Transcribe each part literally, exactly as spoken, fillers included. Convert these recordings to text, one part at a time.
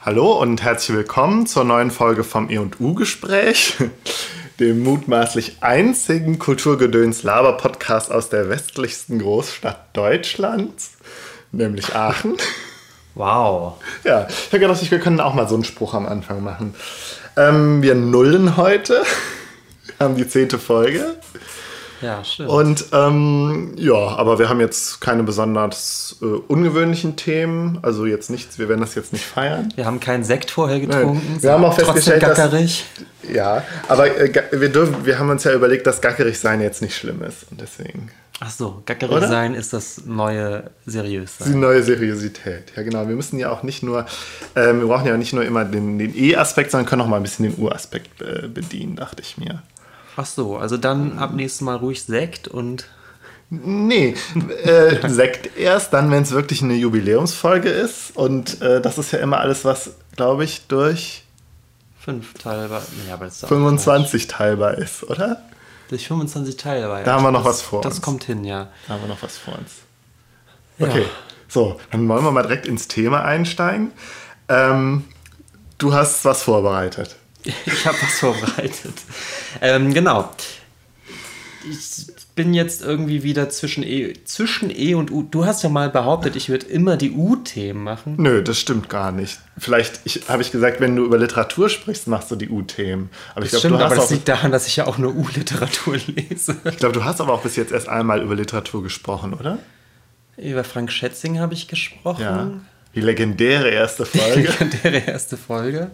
Hallo und herzlich willkommen zur neuen Folge vom E und U-Gespräch, dem mutmaßlich einzigen Kulturgedöns-Laber-Podcast aus der westlichsten Großstadt Deutschlands, nämlich Aachen. Wow. Ja, ich habe gedacht, wir können auch mal so einen Spruch am Anfang machen. Ähm, wir nullen heute, wir haben die zehnte Folge. Ja, stimmt. Und ähm, ja, aber wir haben jetzt keine besonders äh, ungewöhnlichen Themen. Also jetzt nichts, wir werden das jetzt nicht feiern. Wir haben keinen Sekt vorher getrunken. Nein. Wir haben auch festgestellt, gackerig. dass... Ja, aber äh, wir, dürfen, wir haben uns ja überlegt, dass gackerig sein jetzt nicht schlimm ist. Und deswegen... Ach so, gackerig Oder? sein ist das neue seriös sein. Die neue Seriosität, ja genau. Wir müssen ja auch nicht nur... Äh, wir brauchen ja nicht nur immer den, den E-Aspekt, sondern können auch mal ein bisschen den U-Aspekt äh, bedienen, dachte ich mir. Ach so, also dann ab nächstes Mal ruhig Sekt und... Nee, äh, Sekt erst, dann, wenn es wirklich eine Jubiläumsfolge ist. Und äh, das ist ja immer alles, was, glaube ich, durch... Fünf teilbar... Nee, aber das ist fünfundzwanzig teilbar ist, oder? Durch fünfundzwanzig teilbar, ja. Da haben wir noch das, was vor das uns. Das kommt hin, ja. Da haben wir noch was vor uns. Okay, ja. So, dann wollen wir mal direkt ins Thema einsteigen. Ähm, du hast was vorbereitet. Ich habe was vorbereitet. Ähm, genau. Ich bin jetzt irgendwie wieder zwischen E, zwischen E und U. Du hast ja mal behauptet, ich würde immer die U-Themen machen. Nö, das stimmt gar nicht. Vielleicht habe ich gesagt, wenn du über Literatur sprichst, machst du die U-Themen. Aber das ich glaub, stimmt, du hast aber das auch, liegt daran, dass ich ja auch nur U-Literatur lese. Ich glaube, du hast aber auch bis jetzt erst einmal über Literatur gesprochen, oder? Über Frank Schätzing habe ich gesprochen. Ja. Die legendäre erste Folge. Die legendäre erste Folge.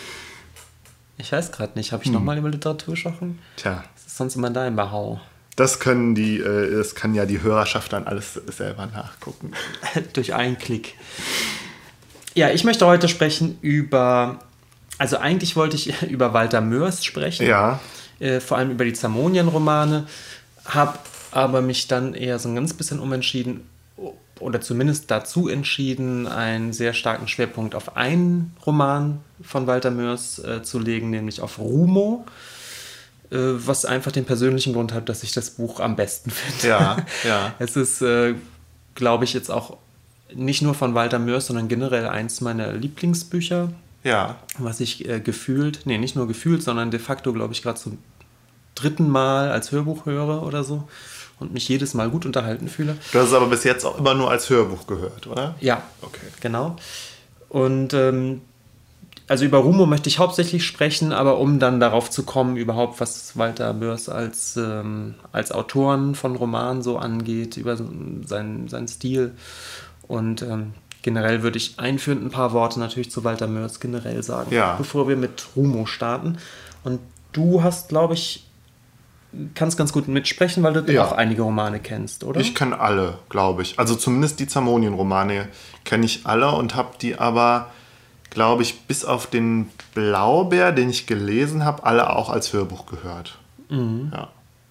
Ich weiß gerade nicht, habe ich hm. nochmal über Literatur gesprochen? Tja. Das ist sonst immer dein Behau. Das können die, äh, das kann ja die Hörerschaft dann alles selber nachgucken. Durch einen Klick. Ja, ich möchte heute sprechen über, also eigentlich wollte ich über Walter Mörs sprechen. Ja. Äh, vor allem über die Zamonien-Romane, habe aber mich dann eher so ein ganz bisschen umentschieden, oder zumindest dazu entschieden, einen sehr starken Schwerpunkt auf einen Roman von Walter Mörs äh, zu legen, nämlich auf Rumo, äh, was einfach den persönlichen Grund hat, dass ich das Buch am besten finde. Ja, ja. Es ist, äh, glaube ich, jetzt auch nicht nur von Walter Mörs, sondern generell eins meiner Lieblingsbücher. Ja. Was ich äh, gefühlt, nee, nicht nur gefühlt, sondern de facto, glaube ich, gerade zum dritten Mal als Hörbuch höre oder so. Und mich jedes Mal gut unterhalten fühle. Du hast es aber bis jetzt auch immer nur als Hörbuch gehört, oder? Ja, okay, genau. Und ähm, also über Rumo möchte ich hauptsächlich sprechen, aber um dann darauf zu kommen, überhaupt was Walter Mörs als, ähm, als Autoren von Romanen so angeht, über seinen, seinen Stil. Und ähm, generell würde ich einführend ein paar Worte natürlich zu Walter Mörs generell sagen, ja. bevor wir mit Rumo starten. Und du hast, glaube ich, kannst ganz gut mitsprechen, weil du ja. auch einige Romane kennst, oder? Ich kenne alle, glaube ich. Also zumindest die Zamonien-Romane kenne ich alle und habe die aber, glaube ich, bis auf den Blaubeer, den ich gelesen habe, alle auch als Hörbuch gehört. Mhm. Ja.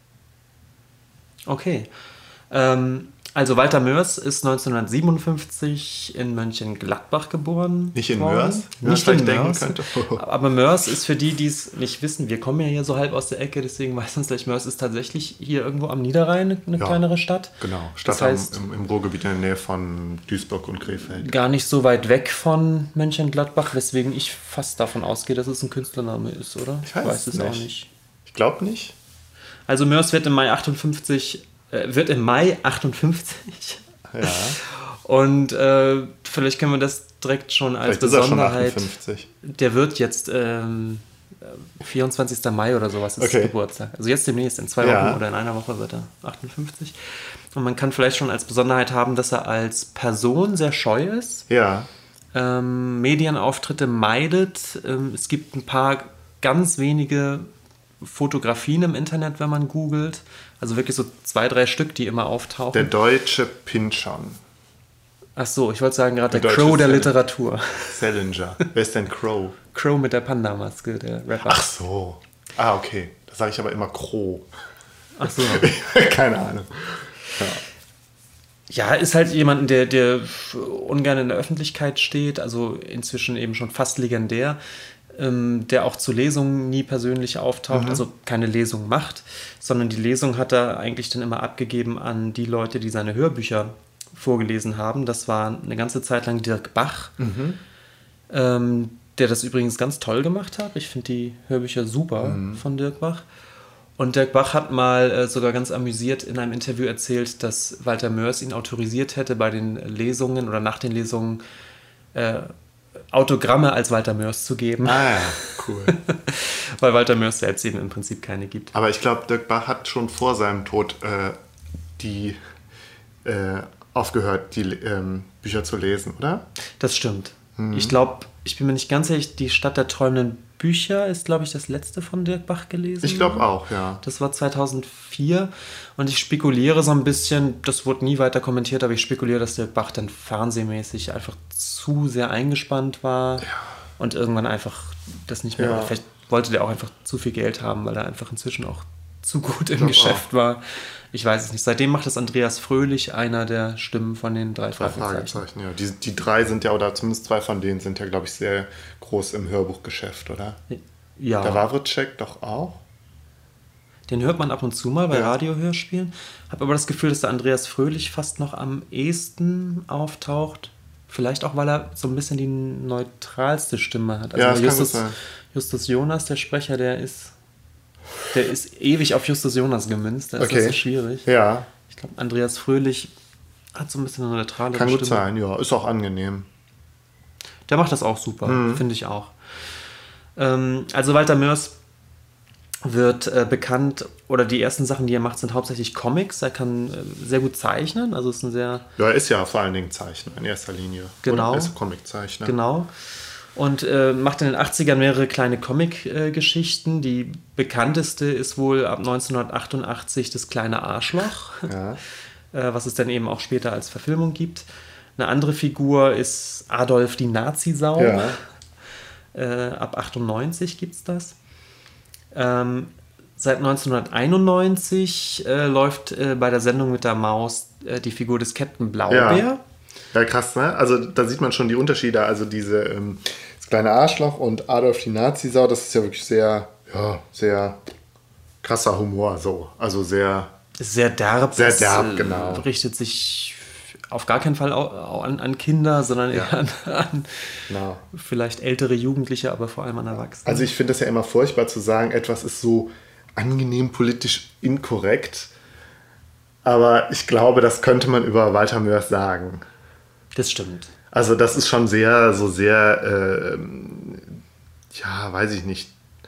Okay. Ähm, also Walter Mörs ist neunzehnhundertsiebenundfünfzig in Mönchengladbach geboren. Nicht in worden. Mörs? Nicht in in denken Mörs. Könnte. Aber Mörs ist für die, die es nicht wissen, wir kommen ja hier so halb aus der Ecke, deswegen weiß uns gleich, Mörs ist tatsächlich hier irgendwo am Niederrhein, eine ja, kleinere Stadt. Genau, Stadt das heißt, im, im Ruhrgebiet in der Nähe von Duisburg und Krefeld. Gar nicht so weit weg von Mönchengladbach, weswegen ich fast davon ausgehe, dass es ein Künstlername ist, oder? Ich weiß, ich weiß es nicht. auch nicht. Ich glaube nicht. Also Mörs wird im Mai achtundfünfzig, äh, wird im Mai achtundfünfzig. Ja. Und äh, vielleicht können wir das direkt schon als vielleicht Besonderheit. Ist er schon achtundfünfzig. Der wird jetzt ähm, vierundzwanzigster Mai oder sowas ist okay. Geburtstag. Also jetzt demnächst, in zwei ja. Wochen oder in einer Woche wird er achtundfünfzig. Und man kann vielleicht schon als Besonderheit haben, dass er als Person sehr scheu ist. Ja. Ähm, Medienauftritte meidet. Ähm, es gibt ein paar ganz wenige Fotografien im Internet, wenn man googelt. Also wirklich so zwei, drei Stück, die immer auftauchen. Der deutsche Pynchon. Ach so, ich wollte sagen gerade der, der Crow der Sal- Literatur. Salinger. Wer ist denn Crow? Crow mit der Panda-Maske, der Rapper. Ach so. Ah, okay. Da sage ich aber immer Crow. Ach so. Keine Ahnung. Ja. Ja, ist halt jemand, der, der ungern in der Öffentlichkeit steht, also inzwischen eben schon fast legendär, ähm, der auch zu Lesungen nie persönlich auftaucht, mhm. also keine Lesung macht, sondern die Lesung hat er eigentlich dann immer abgegeben an die Leute, die seine Hörbücher vorgelesen haben. Das war eine ganze Zeit lang Dirk Bach. Mhm. ähm, der das übrigens ganz toll gemacht hat. Ich finde die Hörbücher super mhm. von Dirk Bach. Und Dirk Bach hat mal äh, sogar ganz amüsiert in einem Interview erzählt, dass Walter Mörs ihn autorisiert hätte, bei den Lesungen oder nach den Lesungen äh, Autogramme als Walter Mörs zu geben. Ah ja, cool. Weil Walter Mörs selbst eben im Prinzip keine gibt. Aber ich glaube, Dirk Bach hat schon vor seinem Tod äh, die äh, aufgehört, die ähm, Bücher zu lesen, oder? Das stimmt. Mhm. Ich glaube, ich bin mir nicht ganz sicher, die Stadt der träumenden Bücher ist, glaube ich, das letzte von Dirk Bach gelesen. Ich glaube auch, ja. Das war zweitausendvier und ich spekuliere so ein bisschen, das wurde nie weiter kommentiert, aber ich spekuliere, dass Dirk Bach dann fernsehmäßig einfach zu sehr eingespannt war ja. und irgendwann einfach das nicht mehr, ja. vielleicht wollte der auch einfach zu viel Geld haben, weil er einfach inzwischen auch zu gut im Geschäft auch. war. Ich weiß es nicht. Seitdem macht das Andreas Fröhlich, einer der Stimmen von den drei, drei Fragezeichen. Fragezeichen. Ja. Die, die drei sind ja, oder zumindest zwei von denen sind ja, glaube ich, sehr groß im Hörbuchgeschäft, oder? Ja. Der Wawritschek doch auch? Den hört man ab und zu mal bei ja. Radiohörspielen. Habe aber das Gefühl, dass der Andreas Fröhlich fast noch am ehesten auftaucht. Vielleicht auch, weil er so ein bisschen die neutralste Stimme hat. Also ja, das Justus, kann gut sein. Justus Jonas, der Sprecher, der ist Der ist ewig auf Justus Jonas gemünzt, da ist okay. das so schwierig. Ja. Ich glaube, Andreas Fröhlich hat so ein bisschen eine neutrale Kann Stimme. gut sein, ja. Ist auch angenehm. Der macht das auch super, mhm. finde ich auch. Ähm, also Walter Mörs wird äh, bekannt, oder die ersten Sachen, die er macht, sind hauptsächlich Comics. Er kann äh, sehr gut zeichnen, also ist ein sehr... Ja, er ist ja vor allen Dingen Zeichner in erster Linie. Genau. Oder? Er ist Comiczeichner. Genau. Und äh, macht in den achtzigern mehrere kleine Comic-Geschichten. Äh, die bekannteste ist wohl ab neunzehnhundertachtundachtzig das kleine Arschloch, ja. äh, was es dann eben auch später als Verfilmung gibt. Eine andere Figur ist Adolf die Nazi-Sau. Ja. Äh, ab achtundneunzig gibt es das. Ähm, seit neunzehnhunderteinundneunzig äh, läuft äh, bei der Sendung mit der Maus äh, die Figur des Captain Blaubeer. Ja. Ja, krass, ne? Also da sieht man schon die Unterschiede. Also diese ähm, das kleine Arschloch und Adolf die Nazi-Sau, das ist ja wirklich sehr, ja, sehr krasser Humor, so. Also sehr... Sehr derb. Sehr derb, äh, genau. Richtet sich auf gar keinen Fall an, an Kinder, sondern eher ja. an, an genau. vielleicht ältere Jugendliche, aber vor allem an Erwachsene. Also ich finde das ja immer furchtbar zu sagen, etwas ist so angenehm politisch inkorrekt. Aber ich glaube, das könnte man über Walter Mörs sagen. Das stimmt. Also das ist schon sehr, so sehr, äh, ja, weiß ich nicht,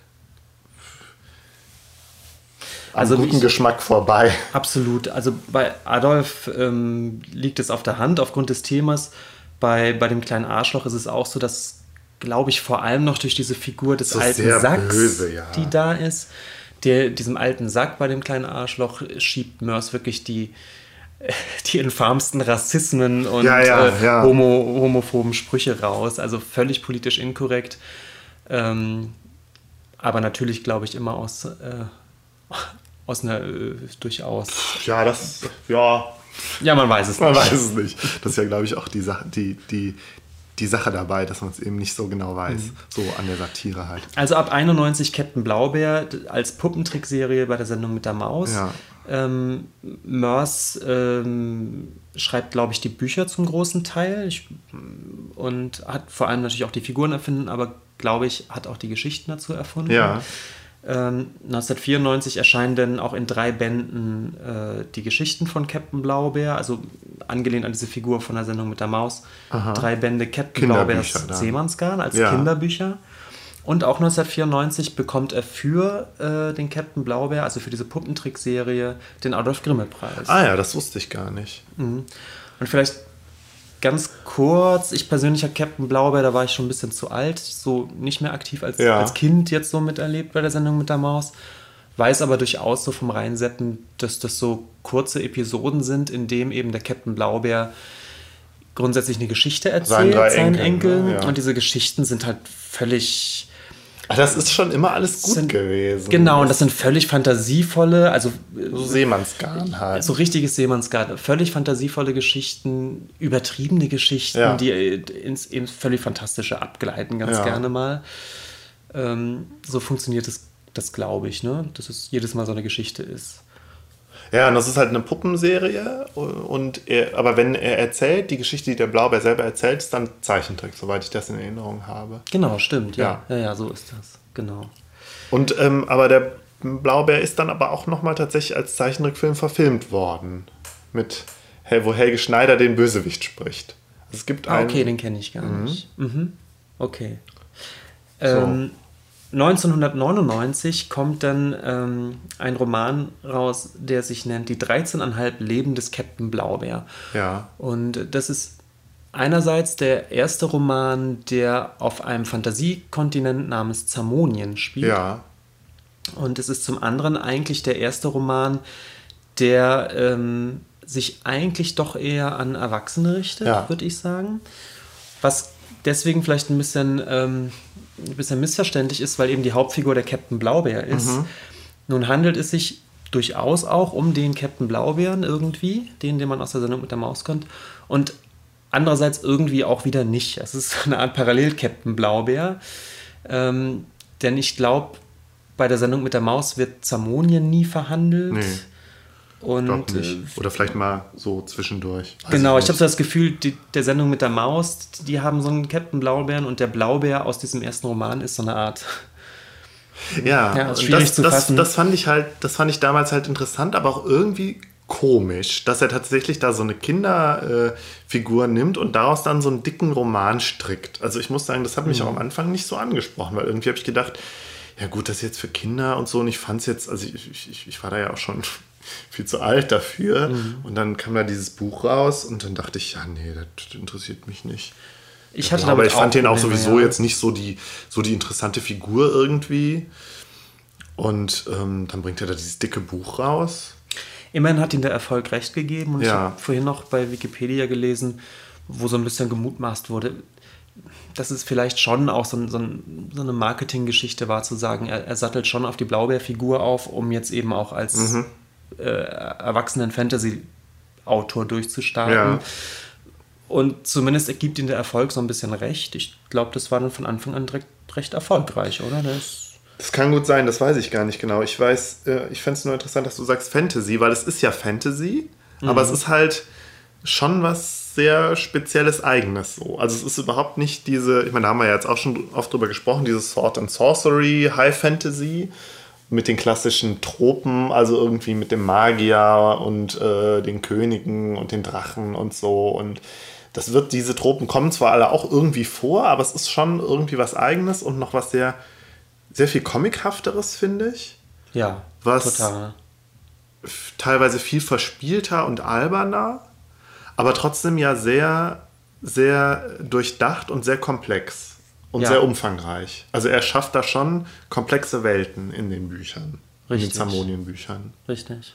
am also guten ich, Geschmack vorbei. Absolut. Also bei Adolf ähm, liegt es auf der Hand aufgrund des Themas. Bei, bei dem kleinen Arschloch ist es auch so, dass, glaube ich, vor allem noch durch diese Figur des so alten Sacks, böse, ja. die da ist, der, diesem alten Sack bei dem kleinen Arschloch schiebt Mörs wirklich die die infamsten Rassismen und ja, ja, äh, ja. homo, homophoben Sprüche raus. Also völlig politisch inkorrekt. Ähm, aber natürlich, glaube ich, immer aus, äh, aus einer äh, durchaus... Ja, das... Ja, ja, man weiß es man nicht. Man weiß es nicht. Das ist ja, glaube ich, auch die Sache, die, die, die Sache dabei, dass man es eben nicht so genau weiß. Mhm. So an der Satire halt. Also ab einundneunzig Captain Blaubeer als Puppentrickserie bei der Sendung mit der Maus. Ja. Ähm, Mörs ähm, schreibt, glaube ich, die Bücher zum großen Teil ich, und hat vor allem natürlich auch die Figuren erfunden, aber glaube ich, hat auch die Geschichten dazu erfunden. Ja. Ähm, neunzehnhundertvierundneunzig erscheinen dann auch in drei Bänden äh, die Geschichten von Captain Blaubeer, also angelehnt an diese Figur von der Sendung mit der Maus. Aha. Drei Bände Captain Blaubeers Seemannsgarn als ja. Kinderbücher. Und auch neunzehnhundertvierundneunzig bekommt er für äh, den Captain Blaubeer, also für diese Puppentrickserie, den Adolf-Grimme-Preis. Ah ja, das wusste ich gar nicht. Mhm. Und vielleicht ganz kurz, ich persönlich habe Captain Blaubeer, da war ich schon ein bisschen zu alt, so nicht mehr aktiv als, ja. als Kind jetzt so miterlebt bei der Sendung mit der Maus. Weiß aber durchaus so vom Reinseppen, dass das so kurze Episoden sind, in dem eben der Captain Blaubeer grundsätzlich eine Geschichte erzählt, seinen, seinen Enkeln. Ne? Ja. Und diese Geschichten sind halt völlig... Ach, das ist schon immer alles gut sind, gewesen. Genau, und das sind völlig fantasievolle, also so Seemannsgarn halt. So richtiges Seemannsgarn. Völlig fantasievolle Geschichten, übertriebene Geschichten, ja. die ins, ins völlig Fantastische abgleiten, ganz ja. gerne mal. Ähm, so funktioniert das, das glaube ich, ne? Dass es jedes Mal so eine Geschichte ist. Ja, und das ist halt eine Puppenserie. Und er, aber wenn er erzählt, die Geschichte, die der Blaubeer selber erzählt, ist dann Zeichentrick, soweit ich das in Erinnerung habe. Genau, stimmt, ja. Ja, Ja, ja, so ist das. Genau. Und ähm, aber der Blaubeer ist dann aber auch nochmal tatsächlich als Zeichentrickfilm verfilmt worden. Mit, wo Helge Schneider den Bösewicht spricht. Also es gibt Ah, einen, okay, den kenne ich gar nicht. Mhm. Okay. So. Ähm, neunzehnhundertneunundneunzig kommt dann ähm, ein Roman raus, der sich nennt Die dreizehneinhalb Leben des Captain Blaubeer. Ja. Und das ist einerseits der erste Roman, der auf einem Fantasiekontinent namens Zamonien spielt. Ja. Und es ist zum anderen eigentlich der erste Roman, der ähm, sich eigentlich doch eher an Erwachsene richtet, Ja. würde ich sagen. Was deswegen vielleicht ein bisschen, ähm, ein bisschen missverständlich ist, weil eben die Hauptfigur der Captain Blaubeer ist. Mhm. Nun handelt es sich durchaus auch um den Captain Blaubeeren irgendwie, den, den man aus der Sendung mit der Maus kennt. Und andererseits irgendwie auch wieder nicht. Es ist eine Art Parallel-Captain Blaubeer. Ähm, denn ich glaube, bei der Sendung mit der Maus wird Zamonien nie verhandelt. Nee. Und Doch nicht. äh, Oder vielleicht mal so zwischendurch. Weiß genau, ich nicht. habe so das Gefühl, die, der Sendung mit der Maus, die haben so einen Captain Blaubeeren und der Blaubeer aus diesem ersten Roman ist so eine Art. Ja, Ja, ist und schwierig das, zu das, fassen. das fand ich halt, das fand ich damals halt interessant, aber auch irgendwie komisch, dass er tatsächlich da so eine Kinderfigur äh, Figur nimmt und daraus dann so einen dicken Roman strickt. Also ich muss sagen, das hat mich Mhm. auch am Anfang nicht so angesprochen, weil irgendwie habe ich gedacht, ja gut, das ist jetzt für Kinder und so, und ich fand es jetzt, also ich, ich, ich war da ja auch schon viel zu alt dafür, Mhm. und dann kam da dieses Buch raus und dann dachte ich, ja nee, das interessiert mich nicht. Ich hatte Ja, aber damit ich fand den auch Probleme, sowieso ja. jetzt nicht so die, so die interessante Figur irgendwie. Und ähm, dann bringt er da dieses dicke Buch raus. Immerhin hat ihm der Erfolg recht gegeben. Und ich Ja. habe vorhin noch bei Wikipedia gelesen, wo so ein bisschen gemutmaßt wurde, dass es vielleicht schon auch so, ein, so, ein, so eine Marketinggeschichte war, zu sagen, er, er sattelt schon auf die Blaubeerfigur auf, um jetzt eben auch als Mhm. äh, Erwachsenen-Fantasy-Autor durchzustarten. Ja. Und zumindest ergibt ihm der Erfolg so ein bisschen recht. Ich glaube, das war dann von Anfang an direkt recht erfolgreich, oder? Das Das kann gut sein, das weiß ich gar nicht genau. Ich weiß, äh, ich fände es nur interessant, dass du sagst Fantasy, weil es ist ja Fantasy, Mhm. aber es ist halt schon was sehr Spezielles, Eigenes so. Also es ist überhaupt nicht diese, ich meine, da haben wir ja jetzt auch schon oft drüber gesprochen, dieses Sword and Sorcery, High Fantasy mit den klassischen Tropen, also irgendwie mit dem Magier und äh, den Königen und den Drachen und so. Und das wird, diese Tropen kommen zwar alle auch irgendwie vor, aber es ist schon irgendwie was Eigenes und noch was sehr, sehr viel Comichafteres, finde ich. ja, Was- total. F- Teilweise viel verspielter und alberner, aber trotzdem ja sehr, sehr durchdacht und sehr komplex und Ja. sehr umfangreich. Also er schafft da schon komplexe Welten in den Büchern, in Richtig. den Zamonien-Büchern. Richtig.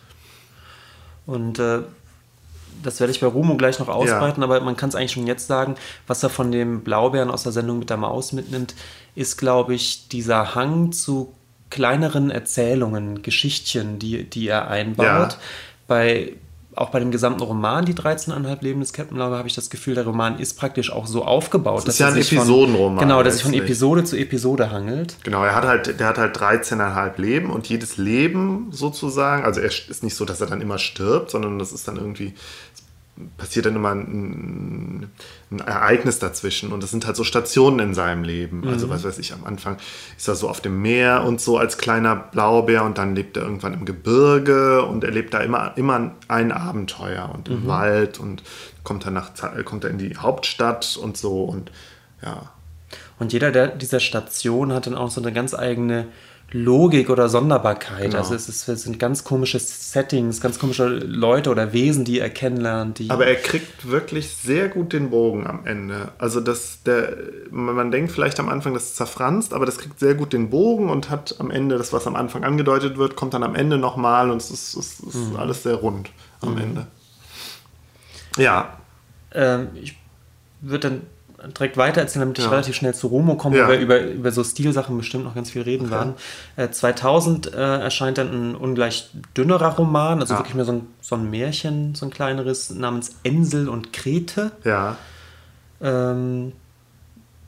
Und äh, das werde ich bei Rumo gleich noch ausbreiten, aber man kann es eigentlich schon jetzt sagen, was er von dem Blaubeeren aus der Sendung mit der Maus mitnimmt, ist, glaube ich, dieser Hang zu kleineren Erzählungen, Geschichtchen, die, die er einbaut. Ja. Bei, auch bei dem gesamten Roman, die dreizehneinhalb Leben des Captain Blaubeer, habe ich das Gefühl, der Roman ist praktisch auch so aufgebaut. ist ja er ein sich von- Episodenroman Genau, dass sich von letztlich. Episode zu Episode hangelt. Genau, er hat halt, der hat halt dreizehn Komma fünf Leben und jedes Leben sozusagen, also er ist nicht so, dass er dann immer stirbt, sondern das ist dann irgendwie, es passiert dann immer ein, ein Ereignis dazwischen und das sind halt so Stationen in seinem Leben. Also was weiß ich, am Anfang ist er so auf dem Meer und so als kleiner Blaubeer und dann lebt er irgendwann im Gebirge und erlebt da immer, immer ein Abenteuer und im Wald und kommt dann nach, kommt er in die Hauptstadt und so und ja. Und jeder der, dieser Station hat dann auch so eine ganz eigene Logik oder Sonderbarkeit. Genau. Also es, ist, es sind ganz komische Settings, ganz komische Leute oder Wesen, die er kennenlernt. Die Aber er kriegt wirklich sehr gut den Bogen am Ende. Also das, der, man denkt vielleicht am Anfang, das ist zerfranst, aber das kriegt sehr gut den Bogen und hat am Ende, das, was am Anfang angedeutet wird, kommt dann am Ende nochmal und es ist, es ist Mhm. alles sehr rund am Ende. Ja, ähm, ich würde dann direkt weiter erzählen, damit ich Ja. relativ schnell zu Romo komme, Ja. wo wir über, über so Stilsachen bestimmt noch ganz viel reden werden. Äh, zweitausend äh, erscheint dann ein ungleich dünnerer Roman, also Ja. wirklich mehr so ein, so ein Märchen, so ein kleineres, namens Ensel und Grete. ja. Ähm,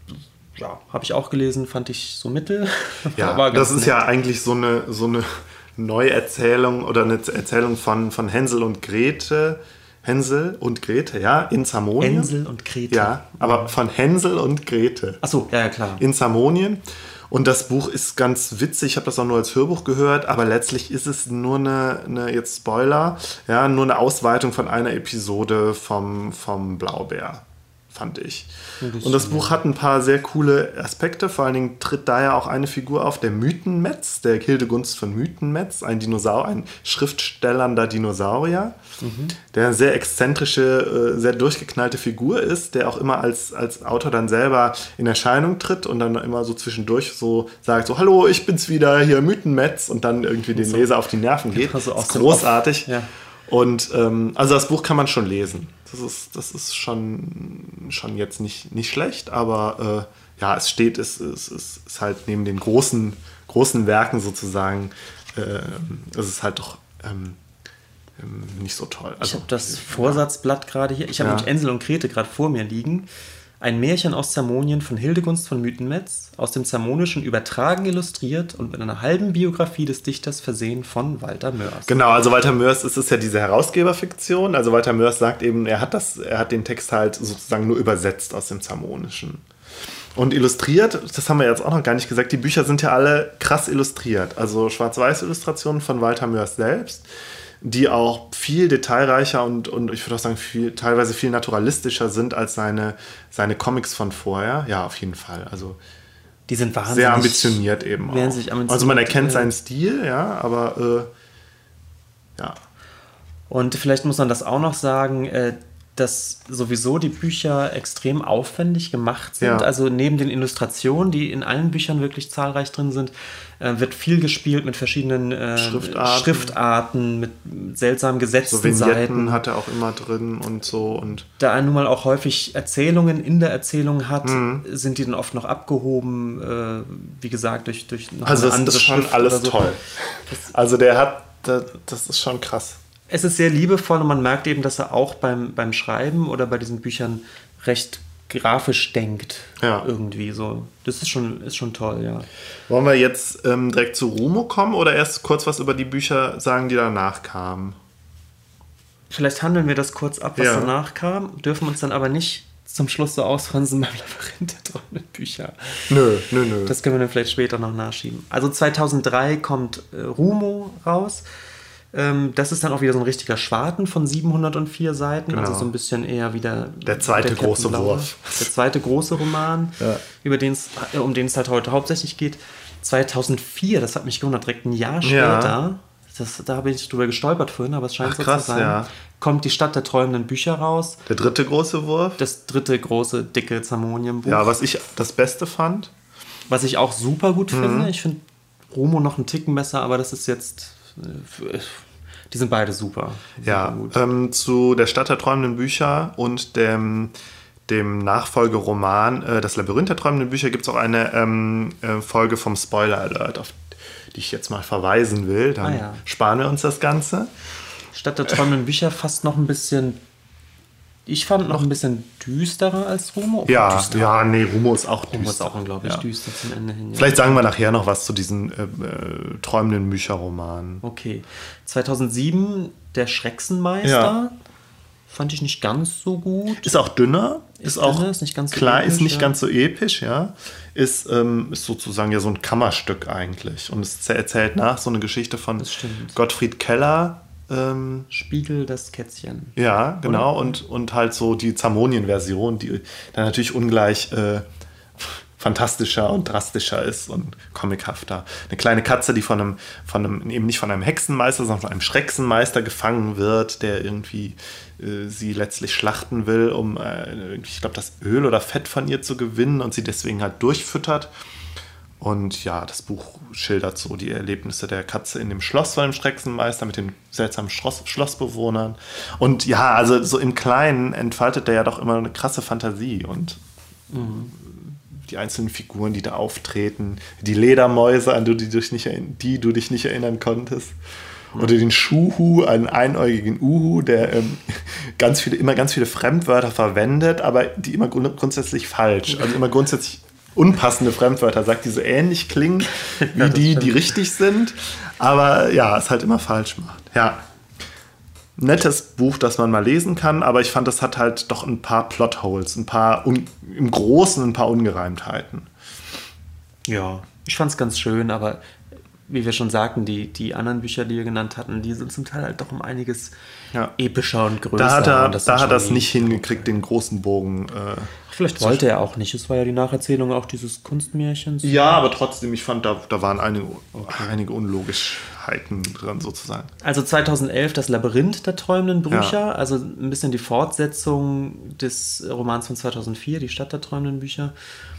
ja, habe ich auch gelesen, fand ich so mittel. Ja, War ganz das ist nett. ja eigentlich so eine, so eine Neuerzählung oder eine Erzählung von, von Hänsel und Grete. Hänsel und Grete, ja, in Zamonien. Hänsel und Grete. Ja, aber von Hänsel und Grete. Ach so, ja, ja, klar. In Zamonien. Und das Buch ist ganz witzig, ich habe das auch nur als Hörbuch gehört, aber letztlich ist es nur eine, eine jetzt Spoiler, ja, nur eine Ausweitung von einer Episode vom, vom Blaubeer, fand ich. Und das Buch hat ein paar sehr coole Aspekte, vor allen Dingen tritt da ja auch eine Figur auf, der Mythenmetz, der Hildegunst von Mythenmetz, ein Dinosaurier, ein schriftstellernder Dinosaurier, mhm. der eine sehr exzentrische, sehr durchgeknallte Figur ist, der auch immer als, als Autor dann selber in Erscheinung tritt und dann immer so zwischendurch so sagt, so, hallo, ich bin's wieder, hier Mythenmetz, und dann irgendwie den so. Leser auf die Nerven geht. Also das ist großartig. Ja. Und ähm, also das Buch kann man schon lesen. Das ist, das ist schon, schon jetzt nicht, nicht schlecht, aber äh, ja, es steht, es, es, es ist halt neben den großen, großen Werken sozusagen, äh, es ist halt doch ähm, nicht so toll. Also, ich habe das Vorsatzblatt gerade hier, ich habe ja. nämlich Hänsel und Grete gerade vor mir liegen. Ein Märchen aus Zamonien von Hildegunst von Mythenmetz, aus dem Zamonischen übertragen, illustriert und mit einer halben Biografie des Dichters versehen von Walter Moers. Genau, also Walter Moers ist es ja diese Herausgeberfiktion. Also Walter Moers sagt eben, er hat, das, er hat den Text halt sozusagen nur übersetzt aus dem Zamonischen. Und illustriert, das haben wir jetzt auch noch gar nicht gesagt, die Bücher sind ja alle krass illustriert. Also Schwarz-Weiß-Illustrationen von Walter Moers selbst, die auch viel detailreicher und, und ich würde auch sagen, viel, teilweise viel naturalistischer sind als seine, seine Comics von vorher. Ja, auf jeden Fall. Also die sind wahnsinnig. Sehr ambitioniert eben auch. Sich ambitioniert, also man erkennt äh, seinen Stil, ja, aber äh, ja. Und vielleicht muss man das auch noch sagen, äh, dass sowieso die Bücher extrem aufwendig gemacht sind. Ja. Also neben den Illustrationen, die in allen Büchern wirklich zahlreich drin sind, äh, wird viel gespielt mit verschiedenen äh, Schriftarten. Schriftarten, mit seltsam gesetzten so Seiten. Hat er auch immer drin und so. Und da er nun mal auch häufig Erzählungen in der Erzählung hat, mhm. sind die dann oft noch abgehoben, äh, wie gesagt, durch, durch noch also eine andere Schrift. Also das ist schon alles so. Toll. Das also der hat, das, das ist schon krass. Es ist sehr liebevoll und man merkt eben, dass er auch beim, beim Schreiben oder bei diesen Büchern recht grafisch denkt. Ja. Irgendwie so. Das ist schon, ist schon toll, ja. Wollen wir jetzt ähm, direkt zu Rumo kommen oder erst kurz was über die Bücher sagen, die danach kamen? Vielleicht handeln wir das kurz ab, was ja. danach kam, dürfen uns dann aber nicht zum Schluss so ausfransen beim Labyrinth der träumenden Bücher. Nö, nö, nö. Das können wir dann vielleicht später noch nachschieben. Also zweitausenddrei kommt äh, Rumo raus. Das ist dann auch wieder so ein richtiger Schwarten von siebenhundertvier Seiten, genau. Also so ein bisschen eher wieder der zweite der große Wurf. Der zweite große Roman, ja. über den's, um den es halt heute hauptsächlich geht. zweitausendvier, das hat mich gewundert, direkt ein Jahr später, ja. das, da habe ich drüber gestolpert vorhin, aber es scheint Ach, so krass, zu sein, ja. kommt die Stadt der träumenden Bücher raus. Der dritte große Wurf. Das dritte große, dicke Zamonienbuch. Ja, was ich das Beste fand. Was ich auch super gut mhm. finde. Ich finde Rumo noch einen Ticken besser, aber das ist jetzt... Die sind beide super. super ja, gut. Ähm, zu der Stadt der träumenden Bücher und dem, dem Nachfolgeroman äh, Das Labyrinth der träumenden Bücher gibt es auch eine ähm, äh, Folge vom Spoiler Alert, auf die ich jetzt mal verweisen will. Dann ah, ja. sparen wir uns das Ganze. Stadt der träumenden Bücher fast noch ein bisschen... Ich fand noch ein bisschen düsterer als Rumo. Ja, düsterer. ja, nee, Rumo ist auch düster. Rumo ist auch unglaublich ja. düster zum Ende hin. Ja. Vielleicht sagen wir nachher noch was zu diesen äh, äh, träumenden Bücherromanen. Okay. zweitausendsieben, Der Schrecksenmeister. Ja. Fand ich nicht ganz so gut. Ist auch dünner. Ist, ist auch dünner, ist nicht ganz so klar, episch, ist nicht ja. ganz so episch, ja. Ist, ähm, ist sozusagen ja so ein Kammerstück eigentlich. Und es erzählt nach so eine Geschichte von Gottfried Keller. Ähm, Spiegel, das Kätzchen. Ja, genau. Und, und halt so die Zamonien-Version, die dann natürlich ungleich äh, fantastischer und drastischer ist und comichafter. Eine kleine Katze, die von einem, von einem, eben nicht von einem Hexenmeister, sondern von einem Schrecksenmeister gefangen wird, der irgendwie äh, sie letztlich schlachten will, um, äh, ich glaube, das Öl oder Fett von ihr zu gewinnen und sie deswegen halt durchfüttert. Und ja, das Buch schildert so die Erlebnisse der Katze in dem Schloss von dem Schrecksenmeister mit den seltsamen Schloss- Schlossbewohnern. Und ja, also so im Kleinen entfaltet er ja doch immer eine krasse Fantasie. Und mhm. die einzelnen Figuren, die da auftreten, die Ledermäuse, an die, die, dich nicht, die du dich nicht erinnern konntest. Mhm. Oder den Schuhu, einen einäugigen Uhu, der ähm, ganz viele, immer ganz viele Fremdwörter verwendet, aber die immer grund- grundsätzlich falsch. Also immer grundsätzlich unpassende Fremdwörter sagt, die so ähnlich klingen wie Ja, die, stimmt. die richtig sind. Aber ja, es halt immer falsch macht. Ja. Nettes Buch, das man mal lesen kann, aber ich fand, es hat halt doch ein paar Plotholes, ein paar un- im Großen ein paar Ungereimtheiten. Ja, ich fand es ganz schön, aber wie wir schon sagten, die, die anderen Bücher, die wir genannt hatten, die sind zum Teil halt doch um einiges Ja. epischer und größer. Da hat er und das da sind hat schon er es die- nicht hingekriegt, den großen Bogen. Äh, Vielleicht wollte er auch nicht. Es war ja die Nacherzählung auch dieses Kunstmärchens. ja, aber trotzdem, ich fand, da, da waren einige, einige Unlogischheiten drin, sozusagen. Also zweitausendelf das Labyrinth der träumenden Bücher, Ja. also ein bisschen die Fortsetzung des Romans von zweitausendvier, die Stadt der träumenden Bücher.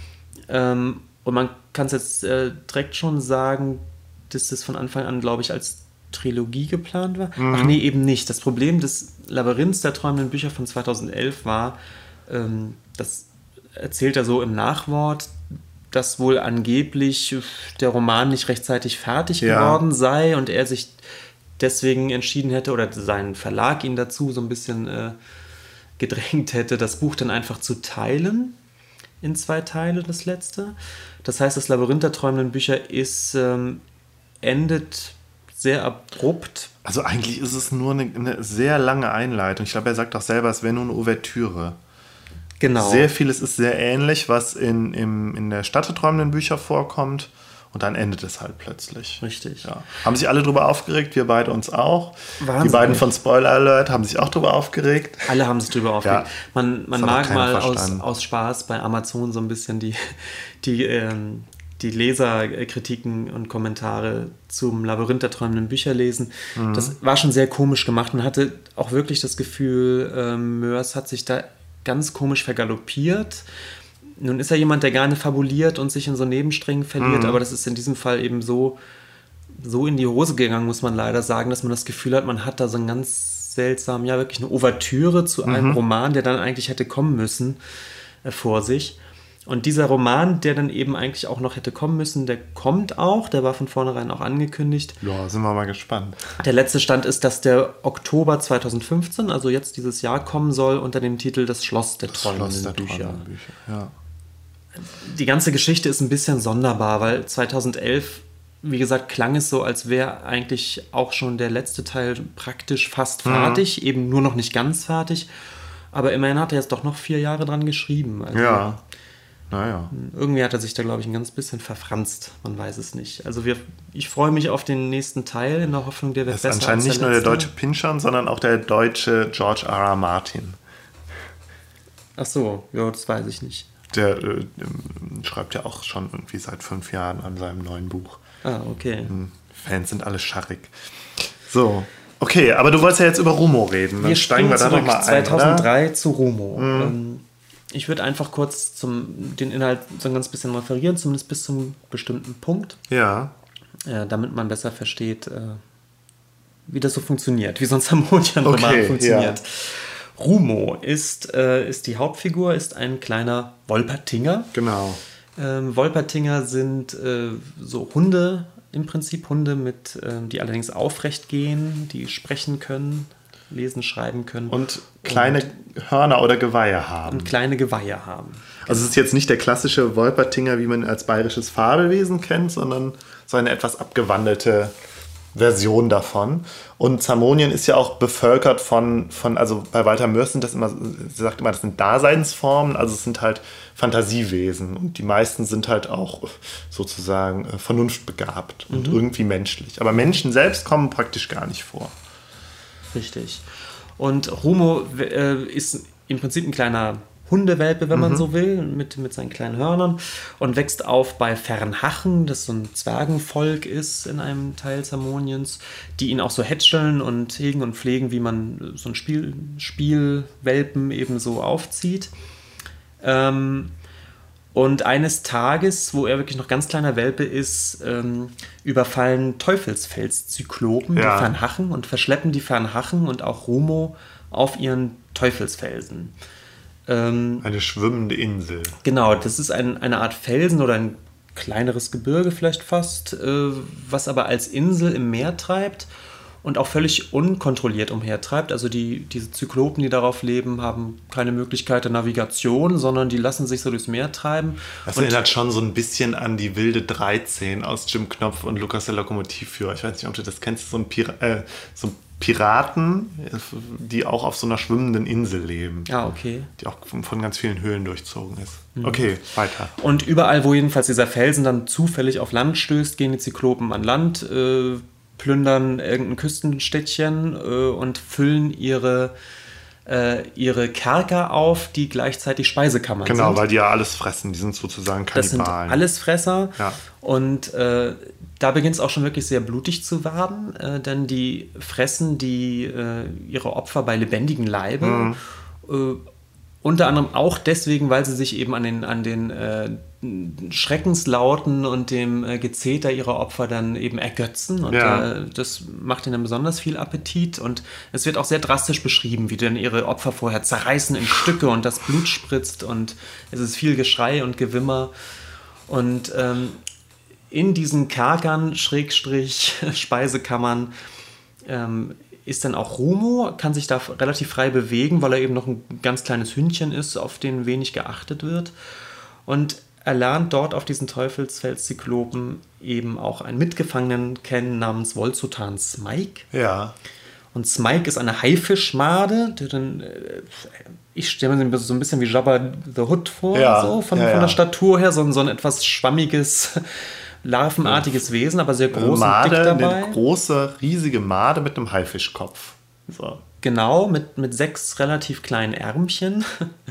Ähm, und man kann es jetzt äh, direkt schon sagen, dass das von Anfang an, glaube ich, als Trilogie geplant war. Mhm. Ach nee, eben nicht. Das Problem des Labyrinths der träumenden Bücher von zweitausendelf war, ähm, das erzählt er so im Nachwort, dass wohl angeblich der Roman nicht rechtzeitig fertig Ja. geworden sei und er sich deswegen entschieden hätte oder sein Verlag ihn dazu so ein bisschen äh, gedrängt hätte, das Buch dann einfach zu teilen in zwei Teile, das letzte. Das heißt, das Labyrinth der träumenden Bücher ist, ähm, endet sehr abrupt. Also eigentlich ist es nur eine, eine sehr lange Einleitung. Ich glaube, er sagt auch selber, es wäre nur eine Ouvertüre. Genau. Sehr vieles ist sehr ähnlich, was in, im, in der Stadt der träumenden Bücher vorkommt. Und dann endet es halt plötzlich. Richtig. Ja. Haben sich alle drüber aufgeregt, wir beide uns auch. Wahnsinnig. Die beiden von Spoiler Alert haben sich auch drüber aufgeregt. Alle haben sich drüber aufgeregt. Ja. Man, man Das hat auch mag keiner mal aus, verstanden. aus Spaß bei Amazon so ein bisschen die, die, ähm, die Leserkritiken und Kommentare zum Labyrinth der träumenden Bücher lesen. Mhm. Das war schon sehr komisch gemacht. Man hatte auch wirklich das Gefühl, ähm, Moers hat sich da ganz komisch vergaloppiert. Nun ist er jemand, der gerne fabuliert und sich in so Nebensträngen verliert, Mhm. aber das ist in diesem Fall eben so, so in die Hose gegangen, muss man leider sagen, dass man das Gefühl hat, man hat da so einen ganz seltsamen, ja wirklich eine Ouvertüre zu einem Roman, der dann eigentlich hätte kommen müssen, äh, vor sich. Und dieser Roman, der dann eben eigentlich auch noch hätte kommen müssen, der kommt auch, der war von vornherein auch angekündigt. Ja, sind wir mal gespannt. Der letzte Stand ist, dass der Oktober zweitausendfünfzehn, also jetzt dieses Jahr, kommen soll unter dem Titel Das Schloss der Das träumenden Schloss der Bücher. träumenden Bücher. Ja. Die ganze Geschichte ist ein bisschen sonderbar, weil zweitausendelf, wie gesagt, klang es so, als wäre eigentlich auch schon der letzte Teil praktisch fast fertig, Mhm. eben nur noch nicht ganz fertig. Aber immerhin hat er jetzt doch noch vier Jahre dran geschrieben. Also Ja. Naja. irgendwie hat er sich da, glaube ich, ein ganz bisschen verfranst. Man weiß es nicht. Also wir, ich freue mich auf den nächsten Teil in der Hoffnung, der wird Das ist besser anscheinend als nicht nur der letzte. deutsche Pynchon, sondern auch der deutsche George R. R. Martin. Ach so, ja, das weiß ich nicht. Der äh, ähm, schreibt ja auch schon irgendwie seit fünf Jahren an seinem neuen Buch. Ah, okay. Hm, Fans sind alle scharrig. So, okay, aber du wolltest ja jetzt über Rumo reden. Dann Wir steigen wir da zurück nochmal ein. zweitausenddrei zu Rumo. Ähm, ich würde einfach kurz zum, den Inhalt so ein ganz bisschen referieren, zumindest bis zum bestimmten Punkt, Ja, äh, damit man besser versteht, äh, wie das so funktioniert, wie so ein Samonian-Roman Okay, funktioniert. Rumo ist, äh, ist die Hauptfigur, ist ein kleiner Wolpertinger. genau. Ähm, Wolpertinger sind äh, so Hunde, im Prinzip Hunde, mit, ähm, die allerdings aufrecht gehen, die sprechen können, lesen, schreiben können. Und kleine Hörner oder Geweihe haben. und kleine Geweihe haben. Also es ist jetzt nicht der klassische Wolpertinger, wie man ihn als bayerisches Fabelwesen kennt, sondern so eine etwas abgewandelte Version davon. Und Zamonien ist ja auch bevölkert von, von also bei Walter Moers sind das immer, sie sagt immer, das sind Daseinsformen, also es sind halt Fantasiewesen. Und die meisten sind halt auch sozusagen äh, vernunftbegabt und irgendwie menschlich. Aber Menschen selbst kommen praktisch gar nicht vor. Richtig. Und Rumo äh, ist im Prinzip ein kleiner Hundewelpe, wenn man so will, mit, mit seinen kleinen Hörnern und wächst auf bei Fernhachen, das so ein Zwergenvolk ist in einem Teil Zamoniens, die ihn auch so hätscheln und hegen und pflegen, wie man so ein Spiel, Spielwelpen eben so aufzieht. Ähm, und eines Tages, wo er wirklich noch ganz kleiner Welpe ist, ähm, überfallen Teufelsfelszyklopen Ja. die Fernhachen und verschleppen die Fernhachen und auch Rumo auf ihren Teufelsfelsen. Ähm, Eine schwimmende Insel. genau, das ist ein, eine Art Felsen oder ein kleineres Gebirge vielleicht fast, äh, was aber als Insel im Meer treibt. und auch völlig unkontrolliert umhertreibt. Also die, diese Zyklopen, die darauf leben, haben keine Möglichkeit der Navigation, sondern die lassen sich so durchs Meer treiben. Das und erinnert schon so ein bisschen an die wilde dreizehn aus Jim Knopf und Lukas der Lokomotivführer. Ich weiß nicht, ob du das kennst, so ein, Pira- äh, so ein Piraten, die auch auf so einer schwimmenden Insel leben. Ah, okay. Die auch von ganz vielen Höhlen durchzogen ist. Mhm. Okay, weiter. Und überall, wo jedenfalls dieser Felsen dann zufällig auf Land stößt, gehen die Zyklopen an Land, äh, plündern irgendein Küstenstädtchen äh, und füllen ihre, äh, ihre Kerker auf, die gleichzeitig Speisekammern genau, sind. Genau, weil die ja alles fressen. Die sind sozusagen Kannibalen. Das sind Allesfresser. Ja. Und äh, da beginnt es auch schon wirklich sehr blutig zu werden, äh, denn die fressen die, äh, ihre Opfer bei lebendigem Leibe. Mhm. Äh, unter anderem auch deswegen, weil sie sich eben an den, an den äh, Schreckenslauten und dem äh, Gezeter ihrer Opfer dann eben ergötzen. Und ja. äh, das macht ihnen besonders viel Appetit. Und es wird auch sehr drastisch beschrieben, wie dann ihre Opfer vorher zerreißen in Stücke und das Blut spritzt. Und es ist viel Geschrei und Gewimmer. Und ähm, in diesen Kerkern, Schrägstrich, Speisekammern, ähm, ist dann auch Rumo, kann sich da relativ frei bewegen, weil er eben noch ein ganz kleines Hündchen ist, auf den wenig geachtet wird. Und er lernt dort auf diesen Teufelsfels-Zyklopen eben auch einen Mitgefangenen kennen namens Volsutan Smike. Ja. Und Smike ist eine Haifischmade, der dann, ich stelle mir so ein bisschen wie Jabba the Hutt vor, ja. so, von, ja, ja. von der Statur her, so ein, so ein etwas schwammiges, larvenartiges Wesen, aber sehr groß Made, und dick dabei. Eine große, riesige Made mit einem Haifischkopf. So. Genau, mit, mit sechs relativ kleinen Ärmchen.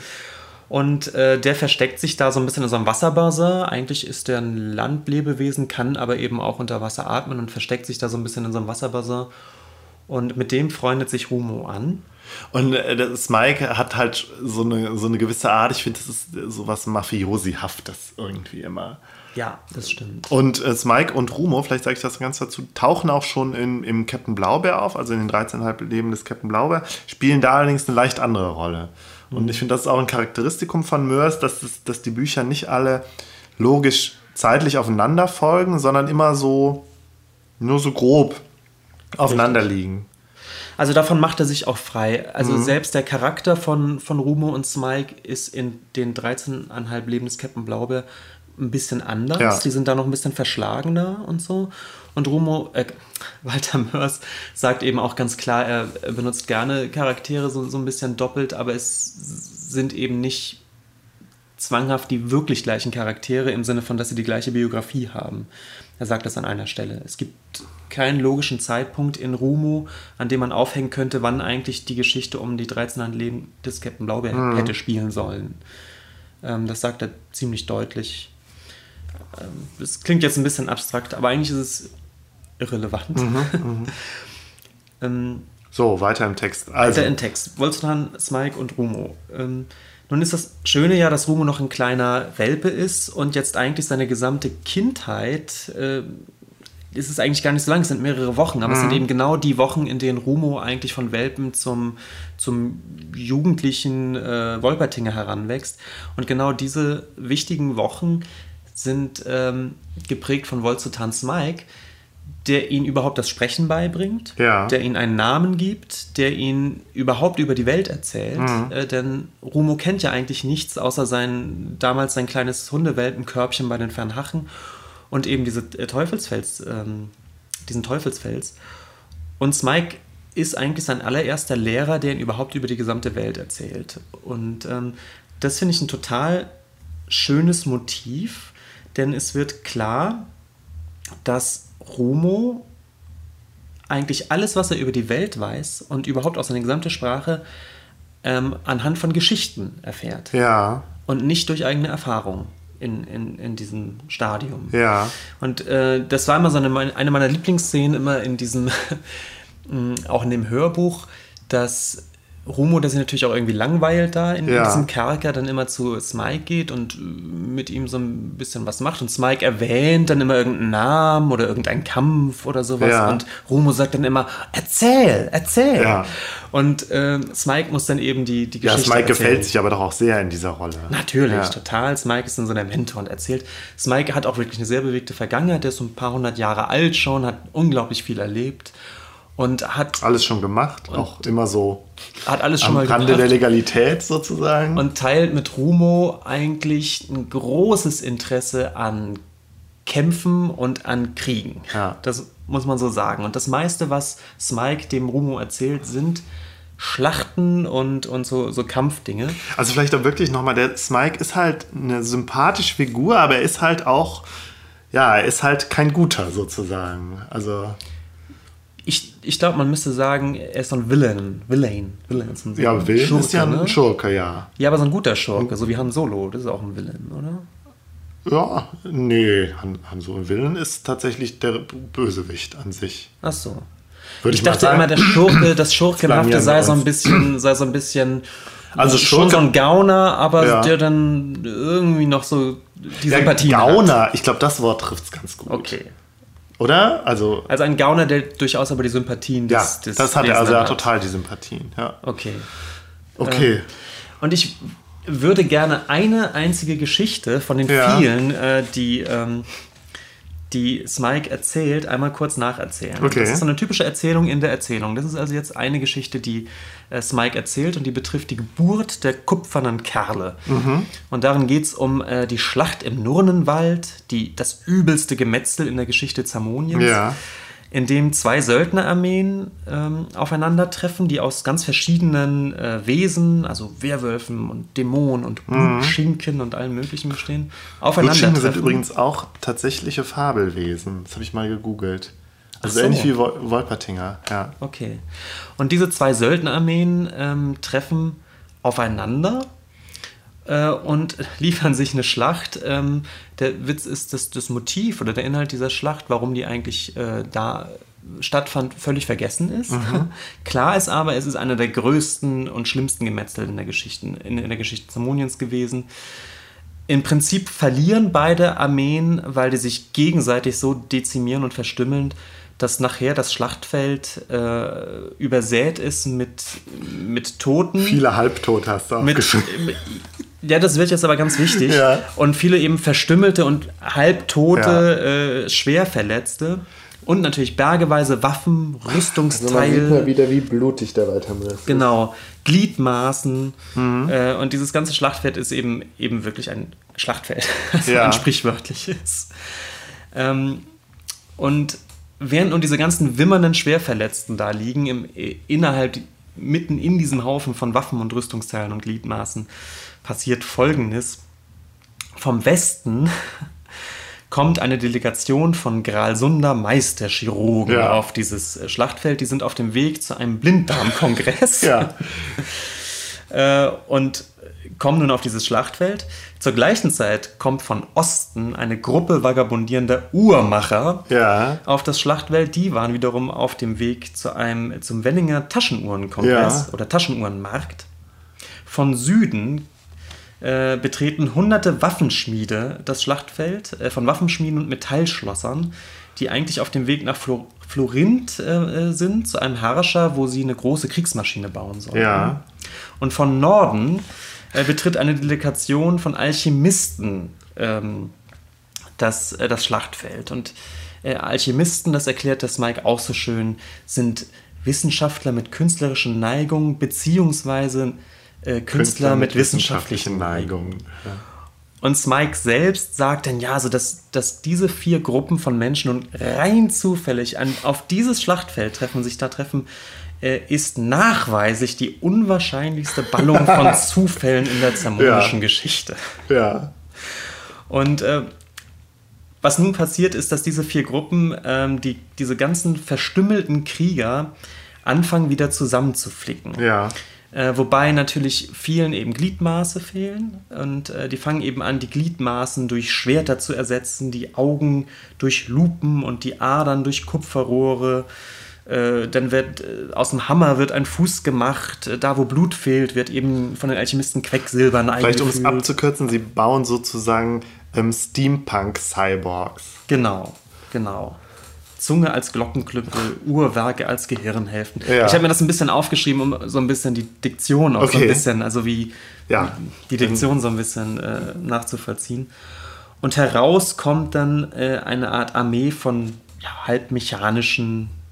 Und äh, der versteckt sich da so ein bisschen in so einem Wasserbassin. Eigentlich ist der ein Landlebewesen, kann aber eben auch unter Wasser atmen und versteckt sich da so ein bisschen in so einem Wasserbassin. Und mit dem freundet sich Rumo an. Und äh, Smike hat halt so eine, so eine gewisse Art, ich finde, das ist so was Mafiosihaftes irgendwie immer. Ja, das stimmt. Und äh, Smike und Rumo, vielleicht sage ich das ganz dazu, tauchen auch schon in, im Captain Blaubeer auf, also in den dreizehn Komma fünf Leben des Captain Blaubeer, spielen da allerdings eine leicht andere Rolle. Mhm. Und ich finde, das ist auch ein Charakteristikum von Moers, dass, es, dass die Bücher nicht alle logisch zeitlich aufeinander folgen, sondern immer so, nur so grob aufeinander Richtig. liegen. Also davon macht er sich auch frei. Also mhm. selbst der Charakter von, von Rumo und Smike ist in den dreizehn Komma fünf Leben des Captain Blaubeer ein bisschen anders. Ja. Die sind da noch ein bisschen verschlagener und so. Und Rumo, äh, Walter Moers sagt eben auch ganz klar, er benutzt gerne Charaktere so, so ein bisschen doppelt, aber es sind eben nicht zwanghaft die wirklich gleichen Charaktere im Sinne von, dass sie die gleiche Biografie haben. Er sagt das an einer Stelle. Es gibt keinen logischen Zeitpunkt in Rumo, an dem man aufhängen könnte, wann eigentlich die Geschichte um die dreizehn Leben des Captain Blaubeer mhm. hätte spielen sollen. Ähm, das sagt er ziemlich deutlich. Das klingt jetzt ein bisschen abstrakt, aber eigentlich ist es irrelevant. Mhm, ähm, so, weiter im Text. Also. Weiter im Text. Volsutan, Smike und Rumo. Ähm, nun ist das Schöne ja, dass Rumo noch ein kleiner Welpe ist und jetzt eigentlich seine gesamte Kindheit, äh, ist es eigentlich gar nicht so lang, es sind mehrere Wochen, aber mhm. es sind eben genau die Wochen, in denen Rumo eigentlich von Welpen zum, zum jugendlichen äh, Wolpertinger heranwächst. Und genau diese wichtigen Wochen sind ähm, geprägt von Volsutan Smike, der ihn überhaupt das Sprechen beibringt, ja. der ihn einen Namen gibt, der ihn überhaupt über die Welt erzählt. Mhm. Äh, denn Rumo kennt ja eigentlich nichts, außer sein damals sein kleines Hundewelpenkörbchen bei den Fernhachen und eben diese äh, Teufelsfels, ähm, diesen Teufelsfels. Und Smike ist eigentlich sein allererster Lehrer, der ihn überhaupt über die gesamte Welt erzählt. Und ähm, das finde ich ein total schönes Motiv, denn es wird klar, dass Rumo eigentlich alles, was er über die Welt weiß und überhaupt auch seine gesamte Sprache, ähm, anhand von Geschichten erfährt. Ja. Und nicht durch eigene Erfahrung in, in, in diesem Stadium. Ja. Und äh, das war immer so eine, eine meiner Lieblingsszenen, immer in diesem, auch in dem Hörbuch, dass Rumo, der sich natürlich auch irgendwie langweilt da in, ja. in diesem Kerker, dann immer zu Smike geht und mit ihm so ein bisschen was macht. Und Smike erwähnt dann immer irgendeinen Namen oder irgendeinen Kampf oder sowas. Ja. Und Rumo sagt dann immer, erzähl, erzähl. Ja. Und äh, Smike muss dann eben die, die Geschichte Ja, Smike erzählen. gefällt sich aber doch auch sehr in dieser Rolle. Natürlich, ja. total. Smike ist dann so der Mentor und erzählt. Smike hat auch wirklich eine sehr bewegte Vergangenheit. Der ist so ein paar hundert Jahre alt schon, hat unglaublich viel erlebt. Und hat alles schon gemacht, auch immer so hat alles schon am mal Rande gemacht. der Legalität sozusagen. Und teilt mit Rumo eigentlich ein großes Interesse an Kämpfen und an Kriegen. Ja. Das muss man so sagen. Und das meiste, was Smike dem Rumo erzählt, sind Schlachten und, und so, so Kampfdinge. Also vielleicht auch wirklich nochmal, der Smike ist halt eine sympathische Figur, aber er ist halt auch, ja, er ist halt kein Guter sozusagen. Also Ich, ich glaube, man müsste sagen, er ist so ein Villain. Villain. Villain ist ein ja, Villain Schurke, ist ja ein ne? Schurke, ja. Ja, aber so ein guter Schurke, so wie Han Solo, das ist auch ein Villain, oder? Ja, nee, Han, Han Solo Villain ist tatsächlich der Bösewicht an sich. Ach so. Würde Ich mal dachte sagen. immer, der Schurke, das Schurkenhafte Blamieren sei wir so ein uns. bisschen, sei so ein bisschen, Also schon Schurke- so ein Gauner, aber Ja. der dann irgendwie noch so die Der Sympathien hat. Gauner, ich glaube, das Wort trifft es ganz gut. Okay. Oder? Also, Also ein Gauner, der durchaus aber die Sympathien ja, des, des das hat er, Lesenden also er hat hat. total die Sympathien. Ja. Okay. Okay. Und ich würde gerne eine einzige Geschichte von den Ja. vielen, äh, die, ähm, die Smike erzählt, einmal kurz nacherzählen. Okay. Das ist so eine typische Erzählung in der Erzählung. Das ist also jetzt eine Geschichte, die äh, Smike erzählt und die betrifft die Geburt der kupfernen Kerle. Mhm. Und darin geht es um äh, die Schlacht im Nurnenwald, die, das übelste Gemetzel in der Geschichte Zamoniens. Ja. In dem zwei Söldnerarmeen ähm, aufeinandertreffen, die aus ganz verschiedenen äh, Wesen, also Werwölfen und Dämonen und Blutschinken und allem Möglichen bestehen, Blutschinken aufeinandertreffen. sind übrigens auch tatsächliche Fabelwesen. Das habe ich mal gegoogelt. Also Ach so. ähnlich wie Wol Wolpertinger. Ja. Okay. Und diese zwei Söldnerarmeen ähm, treffen aufeinander äh, und liefern sich eine Schlacht. Ähm, der Witz ist, dass das Motiv oder der Inhalt dieser Schlacht, warum die eigentlich äh, da stattfand, völlig vergessen ist. Mhm. Klar ist aber, es ist einer der größten und schlimmsten Gemetzel in der Geschichte, in, in der Geschichte Zamoniens gewesen. Im Prinzip verlieren beide Armeen, weil die sich gegenseitig so dezimieren und verstümmeln, dass nachher das Schlachtfeld äh, übersät ist mit, mit Toten. Viele Halbtot hast du Mit, aufgeschrieben. ja, das wird jetzt aber ganz wichtig. Ja. Und viele eben verstümmelte und halbtote, äh, Schwerverletzte. Und natürlich bergeweise Waffen, Rüstungsteile. wieder, wie blutig der Weitermüll ist. Genau, Gliedmaßen. Mhm. Äh, und dieses ganze Schlachtfeld ist eben, eben wirklich ein Schlachtfeld, also Ja. ein sprichwörtliches. Ähm, und während nun diese ganzen wimmernden Schwerverletzten da liegen, im, innerhalb, mitten in diesem Haufen von Waffen und Rüstungsteilen und Gliedmaßen, passiert Folgendes. Vom Westen kommt eine Delegation von Gralsunder Meisterchirurgen Ja. auf dieses äh, Schlachtfeld. Die sind auf dem Weg zu einem Blinddarmkongress Ja. äh, und kommen nun auf dieses Schlachtfeld. Zur gleichen Zeit kommt von Osten eine Gruppe vagabundierender Uhrmacher Ja. auf das Schlachtfeld. Die waren wiederum auf dem Weg zu einem, zum Wenninger Taschenuhrenkongress Ja. oder Taschenuhrenmarkt. Von Süden äh, betreten hunderte Waffenschmiede das Schlachtfeld, äh, von Waffenschmieden und Metallschlossern, die eigentlich auf dem Weg nach Flor Florinth äh, sind, zu einem Herrscher, wo sie eine große Kriegsmaschine bauen sollen. Ja. Und von Norden äh, betritt eine Delegation von Alchemisten ähm, das, äh, das Schlachtfeld. Und äh, Alchemisten, das erklärt das Mike auch so schön, sind Wissenschaftler mit künstlerischen Neigungen, beziehungsweise äh, Künstler, Künstler mit, mit wissenschaftlichen Neigungen. Neigungen. Ja. Und Smike selbst sagt dann, ja, so dass, dass diese vier Gruppen von Menschen und rein zufällig an, auf dieses Schlachtfeld treffen, sich da treffen, äh, ist nachweislich die unwahrscheinlichste Ballung von Zufällen in der zamonischen Ja. Geschichte. Ja. Und äh, was nun passiert ist, dass diese vier Gruppen, ähm, die, diese ganzen verstümmelten Krieger, anfangen wieder zusammenzuflicken. Ja. Äh, wobei natürlich vielen eben Gliedmaße fehlen und äh, die fangen eben an, die Gliedmaßen durch Schwerter zu ersetzen, die Augen durch Lupen und die Adern durch Kupferrohre. Äh, dann wird äh, aus dem Hammer wird ein Fuß gemacht, äh, da wo Blut fehlt, wird eben von den Alchemisten Quecksilbern Vielleicht um es eingefüllt. abzukürzen, sie bauen sozusagen ähm, Steampunk-Cyborgs. Genau, genau. Zunge als Glockenklüppel, Uhrwerke als Gehirnhälften. Ja. Ich habe mir das ein bisschen aufgeschrieben, um so ein bisschen die Diktion auch so Okay. ein bisschen, also wie Ja. die Diktion so ein bisschen äh, nachzuvollziehen. Und heraus kommt dann äh, eine Art Armee von ja, halb mechanischen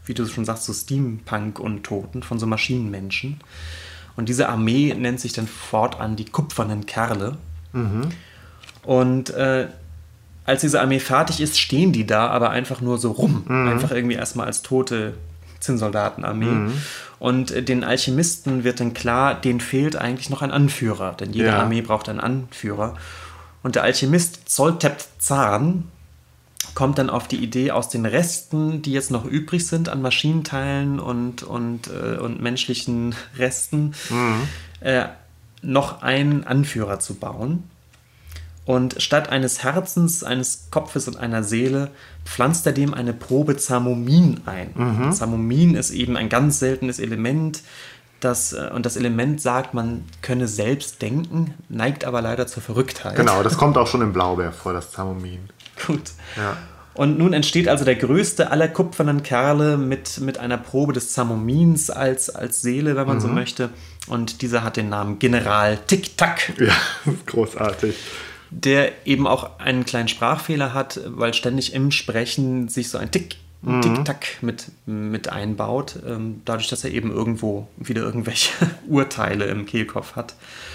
wie du schon sagst, so Steampunk-Untoten, von so Maschinenmenschen. Und diese Armee nennt sich dann fortan die kupfernen Kerle. Mhm. Und äh, als diese Armee fertig ist, stehen die da aber einfach nur so rum. Mhm. Einfach irgendwie erstmal als tote Zinnsoldatenarmee. Mhm. Und äh, den Alchemisten wird dann klar, denen fehlt eigentlich noch ein Anführer. Denn jede ja. Armee braucht einen Anführer. Und der Alchemist Zoltep-Zahn kommt dann auf die Idee, aus den Resten, die jetzt noch übrig sind an Maschinenteilen und, und, äh, und menschlichen Resten, mhm. äh, noch einen Anführer zu bauen. Und statt eines Herzens, eines Kopfes und einer Seele pflanzt er dem eine Probe Zamomin ein. Mhm. Zamomin ist eben ein ganz seltenes Element, das, und das Element sagt, man könne selbst denken, neigt aber leider zur Verrücktheit. Genau, das kommt auch schon im Blaubeer vor, das Zamomin. Gut. Ja. Und nun entsteht also der größte aller kupfernen Kerle mit, mit einer Probe des Zamomins als, als Seele, wenn man mhm. so möchte. Und dieser hat den Namen General Tic-Tac. Ja, großartig. Der eben auch einen kleinen Sprachfehler hat, weil ständig im Sprechen sich so ein Tick, mhm. Tic-Tac mit, mit einbaut, ähm, dadurch, dass er eben irgendwo wieder irgendwelche Urteile im Kehlkopf hat.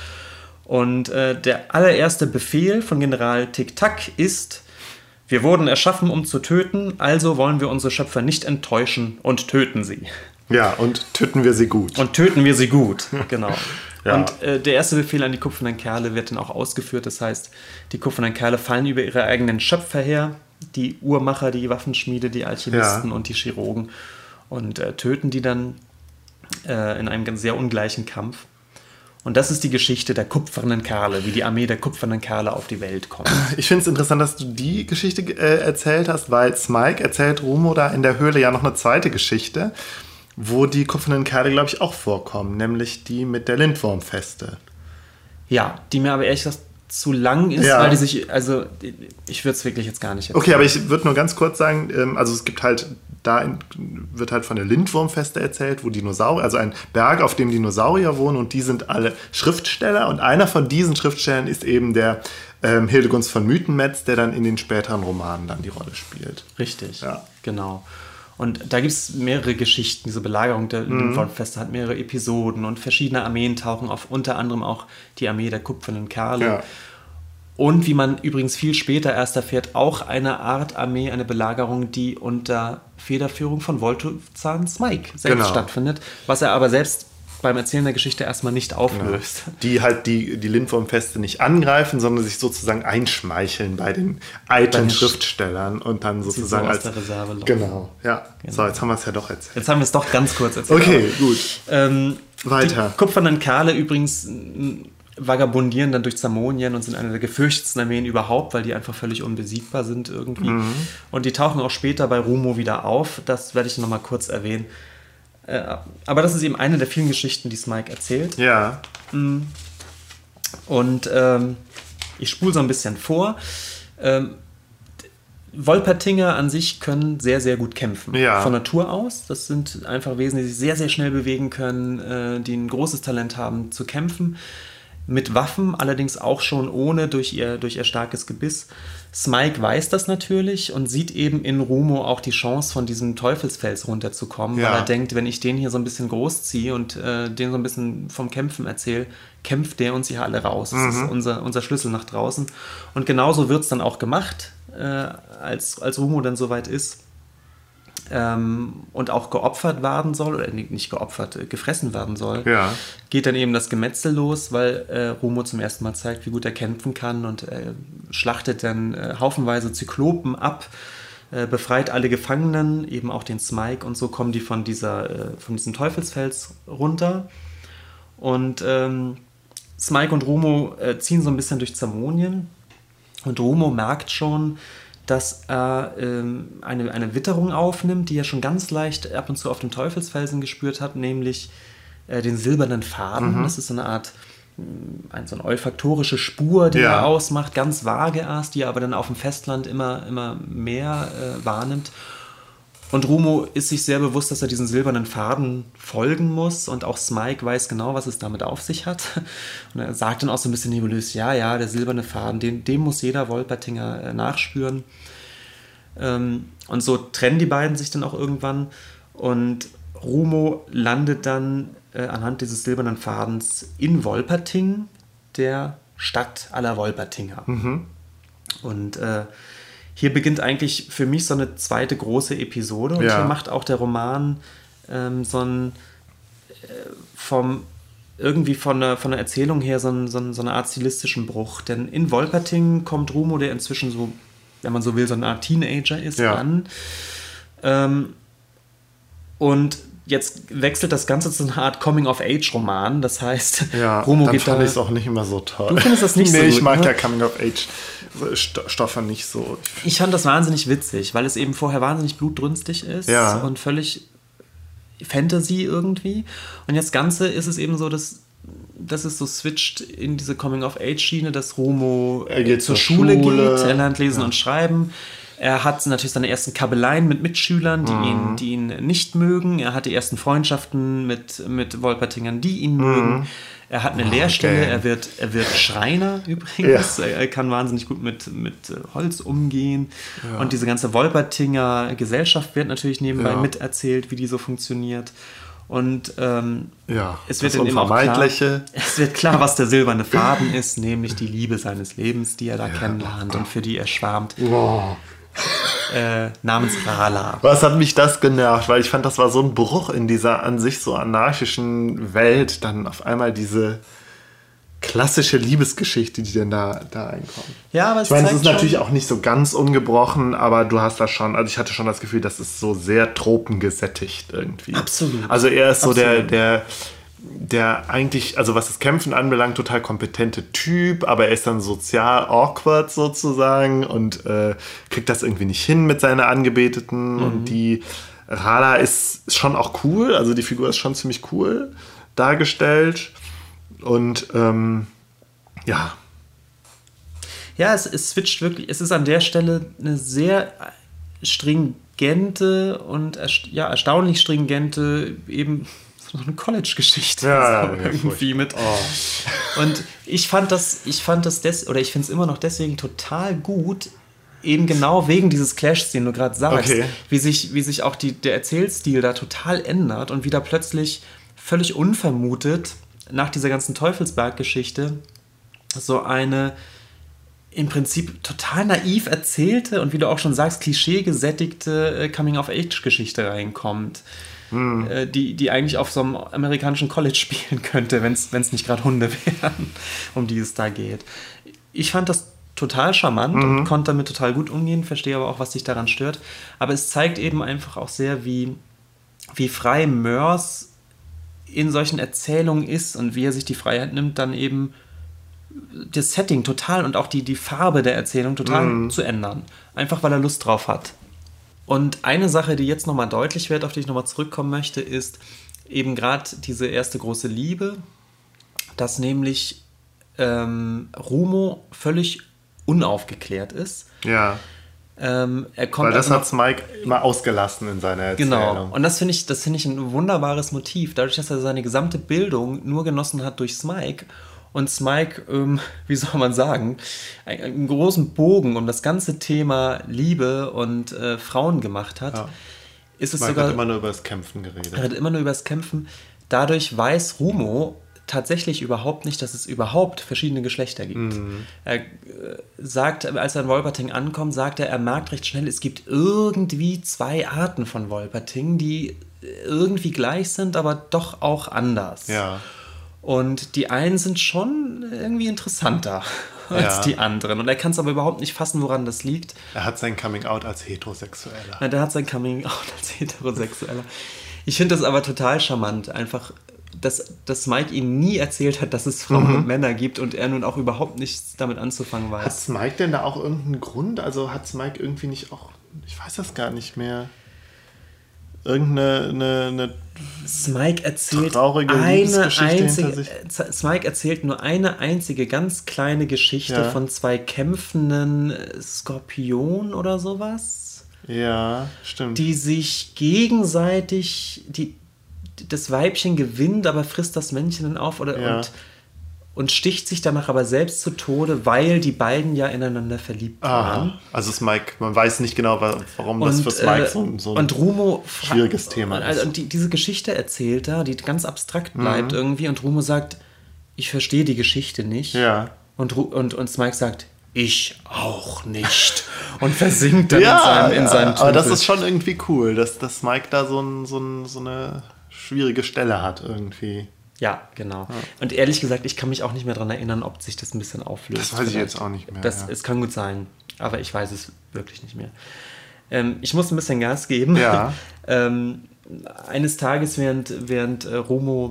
Und äh, der allererste Befehl von General Tic-Tac ist: Wir wurden erschaffen, um zu töten, also wollen wir unsere Schöpfer nicht enttäuschen und töten sie. Ja, und töten wir sie gut. Und töten wir sie gut, genau. Ja. Und äh, der erste Befehl an die kupfernen Kerle wird dann auch ausgeführt. Das heißt, die kupfernen Kerle fallen über ihre eigenen Schöpfer her, die Uhrmacher, die Waffenschmiede, die Alchemisten ja. und die Chirurgen, und äh, töten die dann äh, in einem ganz sehr ungleichen Kampf. Und das ist die Geschichte der kupfernen Kerle, wie die Armee der kupfernen Kerle auf die Welt kommt. Ich finde es interessant, dass du die Geschichte äh, erzählt hast, weil Smike erzählt Rumo da in der Höhle ja noch eine zweite Geschichte, wo die kupfernen Kerle, glaube ich, auch vorkommen, nämlich die mit der Lindwurmfeste. Ja, die mir aber ehrlich gesagt zu lang ist, ja. weil die sich, also ich würde es wirklich jetzt gar nicht erzählen. Okay, aber ich würde nur ganz kurz sagen, also es gibt halt, da in, wird halt von der Lindwurmfeste erzählt, wo Dinosaurier, also ein Berg, auf dem Dinosaurier wohnen, und die sind alle Schriftsteller, und einer von diesen Schriftstellern ist eben der ähm, Hildegunst von Mythenmetz, der dann in den späteren Romanen dann die Rolle spielt. Richtig, ja. Genau. Und da gibt es mehrere Geschichten. Diese Belagerung der mhm. Lindwurmfeste hat mehrere Episoden und verschiedene Armeen tauchen auf, unter anderem auch die Armee der kupfernen Kerle. Ja. Und wie man übrigens viel später erst erfährt, auch eine Art Armee, eine Belagerung, die unter Federführung von Voltozahn Smike selbst genau. stattfindet, was er aber selbst beim Erzählen der Geschichte erstmal nicht auflöst. Ja. Die halt die, die Lindwurmfeste nicht angreifen, sondern sich sozusagen einschmeicheln bei den eitlen Schriftstellern und dann sozusagen so aus als der Reserve laufen. Genau, ja. Genau. So, jetzt haben wir es ja doch erzählt. Jetzt haben wir es doch ganz kurz erzählt. Okay, gut. Ähm, Weiter. Die kupfernen Kerle übrigens vagabundieren dann durch Zamonien und sind eine der gefürchtetsten Armeen überhaupt, weil die einfach völlig unbesiegbar sind irgendwie. Mhm. Und die tauchen auch später bei Rumo wieder auf. Das werde ich noch mal kurz erwähnen. Aber das ist eben eine der vielen Geschichten, die Smike erzählt. Ja. Und ähm, ich spule so ein bisschen vor. Ähm, Wolpertinger an sich können sehr, sehr gut kämpfen. Ja. Von Natur aus. Das sind einfach Wesen, die sich sehr, sehr schnell bewegen können, äh, die ein großes Talent haben zu kämpfen. Mit Waffen, allerdings auch schon ohne, durch ihr, durch ihr starkes Gebiss. Smike weiß das natürlich und sieht eben in Rumo auch die Chance, von diesem Teufelsfels runterzukommen, ja. weil er denkt, wenn ich den hier so ein bisschen großziehe und äh, den so ein bisschen vom Kämpfen erzähle, kämpft der uns hier alle raus. Das mhm. ist unser, unser Schlüssel nach draußen. Und genauso wird es dann auch gemacht, äh, als, als Rumo dann soweit ist. Ähm, und auch geopfert werden soll, oder nicht geopfert, äh, gefressen werden soll, ja. geht dann eben das Gemetzel los, weil äh, Rumo zum ersten Mal zeigt, wie gut er kämpfen kann, und äh, schlachtet dann äh, haufenweise Zyklopen ab, äh, befreit alle Gefangenen, eben auch den Smike, und so kommen die von, dieser, äh, von diesem Teufelsfels runter. Und ähm, Smike und Rumo äh, ziehen so ein bisschen durch Zamonien, und Rumo merkt schon, dass er ähm, eine, eine Witterung aufnimmt, die er schon ganz leicht ab und zu auf dem Teufelsfelsen gespürt hat, nämlich äh, den silbernen Faden. Mhm. Das ist so eine Art, ein, so eine olfaktorische Spur, die ja. er ausmacht, ganz vage erst, die er aber dann auf dem Festland immer, immer mehr äh, wahrnimmt. Und Rumo ist sich sehr bewusst, dass er diesen silbernen Faden folgen muss, und auch Smike weiß genau, was es damit auf sich hat. Und er sagt dann auch so ein bisschen nebulös, ja, ja, der silberne Faden, den, dem muss jeder Wolpertinger äh, nachspüren. Ähm, und so trennen die beiden sich dann auch irgendwann. Und Rumo landet dann äh, anhand dieses silbernen Fadens in Wolperting, der Stadt aller Wolpertinger. Mhm. Und äh, hier beginnt eigentlich für mich so eine zweite große Episode. Und Ja. hier macht auch der Roman ähm, so ein äh, vom irgendwie von der, von der Erzählung her so, ein, so, ein, so eine Art stilistischen Bruch. Denn in Wolperting kommt Rumo, der inzwischen so, wenn man so will, so eine Art Teenager ist, Ja. an. Ähm, und jetzt wechselt das Ganze zu einer Art Coming-of-Age-Roman. Das heißt, Ja, Rumo dann geht fand da... ich es auch nicht immer so toll. Du findest das nicht nee, so ich gut, mag ne? ja Coming-of-Age-Stoffe nicht so. Ich fand das wahnsinnig witzig, weil es eben vorher wahnsinnig blutdrünstig ist Ja. und völlig Fantasy irgendwie. Und jetzt Ganze ist es eben so, dass, dass es so switcht in diese Coming-of-Age-Schiene, dass Rumo Er geht zur zur Schule, Schule. geht, er lernt lesen Ja. und schreiben. Er hat natürlich seine ersten Kabeleien mit Mitschülern, die, Mhm. ihn, die ihn nicht mögen. Er hat die ersten Freundschaften mit, mit Wolpertingern, die ihn mögen. Er hat eine Lehrstelle, okay. er wird, er wird Schreiner übrigens. Er, er kann wahnsinnig gut mit, mit äh, Holz umgehen. Und diese ganze Wolpertinger Gesellschaft wird natürlich nebenbei Ja. miterzählt, wie die so funktioniert. Und ähm, Ja, es wird das dann eben auch klar, Unvermeidliche. es wird klar, was der silberne Faden ist, nämlich die Liebe seines Lebens, die er da kennenlernt und für die er schwärmt, Wow. äh, namens Rala. Was hat mich das genervt? Weil ich fand, das war so ein Bruch in dieser an sich so anarchischen Welt. Dann auf einmal diese klassische Liebesgeschichte, die dann da, da einkommt. Ja, aber es Ich meine, es zeigt ist natürlich schon, auch nicht so ganz ungebrochen, aber du hast da schon, also ich hatte schon das Gefühl, das ist so sehr tropengesättigt irgendwie. Absolut. Also er ist so der, Absolut. der, der eigentlich, also was das Kämpfen anbelangt, total kompetente Typ, aber er ist dann sozial awkward sozusagen und äh, kriegt das irgendwie nicht hin mit seiner Angebeteten. Mhm. Und die Rala ist schon auch cool, also die Figur ist schon ziemlich cool dargestellt. Und ähm, ja, ja, es, es switcht wirklich, es ist an der Stelle eine sehr stringente und erst- ja, erstaunlich stringente eben so eine College-Geschichte Ja, so ja, irgendwie mit. Oh. Und ich fand das, ich fand das des, oder ich finde es immer noch deswegen total gut, eben genau wegen dieses Clashs, den du gerade sagst, Okay. wie sich, wie sich auch die, der Erzählstil da total ändert und wie da plötzlich völlig unvermutet nach dieser ganzen Teufelsberg-Geschichte so eine im Prinzip total naiv erzählte und wie du auch schon sagst, klischeegesättigte äh, Coming-of-Age-Geschichte reinkommt, Hm. äh, die, die eigentlich auf so einem amerikanischen College spielen könnte, wenn es nicht gerade Hunde wären, um die es da geht. Ich fand das total charmant Mhm. und konnte damit total gut umgehen, verstehe aber auch, was dich daran stört. Aber es zeigt eben einfach auch sehr, wie, wie frei Moers in solchen Erzählungen ist und wie er sich die Freiheit nimmt, dann eben das Setting total und auch die, die Farbe der Erzählung total zu ändern. Einfach, weil er Lust drauf hat. Und eine Sache, die jetzt nochmal deutlich wird, auf die ich nochmal zurückkommen möchte, ist eben gerade diese erste große Liebe, dass nämlich ähm, Rumo völlig unaufgeklärt ist. ja. Ähm, er kommt Weil das also hat Mike immer ausgelassen in seiner Erzählung. Genau. Und das finde ich, das finde ich ein wunderbares Motiv. Dadurch, dass er seine gesamte Bildung nur genossen hat durch Smike und Smike, ähm, wie soll man sagen, einen, einen großen Bogen um das ganze Thema Liebe und äh, Frauen gemacht hat, Ja. ist es Mike sogar. hat immer nur über das Kämpfen geredet. Er redet immer nur über das Kämpfen. Dadurch weiß Rumo tatsächlich überhaupt nicht, dass es überhaupt verschiedene Geschlechter gibt. Mhm. Er äh, sagt, als er in Wolperting ankommt, sagt er, er merkt recht schnell, es gibt irgendwie zwei Arten von Wolperting, die irgendwie gleich sind, aber doch auch anders. Ja. Und die einen sind schon irgendwie interessanter als Ja. die anderen. Und er kann es aber überhaupt nicht fassen, woran das liegt. Er hat sein Coming-out als Heterosexueller. Ja, der hat sein Coming-out als Heterosexueller. Ich finde das aber total charmant, einfach, dass, dass Mike ihm nie erzählt hat, dass es Frauen Mhm. und Männer gibt und er nun auch überhaupt nichts damit anzufangen weiß. Hat Mike denn da auch irgendeinen Grund? Also hat Mike irgendwie nicht auch, ich weiß das gar nicht mehr, irgendeine eine, eine Smike erzählt traurige eine Liebesgeschichte einzige, hinter sich? äh, Smike erzählt nur eine einzige ganz kleine Geschichte Ja. von zwei kämpfenden äh, Skorpionen oder sowas, Ja, stimmt. die sich gegenseitig, die, das Weibchen gewinnt, aber frisst das Männchen dann auf oder Ja. und und sticht sich danach aber selbst zu Tode, weil die beiden ja ineinander verliebt waren. Ah, also Smike, man weiß nicht genau, warum das Und, für Smike äh, so, so ein und Rumo schwieriges Thema ist. Also und die, diese Geschichte erzählt er, die ganz abstrakt bleibt Mhm. irgendwie. Und Rumo sagt, ich verstehe die Geschichte nicht. Ja. Und, Ru- und, und Smike sagt, ich auch nicht. Und versinkt dann Ja, in seinem, in ja, seinem aber das Tümpel. ist schon irgendwie cool, dass, dass Mike da so, ein, so, ein, so eine schwierige Stelle hat irgendwie. Ja, genau. Und ehrlich gesagt, ich kann mich auch nicht mehr daran erinnern, ob sich das ein bisschen auflöst. Das weiß ich vielleicht. jetzt auch nicht mehr, Das, ja. Es kann gut sein, aber ich weiß es wirklich nicht mehr. Ähm, ich muss ein bisschen Gas geben. Ja. ähm, eines Tages, während, während äh, Rumo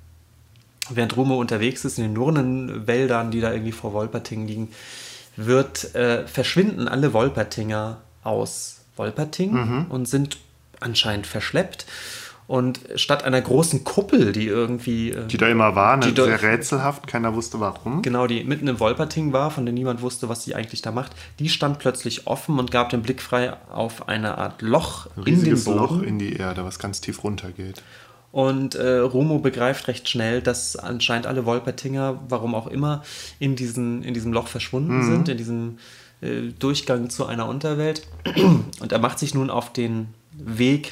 während Rumo unterwegs ist in den Nurnenwäldern, die da irgendwie vor Wolperting liegen, wird äh, verschwinden alle Wolpertinger aus Wolperting Mhm. und sind anscheinend verschleppt. Und statt einer großen Kuppel, die irgendwie... äh, Die da immer war, ne? Die da- sehr rätselhaft, keiner wusste warum. Genau, die mitten im Wolperting war, von der niemand wusste, was sie eigentlich da macht, die stand plötzlich offen und gab den Blick frei auf eine Art Loch Ein in den riesiges Boden. Loch in die Erde, was ganz tief runtergeht. Und äh, Rumo begreift recht schnell, dass anscheinend alle Wolpertinger, warum auch immer, in, diesen, in diesem Loch verschwunden Mhm. sind, in diesem äh, Durchgang zu einer Unterwelt. Und er macht sich nun auf den Weg,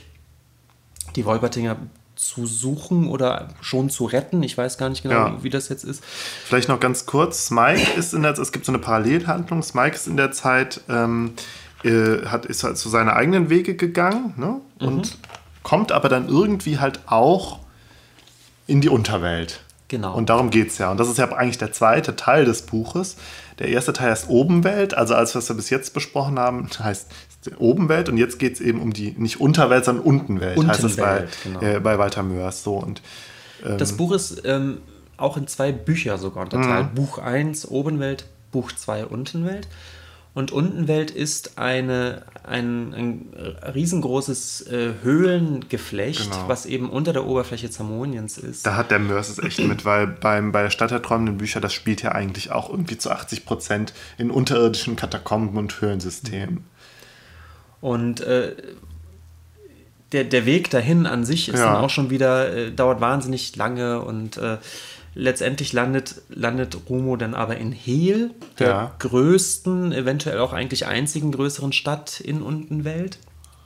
die Wolpertinger zu suchen oder schon zu retten. Ich weiß gar nicht genau, Ja. wie das jetzt ist. Vielleicht noch ganz kurz, Smike ist in der, es gibt so eine Parallelhandlung, Smike ist in der Zeit, ähm, äh, hat, ist halt zu seinen eigenen Wege gegangen, ne? Und kommt aber dann irgendwie halt auch in die Unterwelt. Genau. Und darum geht es ja. Und das ist ja eigentlich der zweite Teil des Buches. Der erste Teil heißt Obenwelt, also alles, was wir bis jetzt besprochen haben, heißt Obenwelt. Und jetzt geht es eben um die, nicht Unterwelt, sondern Untenwelt, heißt es bei, Untenwelt, genau. äh, bei Walter Mörs. So, und, ähm, Das Buch ist ähm, auch in zwei Bücher sogar unterteilt. Mhm. Buch eins Obenwelt, Buch zwei Untenwelt. Und Untenwelt ist eine, ein, ein riesengroßes äh, Höhlengeflecht, Genau. was eben unter der Oberfläche Zamoniens ist. Da hat der Mörs es echt mit, weil beim, bei der Stadt der träumenden Bücher, das spielt ja eigentlich auch irgendwie zu achtzig Prozent in unterirdischen Katakomben und Höhlensystemen. Und äh, der, der Weg dahin an sich ist Ja. dann auch schon wieder, äh, dauert wahnsinnig lange und äh, letztendlich landet, landet Rumo dann aber in Hel, der Ja. größten, eventuell auch eigentlich einzigen größeren Stadt in Untenwelt.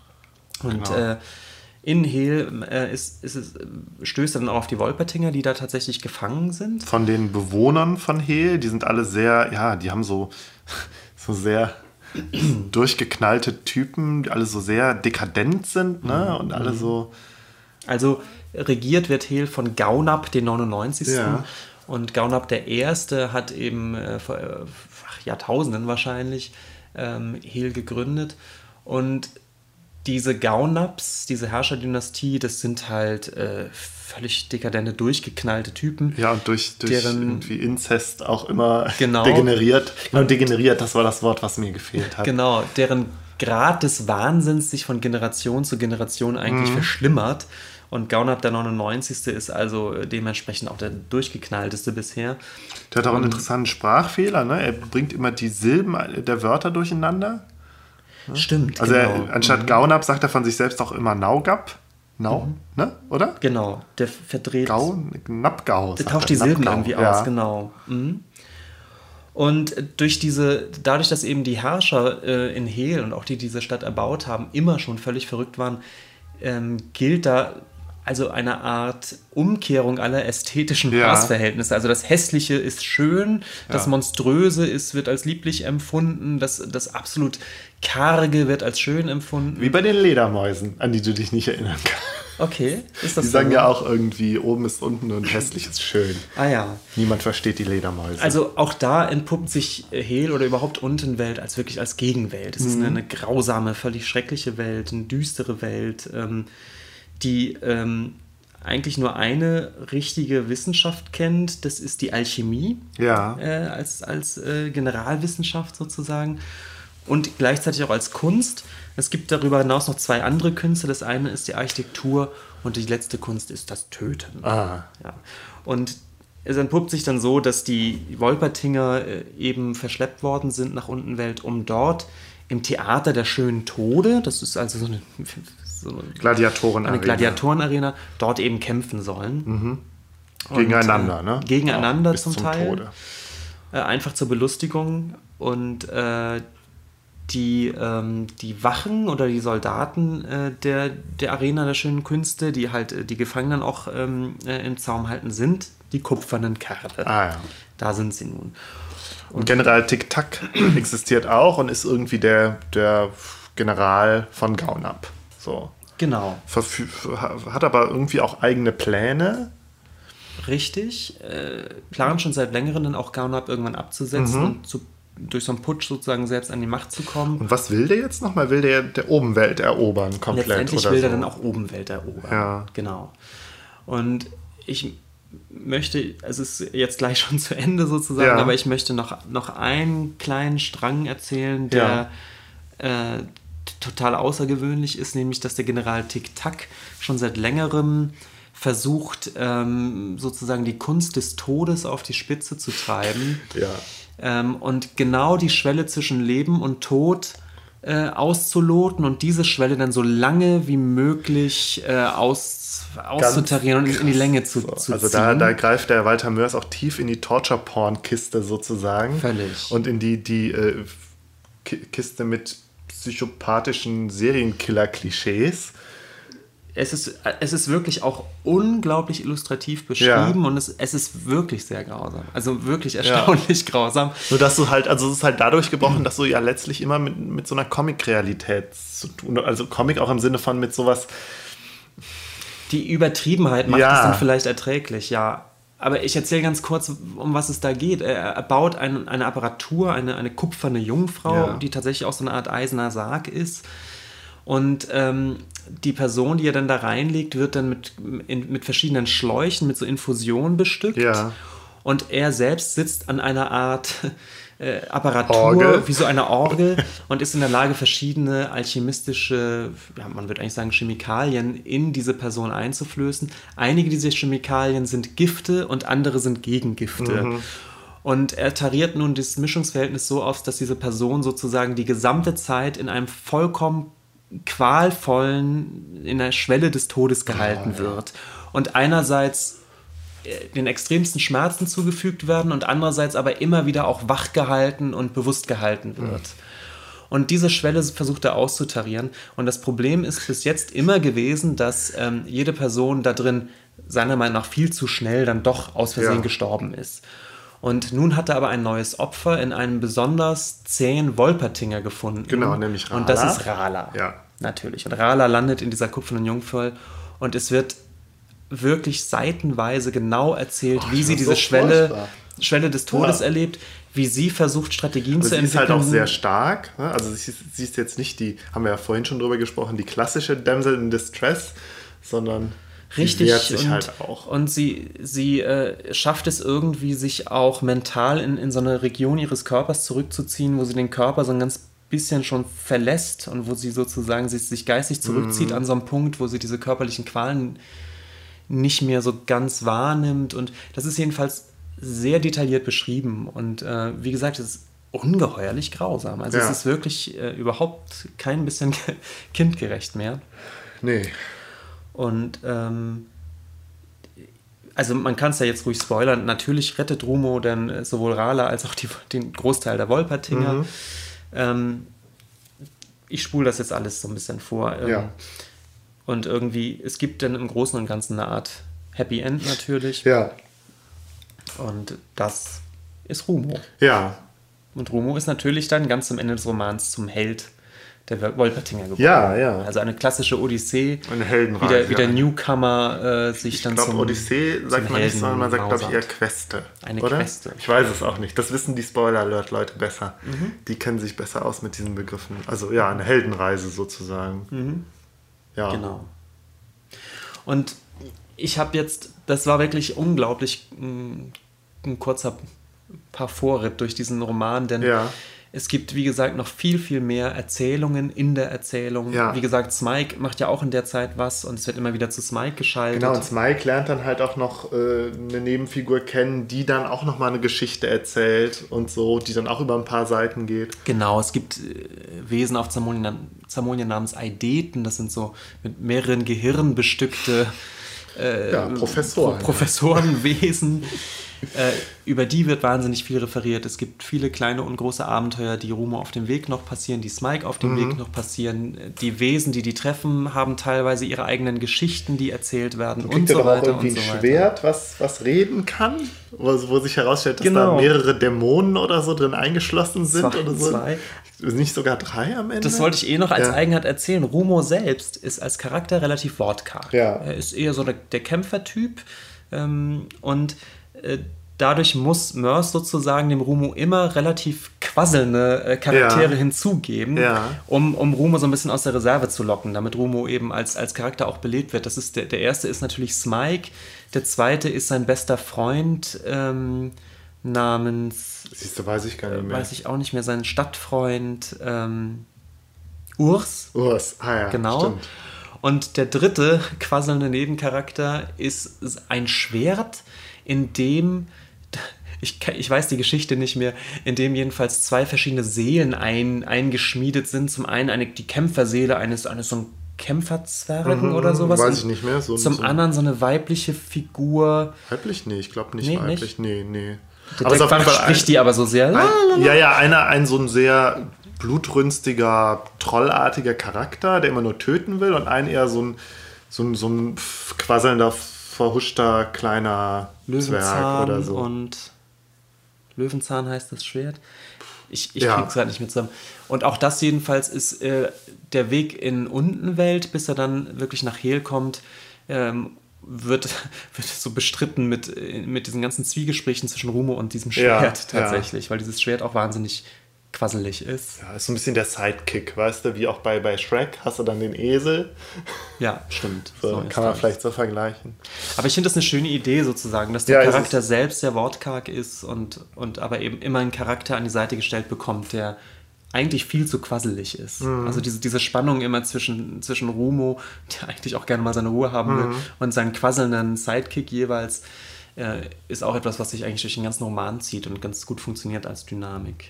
Und Genau. äh, in Hel äh, ist, ist es, stößt er dann auch auf die Wolpertinger, die da tatsächlich gefangen sind. Von den Bewohnern von Hel, die sind alle sehr, ja, die haben so, so sehr durchgeknallte Typen, die alle so sehr dekadent sind, ne? Und alle so. Also regiert wird Hel von Gaunab, den neunundneunzigsten Ja. Und Gaunab der Erste hat eben äh, vor äh, ach, Jahrtausenden wahrscheinlich ähm, Hel gegründet. Und diese Gaunabs, diese Herrscherdynastie, das sind halt äh, völlig dekadente, durchgeknallte Typen. Ja, und durch, durch Deren- irgendwie Inzest auch immer Genau. degeneriert. Genau, degeneriert, das war das Wort, was mir gefehlt hat. Genau, deren Grad des Wahnsinns sich von Generation zu Generation eigentlich verschlimmert. Und Gaunab der neunundneunzigste ist also äh, dementsprechend auch der durchgeknallteste bisher. Der hat auch einen interessanten Sprachfehler, ne? Er bringt immer die Silben der Wörter durcheinander. Stimmt, Also genau. er, anstatt Gaunab sagt er von sich selbst auch immer Naugab. Nau, ne? Oder? Genau, der verdreht. Gau, Nabgau. Der sagt tauscht er. die Silben Nabgau, irgendwie ja. aus, genau. Mhm. Und durch diese, dadurch, dass eben die Herrscher äh, in Hel und auch die, die diese Stadt erbaut haben, immer schon völlig verrückt waren, ähm, gilt da also eine Art Umkehrung aller ästhetischen Ja. Maßverhältnisse. Also das Hässliche ist schön, das Ja. Monströse ist, wird als lieblich empfunden, das, das absolut Karge wird als schön empfunden. Wie bei den Ledermäusen, an die du dich nicht erinnern kannst. Okay, ist das Die so? sagen ja auch irgendwie, oben ist unten und hässlich ist schön. Ah ja. Niemand versteht die Ledermäuse. Also auch da entpuppt sich Hel oder überhaupt Untenwelt als wirklich als Gegenwelt. Es ist eine, eine grausame, völlig schreckliche Welt, eine düstere Welt, ähm, die ähm, eigentlich nur eine richtige Wissenschaft kennt. Das ist die Alchemie ja. äh, als, als äh, Generalwissenschaft sozusagen und gleichzeitig auch als Kunst. Es gibt darüber hinaus noch zwei andere Künste. Das eine ist die Architektur und die letzte Kunst ist das Töten. Ah. Ja. Und es entpuppt sich dann so, dass die Wolpertinger äh, eben verschleppt worden sind nach Untenwelt, um dort im Theater der schönen Tode, das ist also so eine, so eine Gladiatorenarena. eine Gladiatorenarena, dort eben kämpfen sollen. Gegeneinander, und, ne? Gegeneinander bis zum, zum Teil. Tode. Äh, einfach zur Belustigung. Und äh, die, ähm, die Wachen oder die Soldaten äh, der, der Arena der schönen Künste, die halt äh, die Gefangenen auch ähm, äh, im Zaum halten, sind die kupfernen Kerle. Ah ja. Da sind sie nun. Und, und General Tic-Tac existiert auch und ist irgendwie der, der General von Gaunab. So. Genau. Verfü- hat aber irgendwie auch eigene Pläne. Richtig. Äh, plant schon seit längerem dann auch Gaunab irgendwann abzusetzen Mhm. und zu, durch so einen Putsch sozusagen selbst an die Macht zu kommen. Und was will der jetzt nochmal? Will der der Obenwelt erobern komplett? Letztendlich oder will so? er dann auch Obenwelt erobern. Ja. Genau. Und ich möchte, es ist jetzt gleich schon zu Ende sozusagen, Ja. aber ich möchte noch, noch einen kleinen Strang erzählen, der äh, total außergewöhnlich ist, nämlich, dass der General Tic-Tac schon seit längerem versucht, ähm, sozusagen die Kunst des Todes auf die Spitze zu treiben. Ja. Ähm, und genau die Schwelle zwischen Leben und Tod äh, auszuloten und diese Schwelle dann so lange wie möglich äh, aus, auszutarieren und in, in die Länge zu, So, zu also ziehen. da, da greift der Walter Mörs auch tief in die Torture-Porn-Kiste sozusagen. Völlig. Und in die, die äh, Ki- Kiste mit psychopathischen Serienkiller-Klischees. Es ist, es ist wirklich auch unglaublich illustrativ beschrieben Ja. und es, es ist wirklich sehr grausam. Also wirklich erstaunlich grausam. Nur dass du halt, also es ist halt dadurch gebrochen, dass du ja letztlich immer mit, mit so einer Comic-Realität zu tun, also Comic auch im Sinne von mit sowas. Die Übertriebenheit macht Ja. es dann vielleicht erträglich, ja. Aber ich erzähle ganz kurz, um was es da geht. Er, er baut ein, eine Apparatur, eine, eine kupferne Jungfrau, Ja. die tatsächlich auch so eine Art eiserner Sarg ist. Und ähm, die Person, die er dann da reinlegt, wird dann mit, in, mit verschiedenen Schläuchen, mit so Infusionen bestückt. Ja. Und er selbst sitzt an einer Art äh, Apparatur, Orgel. wie so eine Orgel, und ist in der Lage, verschiedene alchemistische, ja, man würde eigentlich sagen Chemikalien, in diese Person einzuflößen. Einige dieser Chemikalien sind Gifte und andere sind Gegengifte. Mhm. Und er tariert nun das Mischungsverhältnis so aus, dass diese Person sozusagen die gesamte Zeit in einem vollkommen qualvollen, in der Schwelle des Todes gehalten Ja, ja. wird. Und einerseits äh, den extremsten Schmerzen zugefügt werden und andererseits aber immer wieder auch wach gehalten und bewusst gehalten wird. Mhm. Und diese Schwelle versucht er auszutarieren. Und das Problem ist bis jetzt immer gewesen, dass ähm, jede Person da drin seiner Meinung nach viel zu schnell dann doch aus Versehen Ja. gestorben ist. Und nun hat er aber ein neues Opfer in einem besonders zähen Wolpertinger gefunden. Genau, nämlich Rala. Und das ist Rala. Ja. Natürlich. Und Rala landet in dieser kupfernen Jungfrau und es wird wirklich seitenweise genau erzählt, Oh, wie das sie ist diese so Schwelle, furchtbar. Schwelle des Todes Ja. erlebt, wie sie versucht, Strategien Also zu sie ist entwickeln. halt auch sehr stark. Ne? Also sie ist, sie ist jetzt nicht die, haben wir ja vorhin schon drüber gesprochen, die klassische Damsel in Distress, sondern Richtig, sie wehrt sich und, halt auch. und sie, sie äh, schafft es irgendwie, sich auch mental in, in so eine Region ihres Körpers zurückzuziehen, wo sie den Körper so ein ganz bisschen schon verlässt und wo sie sozusagen sich, sich geistig zurückzieht Mhm. an so einem Punkt, wo sie diese körperlichen Qualen nicht mehr so ganz wahrnimmt. Und das ist jedenfalls sehr detailliert beschrieben. Und äh, wie gesagt, es ist ungeheuerlich grausam. Also Ja. es ist wirklich äh, überhaupt kein bisschen kindgerecht mehr. Nee. Und ähm, also man kann es ja jetzt ruhig spoilern. Natürlich rettet Rumo dann äh, sowohl Rala als auch die, den Großteil der Wolpertinger. Mhm. Ähm, ich spule das jetzt alles so ein bisschen vor. Ähm, Ja. Und irgendwie, es gibt dann im Großen und Ganzen eine Art Happy End natürlich. Ja. Und das ist Rumo. Ja. Und Rumo ist natürlich dann ganz am Ende des Romans zum Held der Wolpertinger geworden. Ja, ja. Also eine klassische Odyssee. Eine Heldenreise. Wie der, wie der ja. Newcomer äh, sich Ich dann glaube, zum Odyssee sagt zum man nicht, sondern man sagt, glaube ich, Helden eher Queste. Eine oder? Queste. Ich weiß es auch nicht. Das wissen die Spoiler-Alert-Leute besser. Mhm. Die kennen sich besser aus mit diesen Begriffen. Also ja, eine Heldenreise sozusagen. Mhm. Ja. Genau. Und ich habe jetzt, das war wirklich unglaublich ein, ein kurzer Parfortritt durch diesen Roman, denn Ja. es gibt, wie gesagt, noch viel, viel mehr Erzählungen in der Erzählung. Ja. Wie gesagt, Smike macht ja auch in der Zeit was und es wird immer wieder zu Smike geschaltet. Genau, und Smike lernt dann halt auch noch äh, eine Nebenfigur kennen, die dann auch noch mal eine Geschichte erzählt und so, die dann auch über ein paar Seiten geht. Genau, es gibt äh, Wesen auf Zamonia, Zamonia namens Eideten, das sind so mit mehreren Gehirnen bestückte äh, ja, Professoren. Pro- Professorenwesen. Äh, über die wird wahnsinnig viel referiert. Es gibt viele kleine und große Abenteuer, die Rumo auf dem Weg noch passieren, die Smike auf dem mhm. Weg noch passieren. Die Wesen, die die treffen, haben teilweise ihre eigenen Geschichten, die erzählt werden und, und so weiter. Auch irgendwie und so ein Schwert, was, was reden kann, wo, wo sich herausstellt, dass genau. da mehrere Dämonen oder so drin eingeschlossen sind. Zwei, oder so. Zwei. Nicht sogar drei am Ende? Das wollte ich eh noch als ja. Eigenart erzählen. Rumo selbst ist als Charakter relativ wortkarg. Ja. Er ist eher so der, der Kämpfertyp ähm, und äh, dadurch muss Mörs sozusagen dem Rumo immer relativ quasselnde äh, Charaktere ja. hinzugeben, ja. um, um Rumo so ein bisschen aus der Reserve zu locken, damit Rumo eben als, als Charakter auch belebt wird. Das ist der, der erste ist natürlich Smike, der zweite ist sein bester Freund ähm, namens... Siehst du, weiß ich gar nicht mehr. Weiß ich auch nicht mehr, sein Stadtfreund ähm, Urs. Urs, ah ja, genau. Stimmt. Und der dritte quasselnde Nebencharakter ist ein Schwert, in dem, ich, ich weiß die Geschichte nicht mehr, in dem jedenfalls zwei verschiedene Seelen ein, eingeschmiedet sind. Zum einen eine, die Kämpferseele eines, eines so ein Kämpferzwergen mhm, oder sowas. Weiß ich nicht mehr. So, zum so anderen so eine weibliche Figur. Weiblich? Nee, ich glaube nicht nee, weiblich. Nicht? Nee, nee. Der aber Deckbach spricht ein, die aber so sehr. Ein, ja, ja, einer, ein so ein sehr blutrünstiger, trollartiger Charakter, der immer nur töten will, und ein eher so ein, so ein, so ein quasselnder, verhuschter, kleiner Löwenzahn Zwerg oder so. Und Löwenzahn heißt das Schwert. Ich, ich ja. krieg's gerade nicht mehr zusammen. Und auch das jedenfalls ist äh, der Weg in Untenwelt, bis er dann wirklich nach Hel kommt, ähm, wird, wird so bestritten mit, mit diesen ganzen Zwiegesprächen zwischen Rumo und diesem Schwert ja, tatsächlich, ja. weil dieses Schwert auch wahnsinnig quasselig ist. Ja, ist so ein bisschen der Sidekick, weißt du, wie auch bei, bei Shrek hast du dann den Esel. Ja, stimmt. So, so kann man das. Vielleicht so vergleichen. Aber ich finde das eine schöne Idee sozusagen, dass der ja, Charakter selbst sehr wortkarg ist und, und aber eben immer einen Charakter an die Seite gestellt bekommt, der eigentlich viel zu quasselig ist. Mhm. Also diese, diese Spannung immer zwischen, zwischen Rumo, der eigentlich auch gerne mal seine Ruhe haben will, mhm. und seinen quasselnden Sidekick jeweils, äh, ist auch etwas, was sich eigentlich durch den ganzen Roman zieht und ganz gut funktioniert als Dynamik.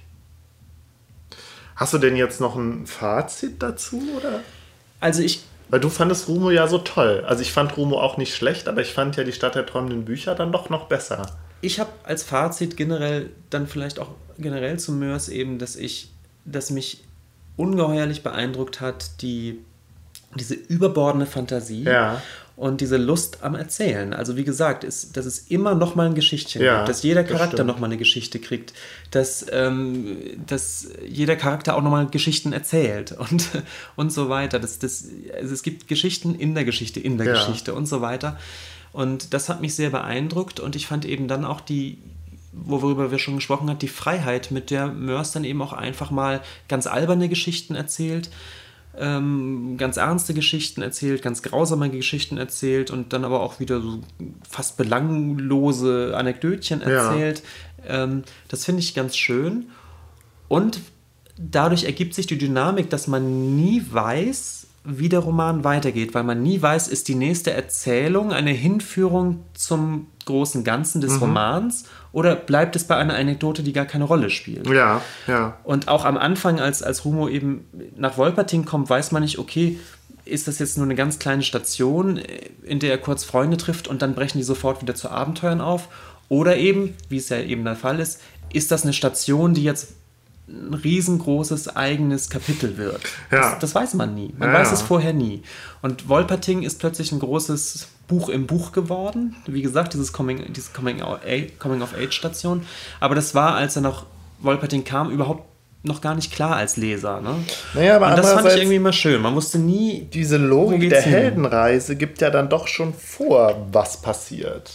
Hast du denn jetzt noch ein Fazit dazu, oder? Also ich... Weil du fandest Rumo ja so toll. Also ich fand Rumo auch nicht schlecht, aber ich fand ja die Stadt der träumenden Bücher dann doch noch besser. Ich habe als Fazit generell, dann vielleicht auch generell zu Mörs eben, dass ich, dass mich ungeheuerlich beeindruckt hat, die, diese überbordende Fantasie. Ja. Und diese Lust am Erzählen. Also wie gesagt, ist, dass es immer noch mal ein Geschichtchen ja, gibt, dass jeder Charakter noch mal eine Geschichte kriegt, dass, ähm, dass jeder Charakter auch noch mal Geschichten erzählt und, und so weiter. Das, das, also es gibt Geschichten in der Geschichte, in der ja. Geschichte und so weiter. Und das hat mich sehr beeindruckt und ich fand eben dann auch die, worüber wir schon gesprochen haben, die Freiheit, mit der Mörs dann eben auch einfach mal ganz alberne Geschichten erzählt, Ähm, ganz ernste Geschichten erzählt, ganz grausame Geschichten erzählt und dann aber auch wieder so fast belanglose Anekdötchen erzählt. Ja. Ähm, das finde ich ganz schön. Und dadurch ergibt sich die Dynamik, dass man nie weiß, wie der Roman weitergeht, weil man nie weiß, ist die nächste Erzählung eine Hinführung zum großen Ganzen des mhm. Romans oder bleibt es bei einer Anekdote, die gar keine Rolle spielt. Ja, ja. Und auch am Anfang, als, als Rumo eben nach Wolperting kommt, weiß man nicht, okay, ist das jetzt nur eine ganz kleine Station, in der er kurz Freunde trifft und dann brechen die sofort wieder zu Abenteuern auf? Oder eben, wie es ja eben der Fall ist, ist das eine Station, die jetzt ein riesengroßes eigenes Kapitel wird. Ja. Das, das weiß man nie. Man ja, weiß ja. es vorher nie. Und Wolperting ist plötzlich ein großes Buch im Buch geworden. Wie gesagt, dieses Coming, diese Coming-of-Age-Station. Aber das war, als er nach Wolperting kam, überhaupt noch gar nicht klar als Leser. Ne? Naja, aber und das fand ich irgendwie immer schön. Man wusste nie... Diese Logik der hin. Heldenreise gibt ja dann doch schon vor, was passiert.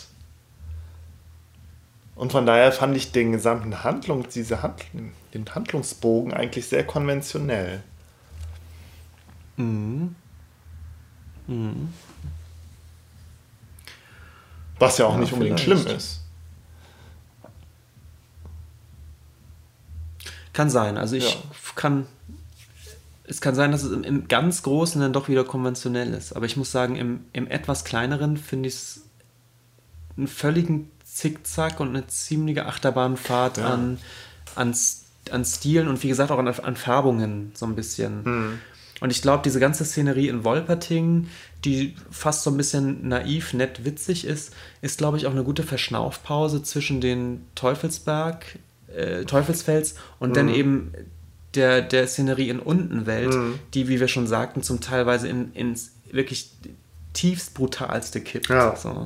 Und von daher fand ich den gesamten Handlung, diese Handlung, den Handlungsbogen eigentlich sehr konventionell. Mhm. Mhm. Was ja auch ja, nicht unbedingt vielleicht. schlimm ist. Kann sein. Also ich ja. kann... Es kann sein, dass es im, im ganz Großen dann doch wieder konventionell ist. Aber ich muss sagen, im, im etwas kleineren finde ich es einen völligen Zickzack und eine ziemliche Achterbahnfahrt ja. an, an, an Stilen und wie gesagt auch an, an Färbungen so ein bisschen. Hm. Und ich glaube, diese ganze Szenerie in Wolperting, die fast so ein bisschen naiv, nett, witzig ist, ist, glaube ich, auch eine gute Verschnaufpause zwischen den Teufelsberg, äh, Teufelsfels und mhm. dann eben der, der Szenerie in Untenwelt, mhm. die, wie wir schon sagten, zum Teilweise in, ins wirklich tiefst brutalste kippt. Ja. So.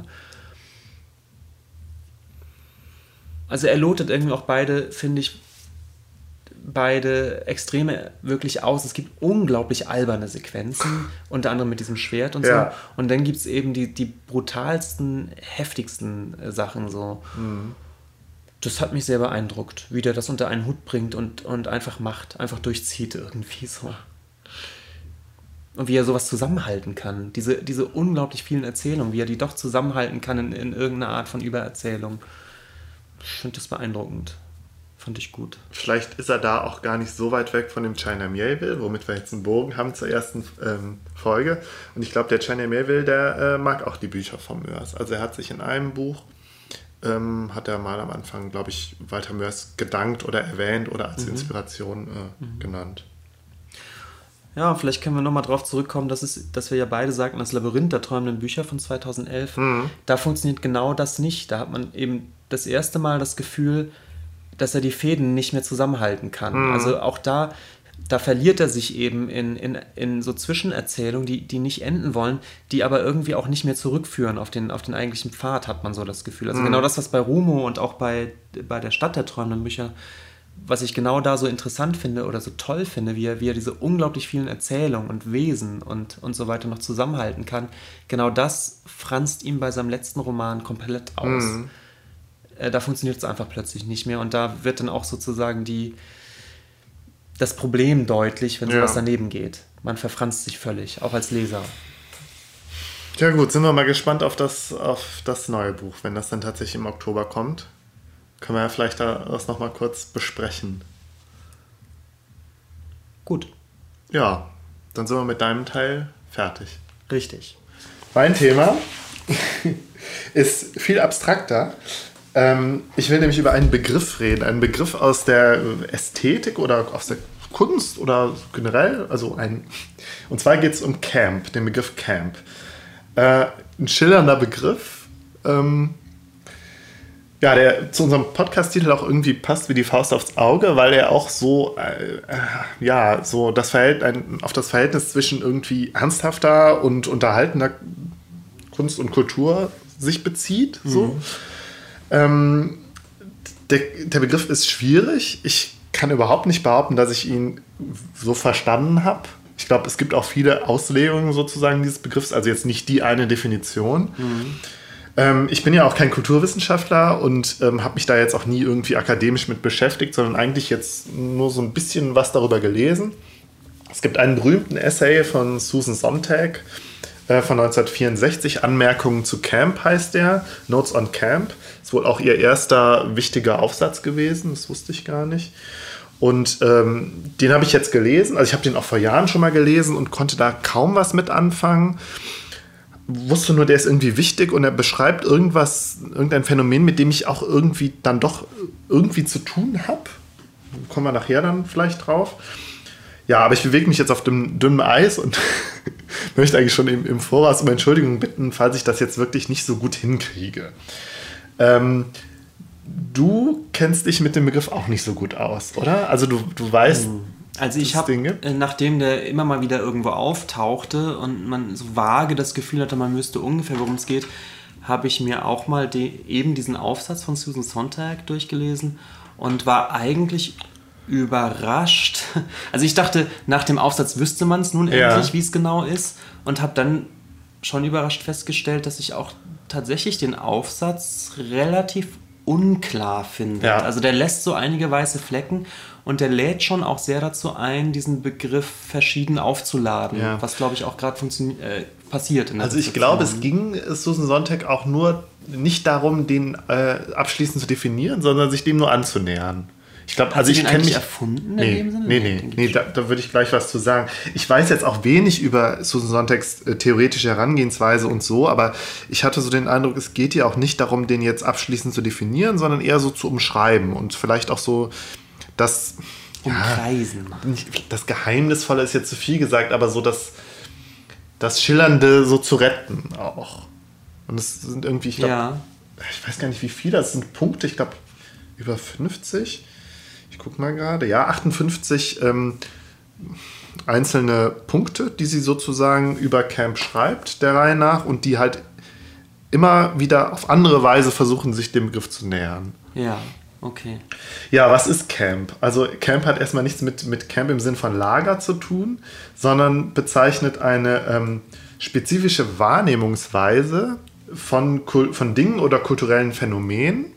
Also er lotet irgendwie auch beide, finde ich, beide Extreme wirklich aus. Es gibt unglaublich alberne Sequenzen, unter anderem mit diesem Schwert und ja. so. Und dann gibt es eben die, die brutalsten, heftigsten Sachen so. Mhm. Das hat mich sehr beeindruckt, wie der das unter einen Hut bringt und, und einfach macht, einfach durchzieht irgendwie so. Und wie er sowas zusammenhalten kann. Diese, diese unglaublich vielen Erzählungen, wie er die doch zusammenhalten kann in, in irgendeiner Art von Übererzählung. Ich finde das beeindruckend. Fand ich gut. Vielleicht ist er da auch gar nicht so weit weg von dem China Miéville, womit wir jetzt einen Bogen haben zur ersten ähm, Folge. Und ich glaube, der China Miéville, der äh, mag auch die Bücher von Moers. Also er hat sich in einem Buch, ähm, hat er mal am Anfang, glaube ich, Walter Moers gedankt oder erwähnt oder als mhm. Inspiration äh, mhm. genannt. Ja, vielleicht können wir nochmal drauf zurückkommen, dass, es, dass wir ja beide sagten, das Labyrinth der träumenden Bücher von zweitausendelf, mhm. da funktioniert genau das nicht. Da hat man eben das erste Mal das Gefühl, dass er die Fäden nicht mehr zusammenhalten kann. Mhm. Also auch da, da verliert er sich eben in, in, in so Zwischenerzählungen, die, die nicht enden wollen, die aber irgendwie auch nicht mehr zurückführen auf den, auf den eigentlichen Pfad, hat man so das Gefühl. Also mhm. genau das, was bei Rumo und auch bei, bei der Stadt der träumenden Bücher, was ich genau da so interessant finde oder so toll finde, wie er, wie er diese unglaublich vielen Erzählungen und Wesen und, und so weiter noch zusammenhalten kann, genau das franzt ihm bei seinem letzten Roman komplett aus. Mhm. Da funktioniert es einfach plötzlich nicht mehr und da wird dann auch sozusagen die, das Problem deutlich, wenn sowas ja. daneben geht. Man verfranst sich völlig, auch als Leser. Ja gut, sind wir mal gespannt auf das, auf das neue Buch, wenn das dann tatsächlich im Oktober kommt. Können wir ja vielleicht das nochmal kurz besprechen. Gut. Ja, dann sind wir mit deinem Teil fertig. Richtig. Mein Thema ist viel abstrakter. Ich will nämlich über einen Begriff reden, einen Begriff aus der Ästhetik oder aus der Kunst oder generell, also ein, und zwar geht es um Camp, den Begriff Camp. Äh, ein schillernder Begriff, ähm, ja, der zu unserem Podcast-Titel auch irgendwie passt wie die Faust aufs Auge, weil er auch so, äh, ja, so das Verhält, ein, auf das Verhältnis zwischen irgendwie ernsthafter und unterhaltender Kunst und Kultur sich bezieht, so. Mhm. Ähm, der, der Begriff ist schwierig. Ich kann überhaupt nicht behaupten, dass ich ihn so verstanden habe. Ich glaube, es gibt auch viele Auslegungen sozusagen dieses Begriffs, also jetzt nicht die eine Definition. Mhm. Ähm, ich bin ja auch kein Kulturwissenschaftler und ähm, habe mich da jetzt auch nie irgendwie akademisch mit beschäftigt, sondern eigentlich jetzt nur so ein bisschen was darüber gelesen. Es gibt einen berühmten Essay von Susan Sontag, von neunzehnhundertvierundsechzig, Anmerkungen zu Camp heißt der, Notes on Camp. Ist wohl auch ihr erster wichtiger Aufsatz gewesen, das wusste ich gar nicht. Und ähm, den habe ich jetzt gelesen, also ich habe den auch vor Jahren schon mal gelesen und konnte da kaum was mit anfangen. Wusste nur, der ist irgendwie wichtig und er beschreibt irgendwas, irgendein Phänomen, mit dem ich auch irgendwie dann doch irgendwie zu tun habe. Kommen wir nachher dann vielleicht drauf. Ja, aber ich bewege mich jetzt auf dem dünnen Eis und möchte eigentlich schon im, im Voraus um Entschuldigung bitten, falls ich das jetzt wirklich nicht so gut hinkriege. Ähm, du kennst dich mit dem Begriff auch nicht so gut aus, oder? Also du, du weißt, also ich habe, nachdem der immer mal wieder irgendwo auftauchte und man so vage das Gefühl hatte, man wüsste ungefähr, worum es geht, habe ich mir auch mal die, eben diesen Aufsatz von Susan Sontag durchgelesen und war eigentlich überrascht. Also ich dachte, nach dem Aufsatz wüsste man es nun ja. endlich, wie es genau ist und habe dann schon überrascht festgestellt, dass ich auch tatsächlich den Aufsatz relativ unklar finde. Ja. Also der lässt so einige weiße Flecken und der lädt schon auch sehr dazu ein, diesen Begriff verschieden aufzuladen, ja. was glaube ich auch gerade funktio- äh, passiert. In der also ich glaube, es ging Susan Sontag auch nur nicht darum, den äh, abschließend zu definieren, sondern sich dem nur anzunähern. Ich glaube, also ich kenne mich erfunden nee, in dem Sinne? Nee, nee, nee, da, da würde ich gleich was zu sagen. Ich weiß jetzt auch wenig über Susan Sontags äh, theoretische Herangehensweise und so, aber ich hatte so den Eindruck, es geht ihr auch nicht darum, den jetzt abschließend zu definieren, sondern eher so zu umschreiben und vielleicht auch so das, umkreisen. Ja, nicht, das Geheimnisvolle ist jetzt zu viel gesagt, aber so das, das Schillernde so zu retten auch. Und es sind irgendwie, ich glaube, Ja. ich weiß gar nicht wie viele, das sind Punkte, ich glaube über fünfzig. Ich gucke mal gerade, ja, achtundfünfzig ähm, einzelne Punkte, die sie sozusagen über Camp schreibt, der Reihe nach, und die halt immer wieder auf andere Weise versuchen, sich dem Begriff zu nähern. Ja, okay. Ja, was ist Camp? Also Camp hat erstmal nichts mit, mit Camp im Sinn von Lager zu tun, sondern bezeichnet eine ähm, spezifische Wahrnehmungsweise von, von Dingen oder kulturellen Phänomenen.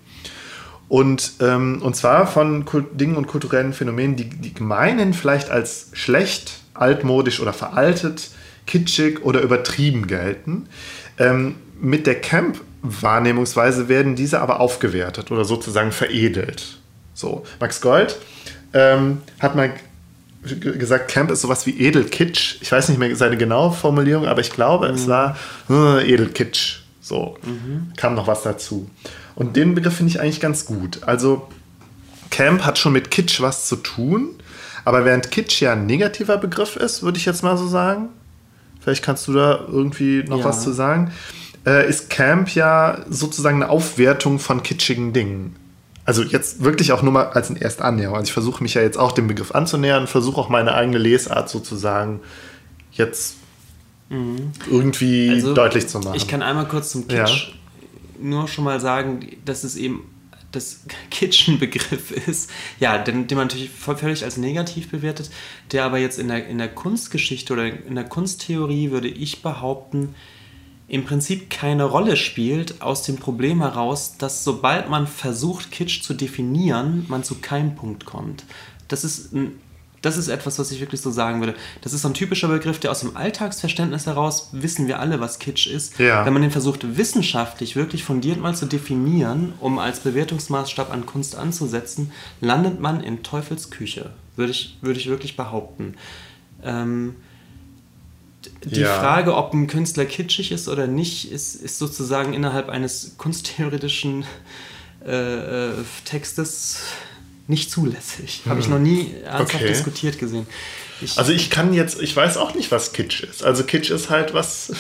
Und, ähm, und zwar von Kult- Dingen und kulturellen Phänomenen, die, die gemeinhin vielleicht als schlecht, altmodisch oder veraltet, kitschig oder übertrieben gelten. Ähm, mit der Camp-Wahrnehmungsweise werden diese aber aufgewertet oder sozusagen veredelt. So, Max Gold ähm, hat mal g- gesagt, Camp ist sowas wie Edelkitsch. Ich weiß nicht mehr seine genaue Formulierung, aber ich glaube, mhm. es war äh, Edelkitsch. So, mhm. kam noch was dazu. Und den Begriff finde ich eigentlich ganz gut. Also Camp hat schon mit Kitsch was zu tun, aber während Kitsch ja ein negativer Begriff ist, würde ich jetzt mal so sagen, vielleicht kannst du da irgendwie noch ja. was zu sagen, äh, ist Camp ja sozusagen eine Aufwertung von kitschigen Dingen. Also jetzt wirklich auch nur mal als eine erste Annäherung. Also ich versuche mich ja jetzt auch dem Begriff anzunähern, versuche auch meine eigene Lesart sozusagen jetzt mhm. irgendwie also, deutlich zu machen. Ich kann einmal kurz zum Kitsch ja. nur schon mal sagen, dass es eben das Kitsch-Begriff ist, ja, den, den man natürlich völlig als negativ bewertet, der aber jetzt in der, in der Kunstgeschichte oder in der Kunsttheorie, würde ich behaupten, im Prinzip keine Rolle spielt, aus dem Problem heraus, dass sobald man versucht, Kitsch zu definieren, man zu keinem Punkt kommt. Das ist ein Das ist etwas, was ich wirklich so sagen würde. Das ist so ein typischer Begriff, der aus dem Alltagsverständnis heraus, wissen wir alle, was Kitsch ist. Ja. Wenn man den versucht, wissenschaftlich wirklich fundiert mal zu definieren, um als Bewertungsmaßstab an Kunst anzusetzen, landet man in Teufelsküche, würde ich, würde ich wirklich behaupten. Ähm, die ja. Frage, ob ein Künstler kitschig ist oder nicht, ist, ist sozusagen innerhalb eines kunsttheoretischen äh, äh, Textes nicht zulässig. Habe ich noch nie ernsthaft okay. diskutiert gesehen. Ich, also ich kann jetzt, ich weiß auch nicht, was Kitsch ist. Also Kitsch ist halt was,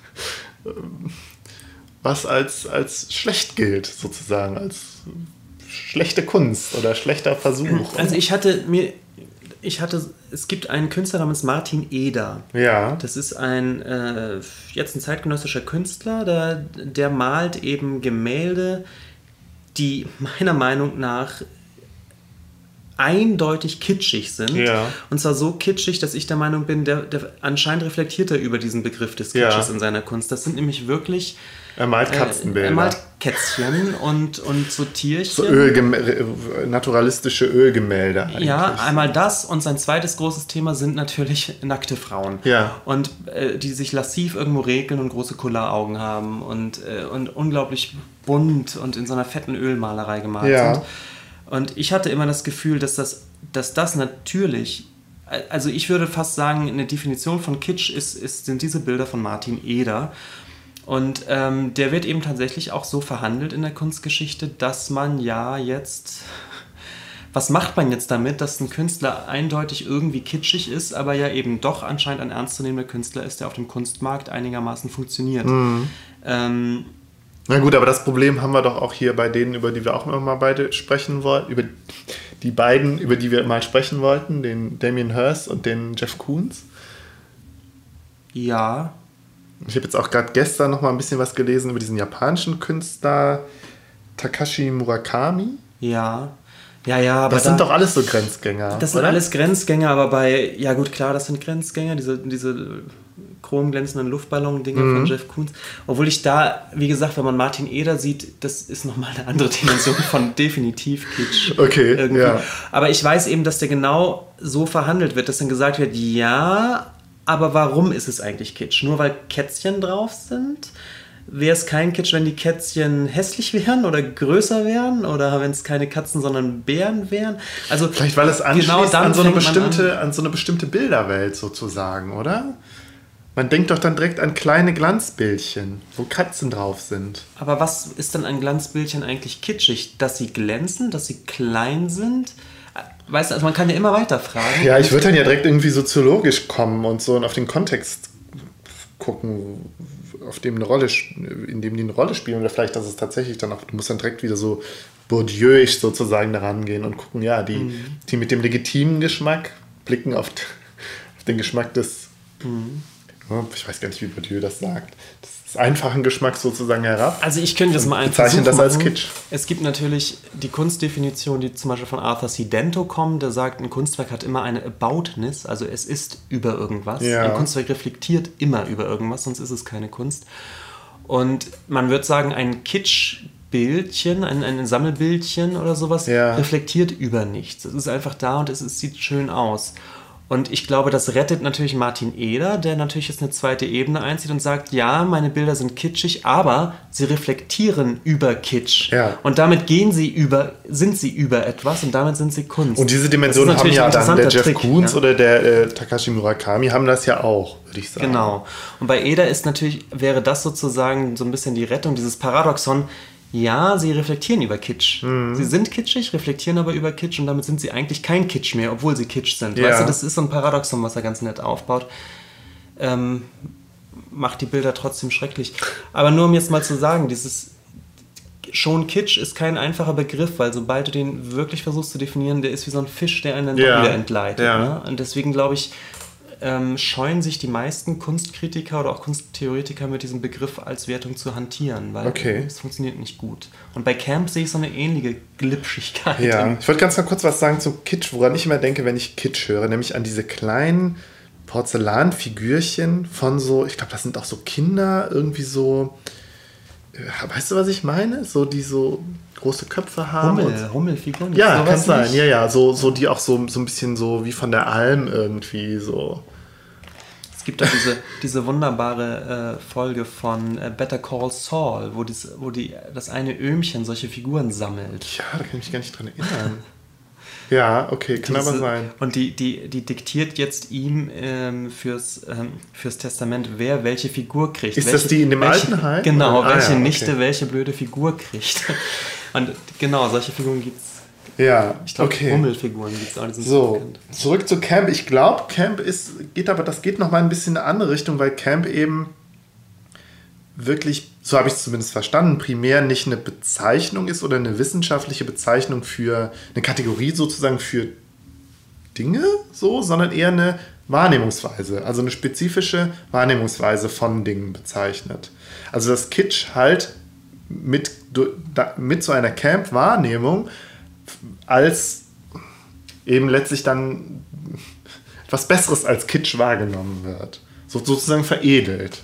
was als, als schlecht gilt, sozusagen, als schlechte Kunst oder schlechter Versuch. Also ich hatte mir, ich hatte, es gibt einen Künstler namens Martin Eder. Ja. Das ist ein, äh, jetzt ein zeitgenössischer Künstler, der, der malt eben Gemälde, die meiner Meinung nach eindeutig kitschig sind. Ja. Und zwar so kitschig, dass ich der Meinung bin, der, der anscheinend reflektiert er über diesen Begriff des Kitsches ja. in seiner Kunst. Das sind nämlich wirklich... Er malt Katzenbilder. Äh, er malt Kätzchen und, und so Tierchen. So Ölgemä- naturalistische Ölgemälde eigentlich. Ja, einmal das, und sein zweites großes Thema sind natürlich nackte Frauen. Ja. Und äh, die sich lassiv irgendwo regeln und große Kulleraugen haben und, äh, und unglaublich bunt und in so einer fetten Ölmalerei gemalt ja. sind. Und ich hatte immer das Gefühl, dass das, dass das natürlich, also ich würde fast sagen, eine Definition von Kitsch ist, ist, sind diese Bilder von Martin Eder. Und ähm, der wird eben tatsächlich auch so verhandelt in der Kunstgeschichte, dass man ja jetzt, was macht man jetzt damit, dass ein Künstler eindeutig irgendwie kitschig ist, aber ja eben doch anscheinend ein ernstzunehmender Künstler ist, der auf dem Kunstmarkt einigermaßen funktioniert. Mhm. Ähm, Na gut, aber das Problem haben wir doch auch hier bei denen, über die wir auch immer mal beide sprechen wollten, über die beiden, über die wir mal sprechen wollten, den Damien Hirst und den Jeff Koons. Ja. Ich habe jetzt auch gerade gestern noch mal ein bisschen was gelesen über diesen japanischen Künstler Takashi Murakami. Ja. Ja, ja, aber das sind da, doch alles so Grenzgänger. Das sind oder? alles Grenzgänger, aber bei, ja gut, klar, das sind Grenzgänger, diese, diese chromglänzenden Luftballon-Dinge mhm. von Jeff Koons. Obwohl ich da, wie gesagt, wenn man Martin Eder sieht, das ist nochmal eine andere Dimension von definitiv Kitsch. Okay, irgendwie. ja. Aber ich weiß eben, dass der genau so verhandelt wird, dass dann gesagt wird, ja, aber warum ist es eigentlich Kitsch? Nur weil Kätzchen drauf sind? Wäre es kein Kitsch, wenn die Kätzchen hässlich wären oder größer wären oder wenn es keine Katzen, sondern Bären wären? Also vielleicht, weil es anschließt genau an, so eine bestimmte, an. an so eine bestimmte Bilderwelt sozusagen, oder? Man denkt doch dann direkt an kleine Glanzbildchen, wo Katzen drauf sind. Aber was ist dann an Glanzbildchen eigentlich kitschig? Dass sie glänzen, dass sie klein sind? Weißt du, also man kann ja immer weiter fragen. Ja, ich würde dann ja direkt irgendwie soziologisch kommen und so und auf den Kontext gucken, auf dem eine Rolle, in dem die eine Rolle spielen. Oder vielleicht, dass es tatsächlich dann auch, du musst dann direkt wieder so Bourdieu-isch sozusagen daran gehen und gucken, ja, die, mhm. die mit dem legitimen Geschmack blicken auf, auf den Geschmack des, mhm. ich weiß gar nicht, wie Bourdieu das sagt, des einfachen Geschmacks sozusagen herab. Also ich könnte das mal einfach bezeichnen das als Kitsch. Es gibt natürlich die Kunstdefinition, die zum Beispiel von Arthur C. Dento kommt, der sagt, ein Kunstwerk hat immer eine Aboutness, also es ist über irgendwas. Ja. Ein Kunstwerk reflektiert immer über irgendwas, sonst ist es keine Kunst. Und man würde sagen, ein Kitschbildchen, ein, ein Sammelbildchen oder sowas, ja. reflektiert über nichts. Es ist einfach da und es, es sieht schön aus. Und ich glaube, das rettet natürlich Martin Eder, der natürlich jetzt eine zweite Ebene einzieht und sagt, ja, meine Bilder sind kitschig, aber sie reflektieren über Kitsch. Ja. Und damit gehen sie über, sind sie über etwas und damit sind sie Kunst. Und diese Dimension haben ja dann der Jeff Trick, Koons ja? oder der äh, Takashi Murakami haben das ja auch, würde ich sagen. Genau. Und bei Eder ist natürlich, wäre das sozusagen so ein bisschen die Rettung, dieses Paradoxon. Ja, sie reflektieren über Kitsch. Mhm. Sie sind kitschig, reflektieren aber über Kitsch und damit sind sie eigentlich kein Kitsch mehr, obwohl sie kitsch sind. Ja. Weißt du, das ist so ein Paradoxon, was er ganz nett aufbaut. Ähm, macht die Bilder trotzdem schrecklich. Aber nur um jetzt mal zu sagen, dieses schon Kitsch ist kein einfacher Begriff, weil sobald du den wirklich versuchst zu definieren, der ist wie so ein Fisch, der einen dann ja. wieder entgleitet. Ja. Ne? Und deswegen glaube ich, Ähm, scheuen sich die meisten Kunstkritiker oder auch Kunsttheoretiker mit diesem Begriff als Wertung zu hantieren, weil okay. es funktioniert nicht gut. Und bei Camp sehe ich so eine ähnliche Glitschigkeit. Ja, ich wollte ganz noch kurz was sagen zum Kitsch, woran ich immer denke, wenn ich Kitsch höre, nämlich an diese kleinen Porzellanfigürchen von so, ich glaube, das sind auch so Kinder, irgendwie so, weißt du, was ich meine? So, die so große Köpfe haben. Hummel, und Hummelfiguren? Ja, kann sein. Nicht? Ja, ja, so, so die auch so, so ein bisschen so wie von der Alm irgendwie so. Es gibt da diese, diese wunderbare äh, Folge von äh, Better Call Saul, wo, dies, wo die, das eine Öhmchen solche Figuren sammelt. Ja, da kann ich mich gar nicht dran erinnern. Ja, okay, kann diese, aber sein. Und die, die, die diktiert jetzt ihm ähm, fürs, ähm, fürs Testament, wer welche Figur kriegt. Ist welche, das die in dem welche, Altenheim? Genau, ah, welche ja, Nichte okay. welche blöde Figur kriegt. Und genau, solche Figuren gibt es. Ja, ich glaube, okay. Hummelfiguren gibt es auch. Die so, bekannt. Zurück zu Camp. Ich glaube, Camp ist, geht aber, das geht nochmal ein bisschen in eine andere Richtung, weil Camp eben wirklich, so habe ich es zumindest verstanden, primär nicht eine Bezeichnung ist oder eine wissenschaftliche Bezeichnung für eine Kategorie sozusagen für Dinge, so, sondern eher eine Wahrnehmungsweise, also eine spezifische Wahrnehmungsweise von Dingen bezeichnet. Also dass Kitsch halt mit, mit so einer Camp-Wahrnehmung als eben letztlich dann etwas Besseres als Kitsch wahrgenommen wird. So, sozusagen veredelt.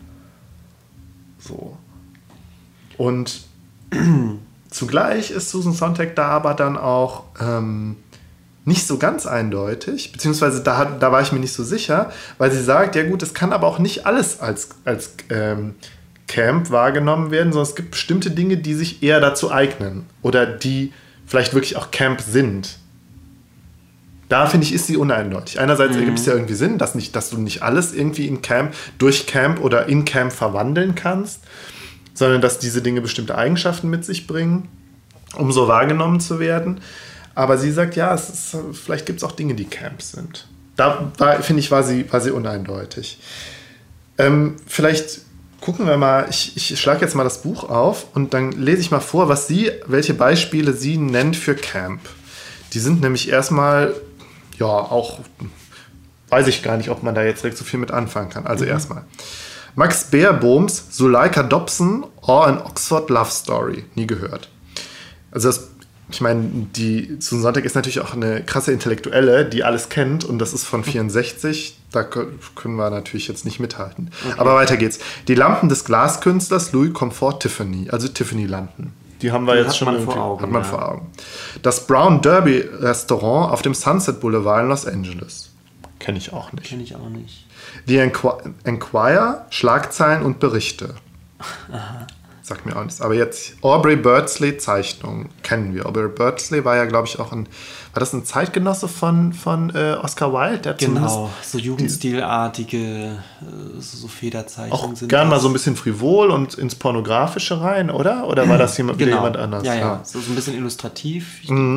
So. Und zugleich ist Susan Sontag da aber dann auch ähm, nicht so ganz eindeutig, beziehungsweise da, da war ich mir nicht so sicher, weil sie sagt, ja gut, es kann aber auch nicht alles als, als ähm, Camp wahrgenommen werden, sondern es gibt bestimmte Dinge, die sich eher dazu eignen oder die vielleicht wirklich auch Camp sind. Da, finde ich, ist sie uneindeutig. Einerseits mhm. ergibt es ja irgendwie Sinn, dass, nicht, dass du nicht alles irgendwie in Camp, durch Camp oder in Camp verwandeln kannst, sondern dass diese Dinge bestimmte Eigenschaften mit sich bringen, um so wahrgenommen zu werden. Aber sie sagt, ja, es ist, vielleicht gibt es auch Dinge, die Camp sind. Da, da finde ich, war sie, war sie uneindeutig. Ähm, vielleicht gucken wir mal, ich, ich schlage jetzt mal das Buch auf und dann lese ich mal vor, was sie, welche Beispiele sie nennt für Camp. Die sind nämlich erstmal, ja, auch, weiß ich gar nicht, ob man da jetzt direkt so viel mit anfangen kann. Also mhm. erstmal. Max Beerbohms Zuleika Dobson or an Oxford Love Story. Nie gehört. Also das, ich meine, die Susan Sontag ist natürlich auch eine krasse Intellektuelle, die alles kennt und das ist von vierundsechzig. Da können wir natürlich jetzt nicht mithalten. Okay. Aber weiter geht's. Die Lampen des Glaskünstlers Louis Comfort Tiffany, also Tiffany-Lampen. Die haben wir die jetzt schon vor Augen, hat man ja. vor Augen. Das Brown Derby Restaurant auf dem Sunset Boulevard in Los Angeles. Kenne ich auch nicht. Kenne ich auch nicht. Die Enqu- Enquirer, Schlagzeilen und Berichte. Aha. Sagt mir auch nichts. Aber jetzt Aubrey Birdsley Zeichnung kennen wir. Aubrey Birdsley war ja, glaube ich, auch ein, war das ein Zeitgenosse von, von äh, Oscar Wilde? Der genau, so Jugendstilartige so, so Federzeichnungen auch sind. Auch gern mal so ein bisschen frivol und ins Pornografische rein, oder? Oder war das jemand, genau. jemand anders? Ja, ja, ja. So, so ein bisschen illustrativ. Mhm.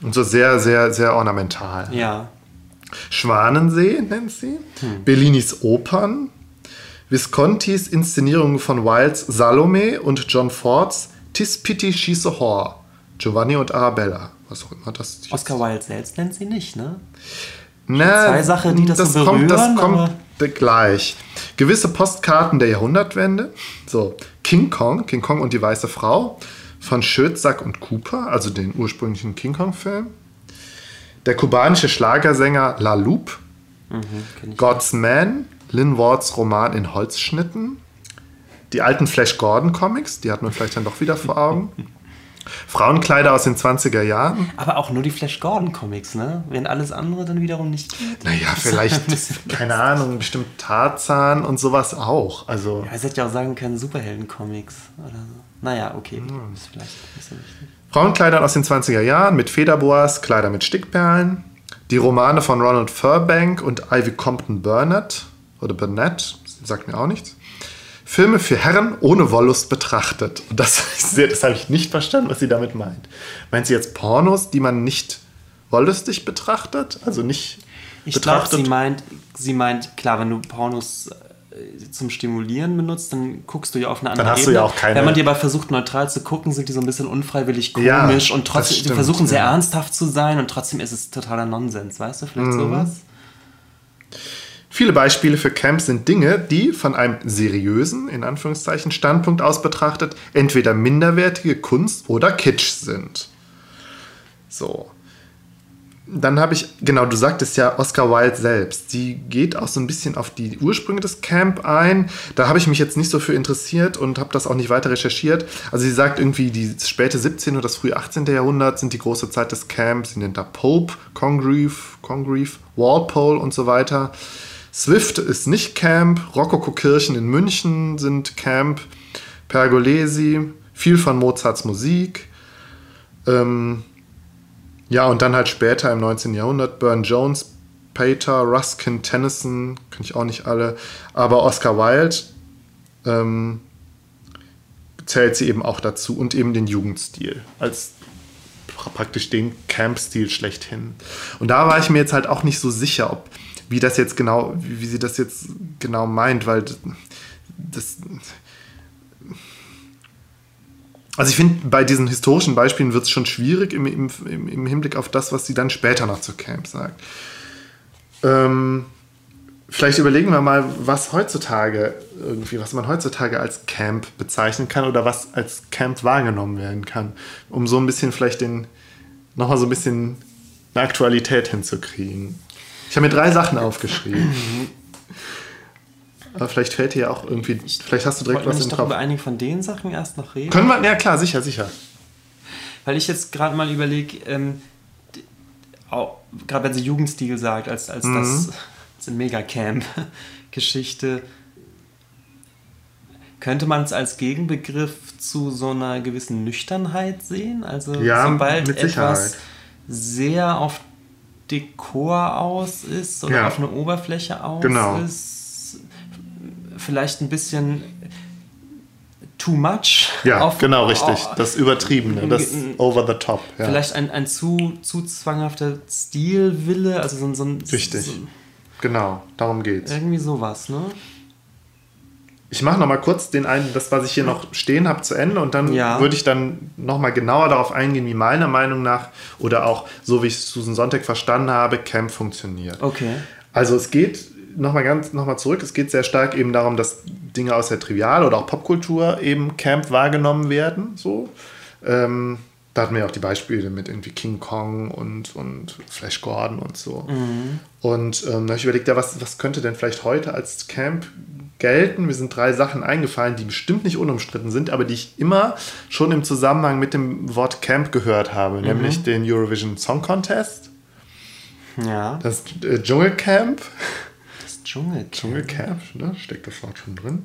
Und so sehr, sehr, sehr ornamental. Ja. Schwanensee nennt sie. Hm. Bellinis Opern. Viscontis Inszenierungen von Wildes Salome und John Fords Tis Pity She's a Whore. Giovanni und Arabella. Was auch immer das ist. Oscar Wilde selbst nennt sie nicht, ne? Na, zwei Sachen, die das, das so kommt, berühren, das kommt gleich. Gewisse Postkarten der Jahrhundertwende. So, King Kong, King Kong und die weiße Frau von Schötzack und Cooper, also den ursprünglichen King Kong-Film. Der kubanische Schlagersänger La Loupe. Mhm, God's Man, Lynn Wards Roman in Holzschnitten. Die alten Flash Gordon Comics, die hat man vielleicht dann doch wieder vor Augen. Frauenkleider aus den zwanziger Jahren. Aber auch nur die Flash Gordon Comics, ne? Während alles andere dann wiederum nicht geht. Naja, vielleicht, keine Ahnung, bestimmt Tarzan und sowas auch. Also ja, es hätte ja auch sagen können, Superhelden-Comics oder so. Naja, okay. Mhm. Ist vielleicht nicht so wichtig. Frauenkleider aus den zwanziger Jahren mit Federboas, Kleider mit Stickperlen. Die Romane von Ronald Furbank und Ivy Compton Burnett oder Burnett, sagt mir auch nichts. Filme für Herren ohne Wollust betrachtet. Und das, das habe ich nicht verstanden, was sie damit meint. Meint sie jetzt Pornos, die man nicht wollüstig betrachtet? Also nicht ich betrachtet? Ich glaube, sie meint, sie meint, klar, wenn du Pornos zum Stimulieren benutzt, dann guckst du ja auf eine andere dann hast Ebene. Du ja auch keine... Wenn man die aber versucht, neutral zu gucken, sind die so ein bisschen unfreiwillig komisch ja, und trotzdem stimmt, die versuchen sehr ja. ernsthaft zu sein und trotzdem ist es totaler Nonsens, weißt du? Vielleicht mhm. sowas? Viele Beispiele für Camps sind Dinge, die von einem seriösen, in Anführungszeichen, Standpunkt aus betrachtet, entweder minderwertige Kunst oder Kitsch sind. So. Dann habe ich, genau, du sagtest ja Oscar Wilde selbst. Sie geht auch so ein bisschen auf die Ursprünge des Camp ein. Da habe ich mich jetzt nicht so für interessiert und habe das auch nicht weiter recherchiert. Also sie sagt irgendwie, die späte siebzehnte oder das frühe achtzehnte Jahrhundert sind die große Zeit des Camps. Sie nennt da Pope, Congreve, Congreve, Walpole und so weiter. Swift ist nicht Camp, Rokoko-Kirchen in München sind Camp, Pergolesi, viel von Mozarts Musik. Ähm, ja, und dann halt später im neunzehnten Jahrhundert Burne-Jones, Pater, Ruskin, Tennyson, kann ich auch nicht alle, aber Oscar Wilde ähm, zählt sie eben auch dazu und eben den Jugendstil als praktisch den Camp-Stil schlechthin. Und da war ich mir jetzt halt auch nicht so sicher, ob wie das jetzt genau, wie, wie sie das jetzt genau meint, weil das, also ich finde, bei diesen historischen Beispielen wird es schon schwierig im, im, im Hinblick auf das, was sie dann später noch zu Camp sagt. Ähm, vielleicht überlegen wir mal, was heutzutage irgendwie, was man heutzutage als Camp bezeichnen kann oder was als Camp wahrgenommen werden kann, um so ein bisschen vielleicht den, nochmal so ein bisschen eine Aktualität hinzukriegen. Ich habe mir drei Sachen aufgeschrieben. Aber vielleicht fällt dir ja auch irgendwie, vielleicht hast du direkt was im Kopf. Wollen wir über einige von den Sachen erst noch reden? Können wir? Ja klar, sicher, sicher. Weil ich jetzt gerade mal überlege, ähm, gerade wenn sie Jugendstil sagt, als, als mhm. das, das Megacamp-Geschichte, könnte man es als Gegenbegriff zu so einer gewissen Nüchternheit sehen? Also ja, sobald mit etwas sehr auf Dekor aus ist oder ja. auf eine Oberfläche aus genau. ist, vielleicht ein bisschen too much. Ja, auf, genau, richtig. Oh, das Übertriebene, das over the top. Ja. Vielleicht ein, ein zu, zu zwanghafter Stilwille, also so, so ein... Richtig, so, genau, darum geht's. Irgendwie sowas, ne? Ich mache noch mal kurz den einen, das, was ich hier noch stehen habe, zu Ende und dann ja. würde ich dann noch mal genauer darauf eingehen, wie meiner Meinung nach oder auch so, wie ich Susan Sontag verstanden habe, Camp funktioniert. Okay. Also es geht, noch mal ganz noch mal zurück, es geht sehr stark eben darum, dass Dinge aus der Trivial- oder auch Popkultur eben Camp wahrgenommen werden. So. Ähm, da hatten wir auch die Beispiele mit irgendwie King Kong und, und Flash Gordon und so. Mhm. Und ähm, da habe ich überlegt, ja, was, was könnte denn vielleicht heute als Camp gelten? Mir sind drei Sachen eingefallen, die bestimmt nicht unumstritten sind, aber die ich immer schon im Zusammenhang mit dem Wort Camp gehört habe, mhm. nämlich den Eurovision Song Contest, ja. das äh, Dschungelcamp. Das Dschungelcamp? Dschungelcamp, ne? Steckt das Wort schon drin.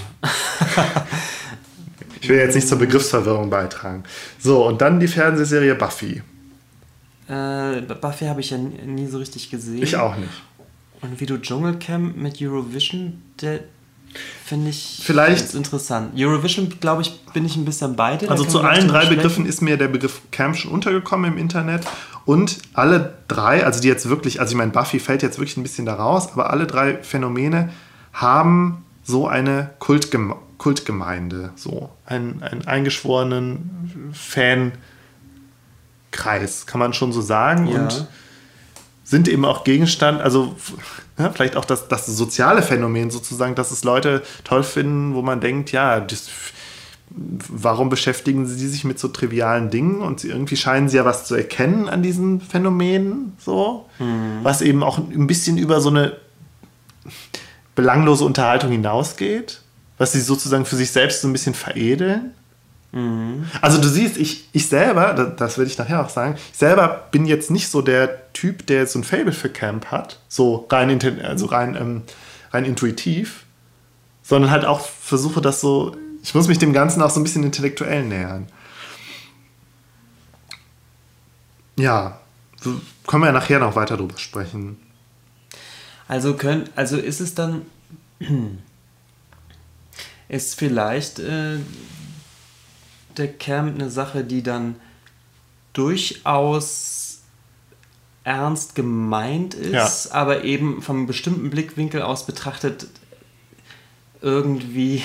Ich will jetzt nicht zur Begriffsverwirrung beitragen. So, und dann die Fernsehserie Buffy. Äh, Buffy habe ich ja nie so richtig gesehen. Ich auch nicht. Und wie du Dschungelcamp mit Eurovision, der finde ich vielleicht interessant. Eurovision, glaube ich, bin ich ein bisschen bei dir. Also zu allen drei Begriffen ist mir der Begriff Camp schon untergekommen im Internet Und alle drei, also die jetzt wirklich, also ich meine, Buffy fällt jetzt wirklich ein bisschen da raus, aber alle drei Phänomene haben so eine Kultgeme- Kultgemeinde, so einen, einen eingeschworenen Fankreis, kann man schon so sagen. Ja. Und sind eben auch Gegenstand, also ja, vielleicht auch das, das soziale Phänomen sozusagen, dass es Leute toll finden, wo man denkt, ja, das, warum beschäftigen sie sich mit so trivialen Dingen und sie, irgendwie scheinen sie ja was zu erkennen an diesen Phänomenen, so, mhm. was eben auch ein bisschen über so eine belanglose Unterhaltung hinausgeht, was sie sozusagen für sich selbst so ein bisschen veredeln. Mhm. Also du siehst, ich, ich selber, das, das werde ich nachher auch sagen, ich selber bin jetzt nicht so der Typ, der so ein Faible für Camp hat, so rein, also rein, ähm, rein intuitiv, sondern halt auch versuche das so, ich muss mich dem Ganzen auch so ein bisschen intellektuell nähern. Ja, so können wir ja nachher noch weiter drüber sprechen. Also, können, also ist es dann, ist vielleicht äh, der Camp eine Sache, die dann durchaus ernst gemeint ist, ja. aber eben vom bestimmten Blickwinkel aus betrachtet irgendwie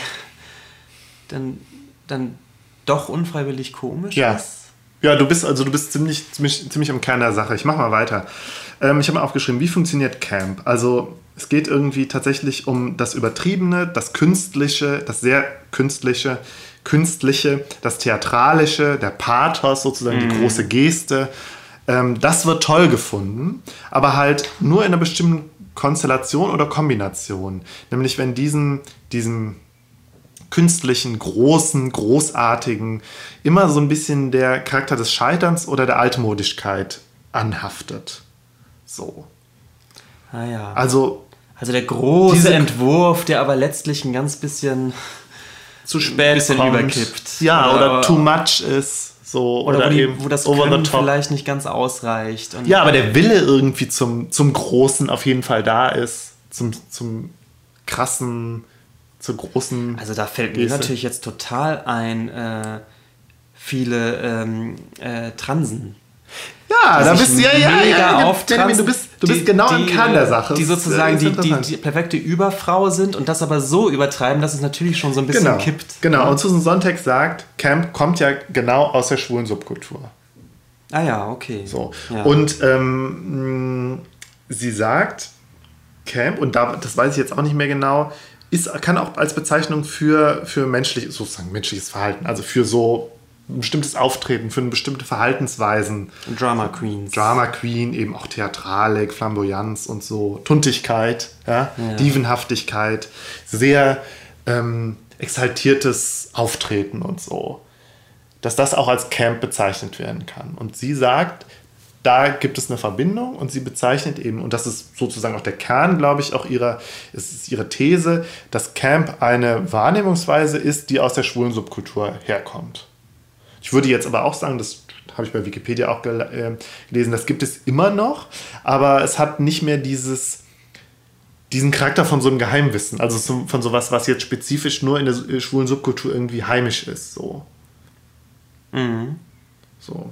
dann, dann doch unfreiwillig komisch ja. ist. Ja, du bist also du bist ziemlich, ziemlich, ziemlich am Kern der Sache. Ich mach mal weiter. Ähm, ich habe mal aufgeschrieben, wie funktioniert Camp? Also es geht irgendwie tatsächlich um das Übertriebene, das Künstliche, das sehr Künstliche, Künstliche, das Theatralische, der Pathos, sozusagen mm. die große Geste. Ähm, das wird toll gefunden, aber halt nur in einer bestimmten Konstellation oder Kombination. Nämlich wenn diesen, diesen künstlichen, großen, großartigen immer so ein bisschen der Charakter des Scheiterns oder der Altmodischkeit anhaftet. So. Ah ja. Also, also der große diese, Entwurf, der aber letztlich ein ganz bisschen zu spät bisschen kommt. überkippt. Ja, oder, oder too much ist. So, oder oder wo, die, eben wo das Können vielleicht nicht ganz ausreicht. Und ja, aber der Wille irgendwie zum, zum Großen auf jeden Fall da ist. Zum, zum krassen, zur großen Also da fällt mir natürlich jetzt total ein, äh, viele ähm, äh, Transen. Ja, da bist du ja, ja, ja, ja Transen, du bist, du bist die, genau am Kern der Sache. Die sozusagen die, die, die perfekte Überfrau sind und das aber so übertreiben, dass es natürlich schon so ein bisschen genau, kippt. Genau, und Susan Sontag sagt, Camp kommt ja genau aus der schwulen Subkultur. Ah ja, okay. So. Ja. Und ähm, sie sagt, Camp, und da, das weiß ich jetzt auch nicht mehr genau, ist, kann auch als Bezeichnung für, für menschlich, sozusagen menschliches Verhalten, also für so ein bestimmtes Auftreten, für eine bestimmte Verhaltensweisen. Drama Queens. Drama Queen, eben auch Theatralik, Flamboyanz und so, Tuntigkeit, ja? Ja. Dievenhaftigkeit, sehr ähm, exaltiertes Auftreten und so. Dass das auch als Camp bezeichnet werden kann. Und sie sagt, da gibt es eine Verbindung und sie bezeichnet eben, und das ist sozusagen auch der Kern, glaube ich, auch ihrer, es ist ihre These, dass Camp eine Wahrnehmungsweise ist, die aus der schwulen Subkultur herkommt. Ich würde jetzt aber auch sagen, das habe ich bei Wikipedia auch gel- äh, gelesen, das gibt es immer noch, aber es hat nicht mehr dieses, diesen Charakter von so einem Geheimwissen, also so, von sowas, was jetzt spezifisch nur in der schwulen Subkultur irgendwie heimisch ist. So. Mhm. So.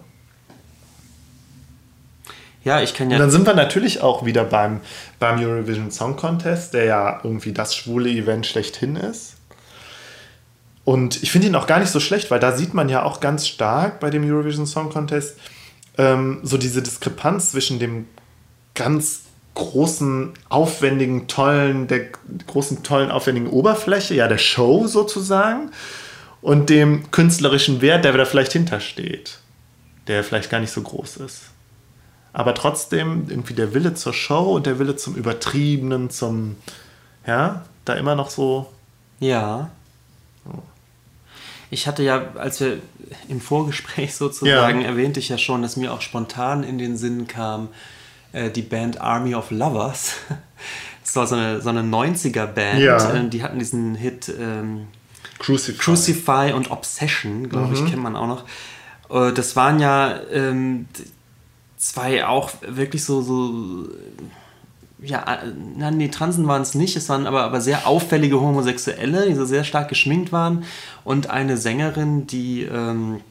Ja, ich kann ja. Und dann sind wir natürlich auch wieder beim, beim Eurovision Song Contest, der ja irgendwie das schwule Event schlechthin ist. Und ich finde ihn auch gar nicht so schlecht, weil da sieht man ja auch ganz stark bei dem Eurovision Song Contest ähm, so diese Diskrepanz zwischen dem ganz großen, aufwendigen, tollen, der großen, tollen, aufwendigen Oberfläche, ja, der Show sozusagen, und dem künstlerischen Wert, der da vielleicht hintersteht, der vielleicht gar nicht so groß ist. Aber trotzdem irgendwie der Wille zur Show und der Wille zum Übertriebenen, zum, ja, da immer noch so. Ja. So. Ich hatte ja, als wir im Vorgespräch sozusagen, ja. erwähnte ich ja schon, dass mir auch spontan in den Sinn kam, äh, die Band Army of Lovers. Das war so eine, so eine neunziger-Band. Ja. Äh, die hatten diesen Hit ähm, Crucify. Crucify und Obsession, glaube mhm. ich, kennt man auch noch. Äh, das waren ja ähm, zwei auch wirklich so, so ja, nein, nee, Transen waren es nicht, es waren aber, aber sehr auffällige Homosexuelle, die so sehr stark geschminkt waren, und eine Sängerin, die ähm,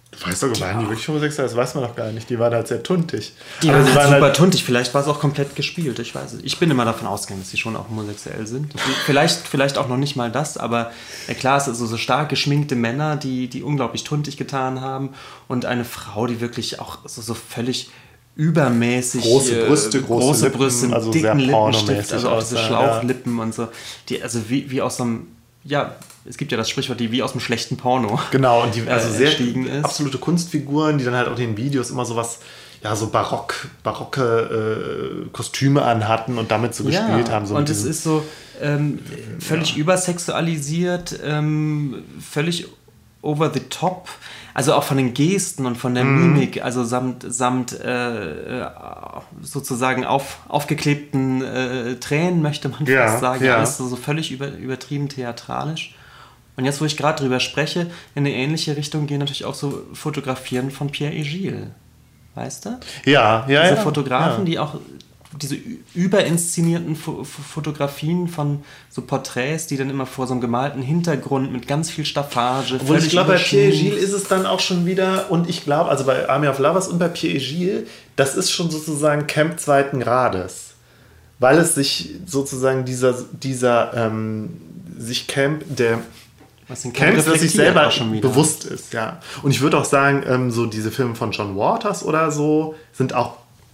Du weißt doch, waren die wirklich homosexuell? Das weiß man doch gar nicht. Die waren halt sehr tuntig. Die Aber waren sie halt waren super halt, tuntig. Vielleicht war es auch komplett gespielt. Ich weiß es. Ich bin immer davon ausgegangen, dass sie schon auch homosexuell sind. Vielleicht, vielleicht auch noch nicht mal das, aber ja, klar, es ist so, so stark geschminkte Männer, die, die unglaublich tuntig getan haben und eine Frau, die wirklich auch so, so völlig übermäßig große Brüste, äh, große, große Lippen, Brüste, also dicken sehr Lippenstift, pornomäßig also auch diese aussah, Schlauchlippen ja. und so. Die, also wie, wie aus so einem, ja, es gibt ja das Sprichwort, die wie aus einem schlechten Porno. Genau, und die also äh, sehr ist. absolute Kunstfiguren, die dann halt auch in den Videos immer so was, ja, so barock, barocke äh, Kostüme anhatten und damit so ja, gespielt haben. So und es ist so ähm, völlig ja. übersexualisiert, ähm, völlig over the top. Also auch von den Gesten und von der mm. Mimik, also samt, samt äh, sozusagen auf, aufgeklebten äh, Tränen, möchte man ja, fast sagen. Ja. Alles so, so völlig über, übertrieben theatralisch. Und jetzt, wo ich gerade drüber spreche, in eine ähnliche Richtung gehen natürlich auch so Fotografien von Pierre et Gilles. Weißt du? Ja, ja, Diese ja. Fotografen, ja. die auch diese überinszenierten Fo- Fotografien von so Porträts, die dann immer vor so einem gemalten Hintergrund mit ganz viel Staffage. Obwohl ich glaube, bei Pierre et Gilles ist es dann auch schon wieder, und ich glaube, also bei Army of Lovers und bei Pierre et Gilles, das ist schon sozusagen Camp zweiten Grades. Weil es sich sozusagen dieser, dieser ähm, sich Camp, der Was den Camp, das sich selber schon wieder bewusst ist, ja. Und ich würde auch sagen, ähm, so diese Filme von John Waters oder so sind auch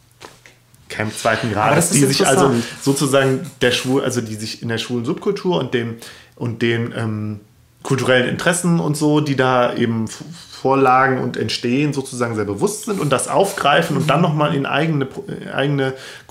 Camp zweiten Grades, die sich also sozusagen der Schwul, also die sich in der schwulen Subkultur und dem und den ähm, kulturellen Interessen und so, die da eben f- vorlagen und entstehen, sozusagen sehr bewusst sind und das aufgreifen mhm. und dann nochmal in eigene, eigene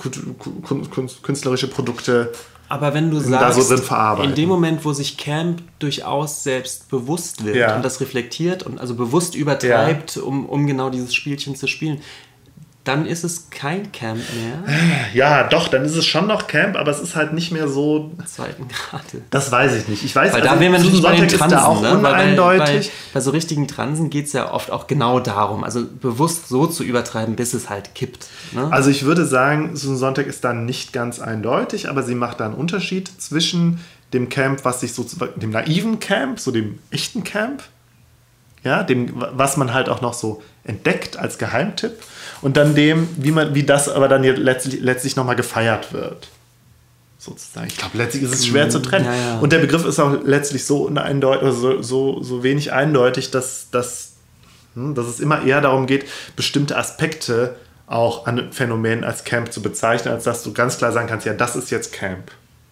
künstlerische Produkte Aber wenn du da sagst, so drin verarbeiten. In dem Moment, wo sich Camp durchaus selbst bewusst wird ja. und das reflektiert und also bewusst übertreibt, ja. um, um genau dieses Spielchen zu spielen, dann ist es kein Camp mehr. Ja, doch, dann ist es schon noch Camp, aber es ist halt nicht mehr so... Zweiten Grade. Das weiß ich nicht. Ich weiß, Weil also, da wären wir natürlich bei den Sonntag Transen, ist da auch ne? uneindeutig. Bei, bei, bei so richtigen Transen geht es ja oft auch genau darum, also bewusst so zu übertreiben, bis es halt kippt. Ne? Also ich würde sagen, Susan Sontag ist da nicht ganz eindeutig, aber sie macht da einen Unterschied zwischen dem Camp, was sich so, dem naiven Camp, so dem echten Camp, ja, dem, was man halt auch noch so entdeckt als Geheimtipp, und dann dem, wie man, wie das aber dann letztlich, letztlich nochmal gefeiert wird. Sozusagen. Ich glaube, letztlich ist es schwer mm, zu trennen. Ja, ja. Und der Begriff ist auch letztlich so uneindeutig, so, so, so wenig eindeutig, dass, dass, hm, dass es immer eher darum geht, bestimmte Aspekte auch an Phänomenen als Camp zu bezeichnen, als dass du ganz klar sagen kannst, ja, das ist jetzt Camp.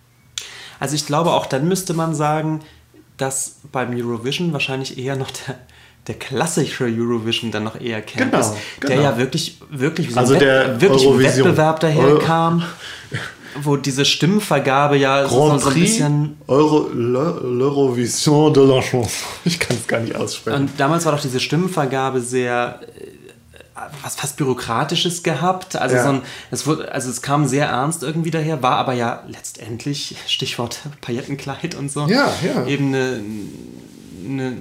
Also ich glaube, auch dann müsste man sagen, dass beim Eurovision wahrscheinlich eher noch der, der klassische Eurovision dann noch eher Camp genau, ist, der genau. ja wirklich, wirklich wie so also ein, der Wett- wirklich ein Eurovision. Wettbewerb daherkam, wo diese Stimmvergabe ja so, so ein bisschen... Euro, L'Eurovision de la Chanson. Ich kann es gar nicht aussprechen. Und damals war doch diese Stimmvergabe sehr... was fast Bürokratisches gehabt. Also, ja. so ein, es wurde, also es kam sehr ernst irgendwie daher, war aber ja letztendlich, Stichwort Paillettenkleid und so, ja, ja. eben eine, eine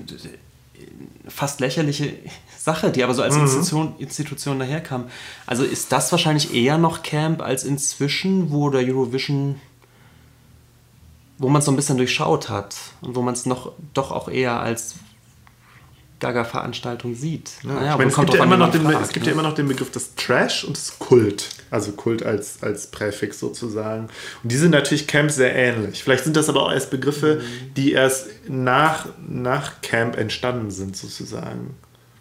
fast lächerliche Sache, die aber so als mhm. Institution, Institution daherkam. Also ist das wahrscheinlich eher noch Camp als inzwischen, wo der Eurovision, wo man es so ein bisschen durchschaut hat und wo man es noch doch auch eher als Gaga-Veranstaltung sieht. Ja, naja, ich meine, es, gibt ja, an, immer noch den, fragt, es gibt ne? ja immer noch den Begriff des Trash und des Kult. Also Kult als, als Präfix sozusagen. Und die sind natürlich Camp sehr ähnlich. Vielleicht sind das aber auch erst Begriffe, mhm. die erst nach, nach Camp entstanden sind sozusagen.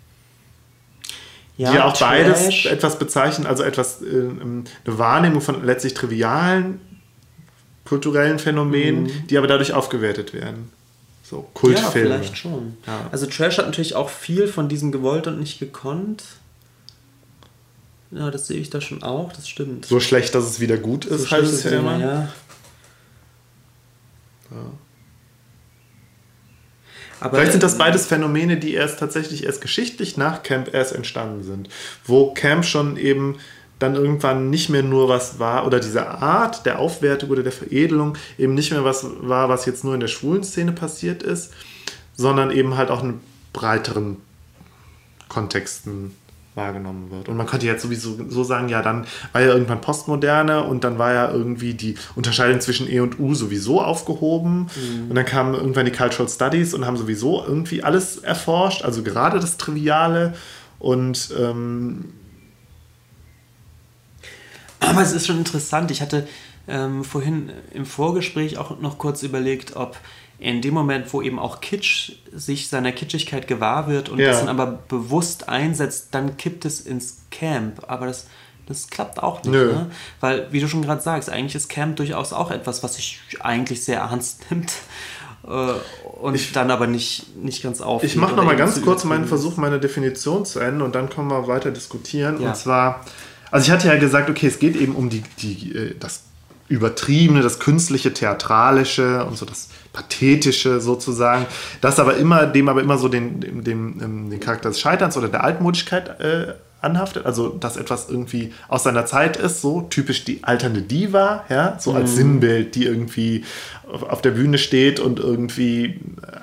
Ja, die ja auch Trash. Beides etwas bezeichnen, also etwas, äh, eine Wahrnehmung von letztlich trivialen kulturellen Phänomenen, mhm. die aber dadurch aufgewertet werden. So, Kultfilme. Ja, vielleicht schon. Ja. Also Trash hat natürlich auch viel von diesem gewollt und nicht gekonnt. Ja, das sehe ich da schon auch, das stimmt. So schlecht, dass es wieder gut ist, so heißt es ja immer. Ja. Ja. Aber vielleicht sind das beides Phänomene, die erst tatsächlich erst geschichtlich nach Camp erst entstanden sind. Wo Camp schon eben dann irgendwann nicht mehr nur was war, oder diese Art der Aufwertung oder der Veredelung eben nicht mehr was war, was jetzt nur in der schwulen Szene passiert ist, sondern eben halt auch in breiteren Kontexten wahrgenommen wird. Und man könnte jetzt sowieso so sagen, ja, dann war ja irgendwann Postmoderne und dann war ja irgendwie die Unterscheidung zwischen E und U sowieso aufgehoben. Mhm. Und dann kamen irgendwann die Cultural Studies und haben sowieso irgendwie alles erforscht, also gerade das Triviale. Und ähm aber es ist schon interessant. Ich hatte ähm, vorhin im Vorgespräch auch noch kurz überlegt, ob in dem Moment, wo eben auch Kitsch sich seiner Kitschigkeit gewahr wird und ja. das dann aber bewusst einsetzt, dann kippt es ins Camp. Aber das, das klappt auch nicht. Ne? Weil, wie du schon gerade sagst, eigentlich ist Camp durchaus auch etwas, was sich eigentlich sehr ernst nimmt äh, und ich, dann aber nicht, nicht ganz aufgeht. Ich mache nochmal ganz kurz meinen Versuch, meine Definition zu enden und dann können wir weiter diskutieren. Ja. Und zwar, also ich hatte ja gesagt, okay, es geht eben um die, die, das Übertriebene, das Künstliche, Theatralische und so das Pathetische sozusagen, das aber immer, dem aber immer so den, dem, dem, den Charakter des Scheiterns oder der Altmodigkeit äh, anhaftet, also dass etwas irgendwie aus seiner Zeit ist, so typisch die alternde Diva, ja, so als mm. Sinnbild, die irgendwie auf, auf der Bühne steht und irgendwie äh,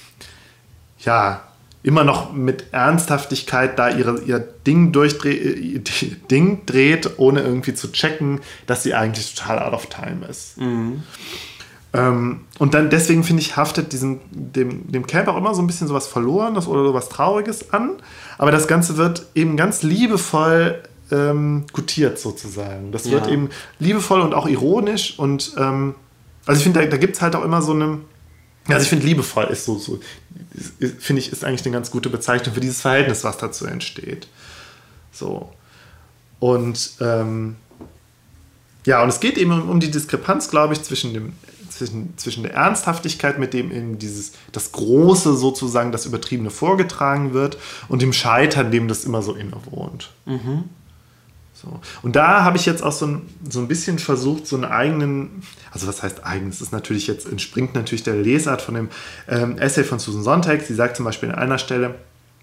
ja, immer noch mit Ernsthaftigkeit da ihre, ihr Ding durchdreht, Ding dreht, ohne irgendwie zu checken, dass sie eigentlich total out of time ist. Mhm. Ähm, und dann deswegen, finde ich, haftet diesem, dem, dem Camp auch immer so ein bisschen sowas Verlorenes oder sowas Trauriges an. Aber das Ganze wird eben ganz liebevoll ähm, gutiert sozusagen. Das ja. wird eben liebevoll und auch ironisch. Und ähm, also ich finde, da, da gibt es halt auch immer so eine... Also ich finde, liebevoll ist so, so finde ich, ist eigentlich eine ganz gute Bezeichnung für dieses Verhältnis, was dazu entsteht. So. Und ähm, ja, und es geht eben um, um die Diskrepanz, glaube ich, zwischen dem, zwischen, zwischen der Ernsthaftigkeit, mit dem eben dieses, das Große sozusagen, das Übertriebene vorgetragen wird und dem Scheitern, dem das immer so innewohnt. Mhm. So. Und da habe ich jetzt auch so ein, so ein bisschen versucht, so einen eigenen, also was heißt eigen, es ist natürlich jetzt, entspringt natürlich der Lesart von dem ähm, Essay von Susan Sontag. Sie sagt zum Beispiel an einer Stelle,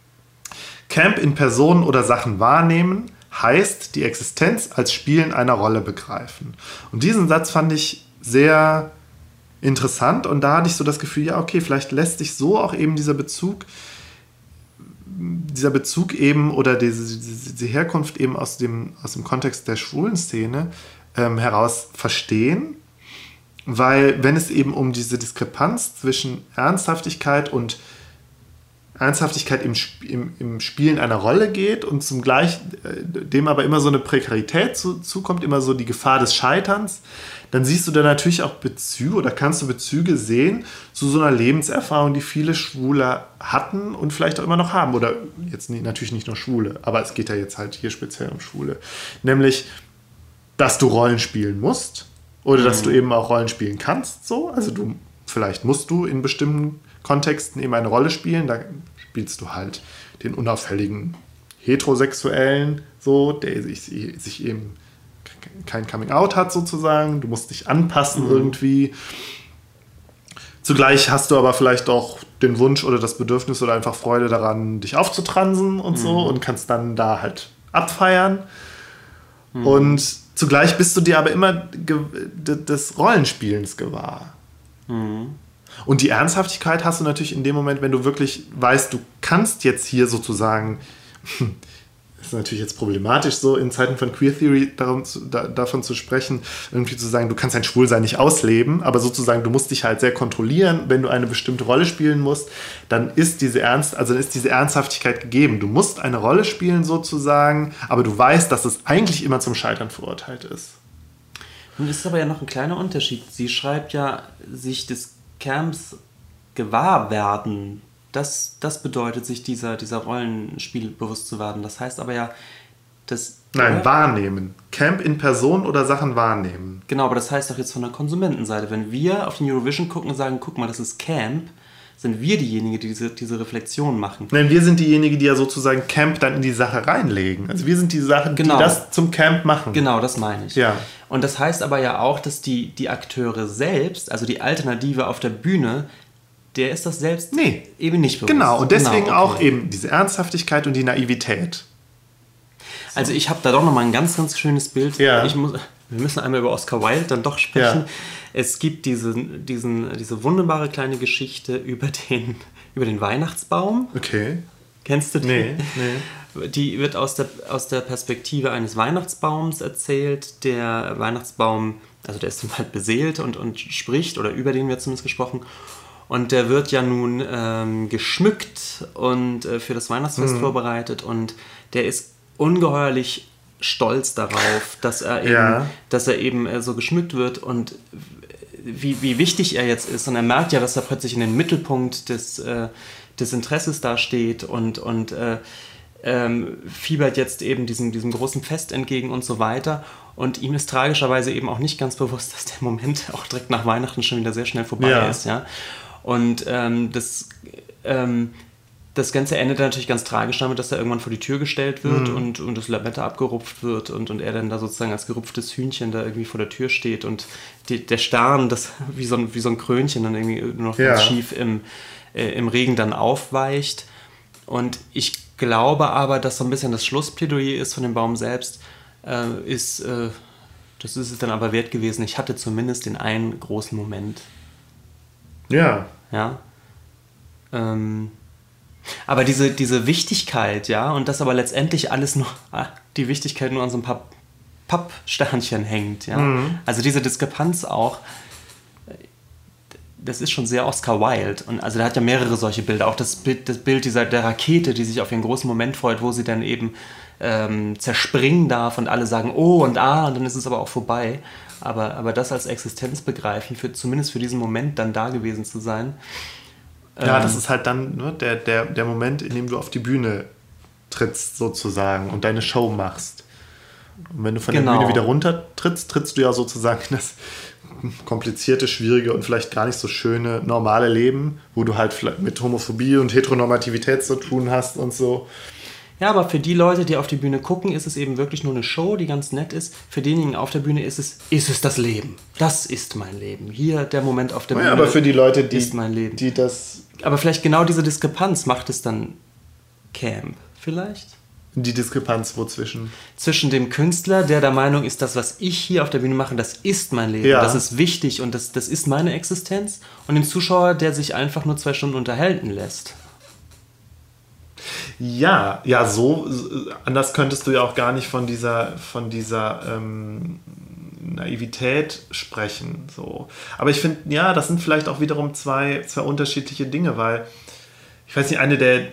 Camp in Personen oder Sachen wahrnehmen heißt die Existenz als Spielen einer Rolle begreifen. Und diesen Satz fand ich sehr interessant und da hatte ich so das Gefühl, ja okay, vielleicht lässt sich so auch eben dieser Bezug dieser Bezug eben oder diese, diese Herkunft eben aus dem, aus dem Kontext der schwulen Szene ähm, heraus verstehen, weil wenn es eben um diese Diskrepanz zwischen Ernsthaftigkeit und Ernsthaftigkeit im, im, im Spielen einer Rolle geht und zum Gleich äh, dem aber immer so eine Prekarität zu, zukommt, immer so die Gefahr des Scheiterns, dann siehst du da natürlich auch Bezüge oder kannst du Bezüge sehen zu so einer Lebenserfahrung, die viele Schwule hatten und vielleicht auch immer noch haben. Oder jetzt nie, natürlich nicht nur Schwule, aber es geht ja jetzt halt hier speziell um Schwule. Nämlich, dass du Rollen spielen musst oder mhm. dass du eben auch Rollen spielen kannst. So. Also du, vielleicht musst du in bestimmten Kontexten eben eine Rolle spielen. Da spielst du halt den unauffälligen Heterosexuellen, so, der sich, sich eben kein Coming-out hat sozusagen. Du musst dich anpassen mhm. irgendwie. Zugleich hast du aber vielleicht auch den Wunsch oder das Bedürfnis oder einfach Freude daran, dich aufzutransen und mhm. so und kannst dann da halt abfeiern. Mhm. Und zugleich bist du dir aber immer ge- des Rollenspielens gewahr. Mhm. Und die Ernsthaftigkeit hast du natürlich in dem Moment, wenn du wirklich weißt, du kannst jetzt hier sozusagen, das ist natürlich jetzt problematisch, so in Zeiten von Queer Theory darum zu, da, davon zu sprechen, irgendwie zu sagen, du kannst dein Schwulsein nicht ausleben, aber sozusagen du musst dich halt sehr kontrollieren, wenn du eine bestimmte Rolle spielen musst, dann ist diese Ernst, also dann ist diese Ernsthaftigkeit gegeben. Du musst eine Rolle spielen sozusagen, aber du weißt, dass es eigentlich immer zum Scheitern verurteilt ist. Nun ist aber ja noch ein kleiner Unterschied. Sie schreibt ja, sich des Camps gewahr werden. Das, das bedeutet, sich dieser, dieser Rollenspiel bewusst zu werden. Das heißt aber ja, dass... Nein, wahrnehmen. Camp in Person oder Sachen wahrnehmen. Genau, aber das heißt doch jetzt von der Konsumentenseite. Wenn wir auf den Eurovision gucken und sagen, guck mal, das ist Camp, sind wir diejenigen, die diese, diese Reflexion machen. Nein, wir sind diejenigen, die ja sozusagen Camp dann in die Sache reinlegen. Also wir sind die Sachen, genau. die das zum Camp machen. Genau, das meine ich. Ja. Und das heißt aber ja auch, dass die, die Akteure selbst, also die Alternative auf der Bühne, der ist das selbst nee. eben nicht bewusst. Genau, und deswegen genau, okay. auch eben diese Ernsthaftigkeit und die Naivität. So. Also ich habe da doch nochmal ein ganz, ganz schönes Bild. Ja. Ich muss, wir müssen einmal über Oscar Wilde dann doch sprechen. Ja. Es gibt diese, diesen, diese wunderbare kleine Geschichte über den, über den Weihnachtsbaum. Okay. Kennst du den? Nee, nee. die wird aus der, aus der Perspektive eines Weihnachtsbaums erzählt. Der Weihnachtsbaum, also der ist im Wald beseelt und, und spricht, oder über den wird zumindest gesprochen. Und der wird ja nun ähm, geschmückt und äh, für das Weihnachtsfest mhm. vorbereitet. Und der ist ungeheuerlich stolz darauf, dass er eben, ja. dass er eben äh, so geschmückt wird und wie, wie wichtig er jetzt ist. Und er merkt ja, dass er plötzlich in den Mittelpunkt des, äh, des Interesses da steht und, und äh, ähm, fiebert jetzt eben diesem, diesem großen Fest entgegen und so weiter. Und ihm ist tragischerweise eben auch nicht ganz bewusst, dass der Moment auch direkt nach Weihnachten schon wieder sehr schnell vorbei ja. ist. Ja? Und ähm, das... Ähm, Das Ganze endet natürlich ganz tragisch damit, dass er irgendwann vor die Tür gestellt wird mhm. und, und das Lametta abgerupft wird und, und er dann da sozusagen als gerupftes Hühnchen da irgendwie vor der Tür steht und die, der Stern, das wie so, ein, wie so ein Krönchen dann irgendwie nur noch ja. ganz schief im, äh, im Regen dann aufweicht. Und ich glaube aber, dass so ein bisschen das Schlussplädoyer ist von dem Baum selbst, äh, ist, äh, das ist es dann aber wert gewesen. Ich hatte zumindest den einen großen Moment. Ja. Ja. Ähm... Aber diese, diese Wichtigkeit, ja, und dass aber letztendlich alles nur, ah, die Wichtigkeit nur an so ein paar Pappsternchen hängt, ja. Mhm. Also diese Diskrepanz auch, das ist schon sehr Oscar Wilde. Und also der hat ja mehrere solche Bilder. Auch das Bild, das Bild dieser, der Rakete, die sich auf ihren großen Moment freut, wo sie dann eben ähm, zerspringen darf und alle sagen, oh und ah, und dann ist es aber auch vorbei. Aber, aber das als Existenz begreifen, für, zumindest für diesen Moment dann da gewesen zu sein. Ja, das ist halt dann ne, der, der, der Moment, in dem du auf die Bühne trittst sozusagen und deine Show machst. Und wenn du von genau. der Bühne wieder runter trittst, trittst du ja sozusagen in das komplizierte, schwierige und vielleicht gar nicht so schöne normale Leben, wo du halt mit Homophobie und Heteronormativität zu tun hast und so. Ja, aber für die Leute, die auf die Bühne gucken, ist es eben wirklich nur eine Show, die ganz nett ist. Für diejenigen auf der Bühne ist es, ist es das Leben. Das ist mein Leben. Hier der Moment auf der ja, Bühne aber für die Leute, die, ist mein Leben. Die das... Aber vielleicht genau diese Diskrepanz macht es dann Camp, vielleicht? Die Diskrepanz wo zwischen? Zwischen dem Künstler, der der Meinung ist, das, was ich hier auf der Bühne mache, das ist mein Leben, ja. das ist wichtig und das, das ist meine Existenz. Und dem Zuschauer, der sich einfach nur zwei Stunden unterhalten lässt. Ja, ja, so anders könntest du ja auch gar nicht von dieser, von dieser ähm, Naivität sprechen. So. Aber ich finde, ja, das sind vielleicht auch wiederum zwei, zwei unterschiedliche Dinge, weil ich weiß nicht, eine der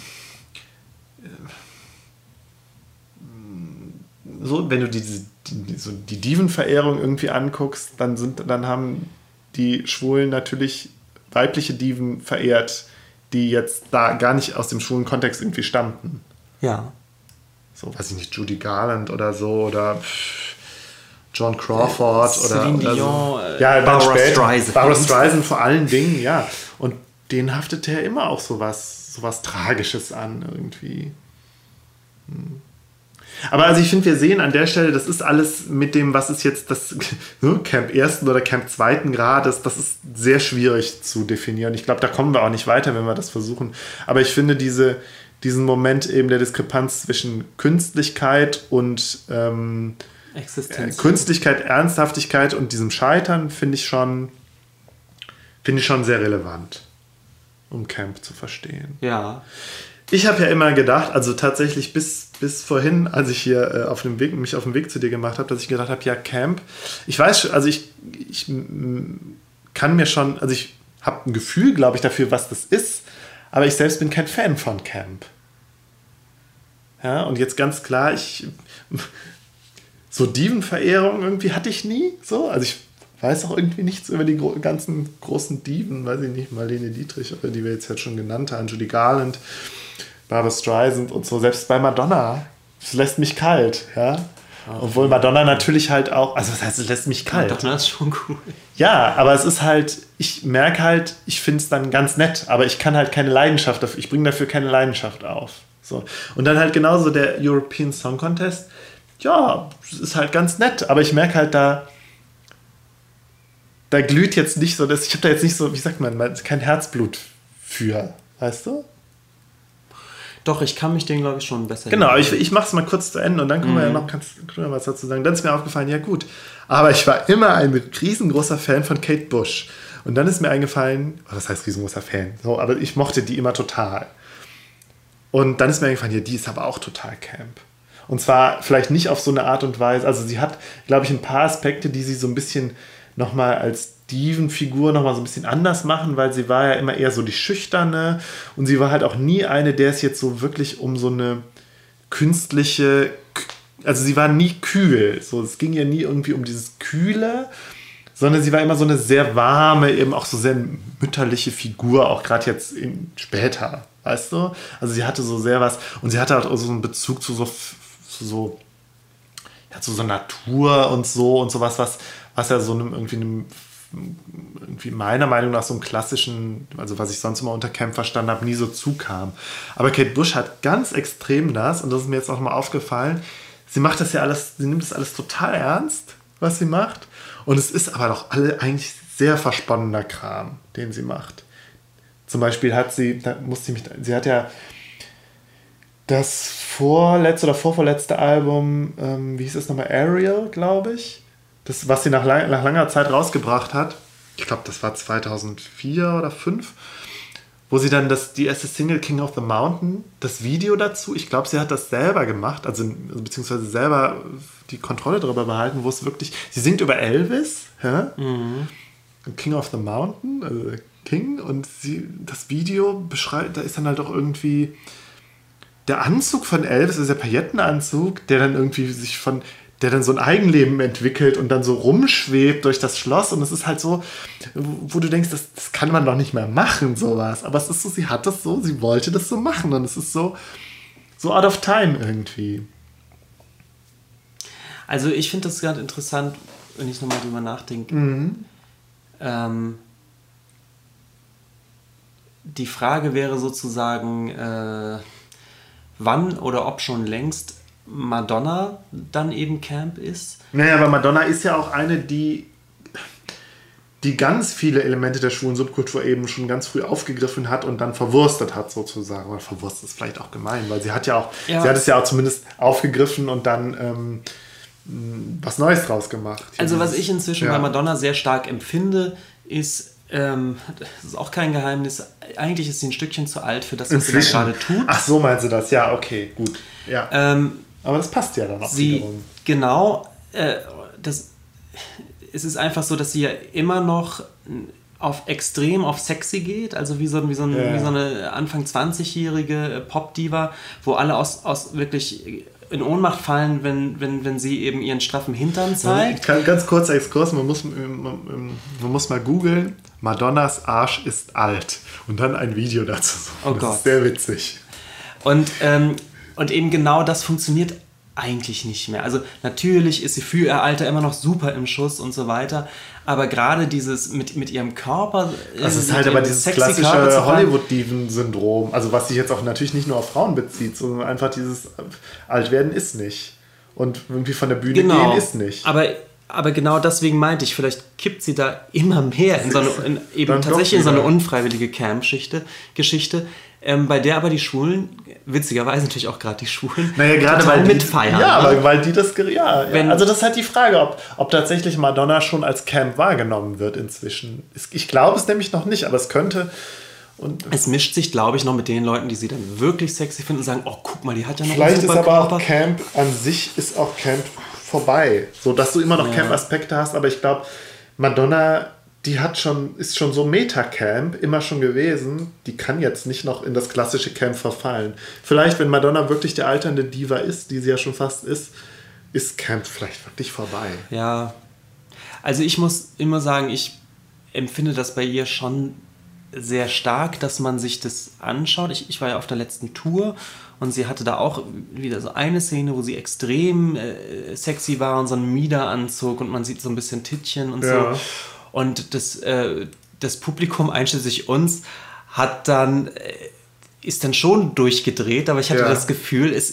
so, wenn du die, die, so die Diven-Verehrung irgendwie anguckst, dann sind, dann haben die Schwulen natürlich weibliche Diven verehrt, die jetzt da gar nicht aus dem schwulen Kontext irgendwie stammten. Ja. So, weiß ich nicht, Judy Garland oder so, oder John Crawford äh, oder, Celine oder Dion, so. Ja, Barbra Streisand. Barbra Streisand vor allen Dingen, ja. Und denen haftete ja immer auch sowas, sowas Tragisches an irgendwie. Hm. Aber also ich finde, wir sehen an der Stelle, das ist alles mit dem, was ist jetzt das ne, Camp ersten oder Camp zweiten Grades, das ist sehr schwierig zu definieren. Ich glaube, da kommen wir auch nicht weiter, wenn wir das versuchen. Aber ich finde diese, diesen Moment eben der Diskrepanz zwischen Künstlichkeit und ähm, Existenz. Äh, Künstlichkeit, Ernsthaftigkeit und diesem Scheitern finde ich schon, finde ich schon sehr relevant, um Camp zu verstehen. Ja. Ich habe ja immer gedacht, also tatsächlich bis, bis vorhin, als ich hier äh, auf dem Weg, mich auf den Weg zu dir gemacht habe, dass ich gedacht habe, ja, Camp, ich weiß schon, also ich, ich m, kann mir schon, also ich habe ein Gefühl, glaube ich, dafür, was das ist, aber ich selbst bin kein Fan von Camp. Ja, und jetzt ganz klar, ich so Diven-Verehrung irgendwie hatte ich nie, so, also ich weiß auch irgendwie nichts über die gro- ganzen großen Diven, weiß ich nicht, Marlene Dietrich, oder die wir jetzt halt schon genannt haben, Judy Garland, Barbra Streisand und so, selbst bei Madonna, es lässt mich kalt, ja. Oh, obwohl Madonna natürlich halt auch, also das heißt, es lässt mich kalt. Madonna ist schon cool. Ja, aber es ist halt, ich merke halt, ich finde es dann ganz nett, aber ich kann halt keine Leidenschaft dafür, ich bringe dafür keine Leidenschaft auf. So. Und dann halt genauso der European Song Contest, ja, es ist halt ganz nett, aber ich merke halt, da da glüht jetzt nicht so, dass ich habe da jetzt nicht so, wie sagt man, kein Herzblut für, weißt du? Doch, ich kann mich den, glaube ich, schon besser... Genau, ich, ich mache es mal kurz zu Ende und dann können wir mhm. ja noch kannst, können wir was dazu sagen. Dann ist mir aufgefallen, ja gut, aber ich war immer ein riesengroßer Fan von Kate Bush. Und dann ist mir eingefallen, oh, das heißt riesengroßer Fan, so, aber ich mochte die immer total. Und dann ist mir eingefallen, ja, die ist aber auch total Camp. Und zwar vielleicht nicht auf so eine Art und Weise, also sie hat, glaube ich, ein paar Aspekte, die sie so ein bisschen nochmal als Steven-Figur nochmal so ein bisschen anders machen, weil sie war ja immer eher so die Schüchterne und sie war halt auch nie eine, der es jetzt so wirklich um so eine künstliche, also sie war nie kühl, so, es ging ja nie irgendwie um dieses Kühle, sondern sie war immer so eine sehr warme, eben auch so sehr mütterliche Figur, auch gerade jetzt in, später, weißt du? Also sie hatte so sehr was, und sie hatte halt auch so einen Bezug zu so, zu so, ja, zu so Natur und so und sowas, was, was ja so einem, irgendwie einem, irgendwie meiner Meinung nach so einem klassischen, also was ich sonst immer unter Camp verstanden habe, nie so zukam. Aber Kate Bush hat ganz extrem das, und das ist mir jetzt auch mal aufgefallen, sie macht das ja alles, sie nimmt das alles total ernst, was sie macht. Und es ist aber doch alle eigentlich sehr versponnener Kram, den sie macht. Zum Beispiel hat sie, da musste sie mich, sie hat ja das vorletzte oder vorvorletzte Album, ähm, wie hieß es nochmal, Ariel, glaube ich. Das, was sie nach, lang, nach langer Zeit rausgebracht hat. Ich glaube, das war zweitausendvier oder zweitausendfünf. Wo sie dann das, die erste Single King of the Mountain, das Video dazu, ich glaube, sie hat das selber gemacht, also beziehungsweise selber die Kontrolle darüber behalten, wo es wirklich, sie singt über Elvis, ja? Mhm. King of the Mountain, also King, und sie, das Video beschreibt, da ist dann halt auch irgendwie der Anzug von Elvis, also der Paillettenanzug, der dann irgendwie sich von, der dann so ein Eigenleben entwickelt und dann so rumschwebt durch das Schloss, und es ist halt so, wo du denkst, das, das kann man doch nicht mehr machen, sowas. Aber es ist so, sie hat das so, sie wollte das so machen, und es ist so, so out of time irgendwie. Also ich finde das gerade interessant, wenn ich nochmal drüber nachdenke. Mhm. Ähm, die Frage wäre sozusagen, äh, wann oder ob schon längst Madonna dann eben Camp ist. Naja, aber Madonna ist ja auch eine, die, die ganz viele Elemente der schwulen Subkultur eben schon ganz früh aufgegriffen hat und dann verwurstet hat sozusagen. Oder verwurstet ist vielleicht auch gemein, weil sie hat ja auch, ja. sie hat es ja auch zumindest aufgegriffen und dann ähm, was Neues draus gemacht. Also dieses, was ich inzwischen ja. bei Madonna sehr stark empfinde, ist, ähm, das ist auch kein Geheimnis, eigentlich ist sie ein Stückchen zu alt für das, was inzwischen. sie gerade tut. Ach so, meinst du das? Ja, okay, gut. Ja. Ähm, Aber das passt ja dann auch sie, wiederum. Genau, äh, das, es ist einfach so, dass sie ja immer noch auf extrem auf sexy geht, also wie so, wie so, ein, ja. wie so eine Anfang zwanzigjährige Pop-Diva, wo alle aus, aus wirklich in Ohnmacht fallen, wenn, wenn, wenn sie eben ihren straffen Hintern zeigt. Kann, ganz kurzer Exkurs, man muss, man, man muss mal googeln, Madonnas Arsch ist alt, und dann ein Video dazu. Oh das Gott. ist sehr witzig. Und, ähm, und eben genau das funktioniert eigentlich nicht mehr. Also natürlich ist sie für ihr Alter immer noch super im Schuss und so weiter, aber gerade dieses mit, mit ihrem Körper... Das ist halt aber dieses klassische Hollywood-Diven-Syndrom, also was sich jetzt auch natürlich nicht nur auf Frauen bezieht, sondern einfach dieses Altwerden ist nicht. Und irgendwie von der Bühne genau. gehen ist nicht. Aber, aber genau deswegen meinte ich, vielleicht kippt sie da immer mehr in so eine, in, eben Dann tatsächlich in so eine unfreiwillige Camp-Geschichte, Geschichte, ähm, bei der aber die Schwulen, witzigerweise natürlich auch gerade die Schwulen, naja, gerade weil die, mitfeiern. Ja, ne? aber weil die das... Ja, Wenn, ja. Also das ist halt die Frage, ob, ob tatsächlich Madonna schon als Camp wahrgenommen wird inzwischen. Ich glaube es nämlich noch nicht, aber es könnte... Und es mischt sich, glaube ich, noch mit den Leuten, die sie dann wirklich sexy finden und sagen, oh, guck mal, die hat ja noch vielleicht einen super ist aber Körper. auch Camp, an sich ist auch Camp vorbei. So, dass du immer noch ja. Camp-Aspekte hast, aber ich glaube, Madonna... die hat schon, ist schon so Meta-Camp immer schon gewesen, die kann jetzt nicht noch in das klassische Camp verfallen. Vielleicht, wenn Madonna wirklich die alternde Diva ist, die sie ja schon fast ist, ist Camp vielleicht wirklich vorbei. Ja, also ich muss immer sagen, ich empfinde das bei ihr schon sehr stark, dass man sich das anschaut. Ich, ich war ja auf der letzten Tour und sie hatte da auch wieder so eine Szene, wo sie extrem äh, sexy war und so einen Miederanzug und man sieht so ein bisschen Tittchen und ja. so. Und das, äh, das Publikum, einschließlich uns, hat dann, äh, ist dann schon durchgedreht, aber ich hatte ja. das Gefühl, es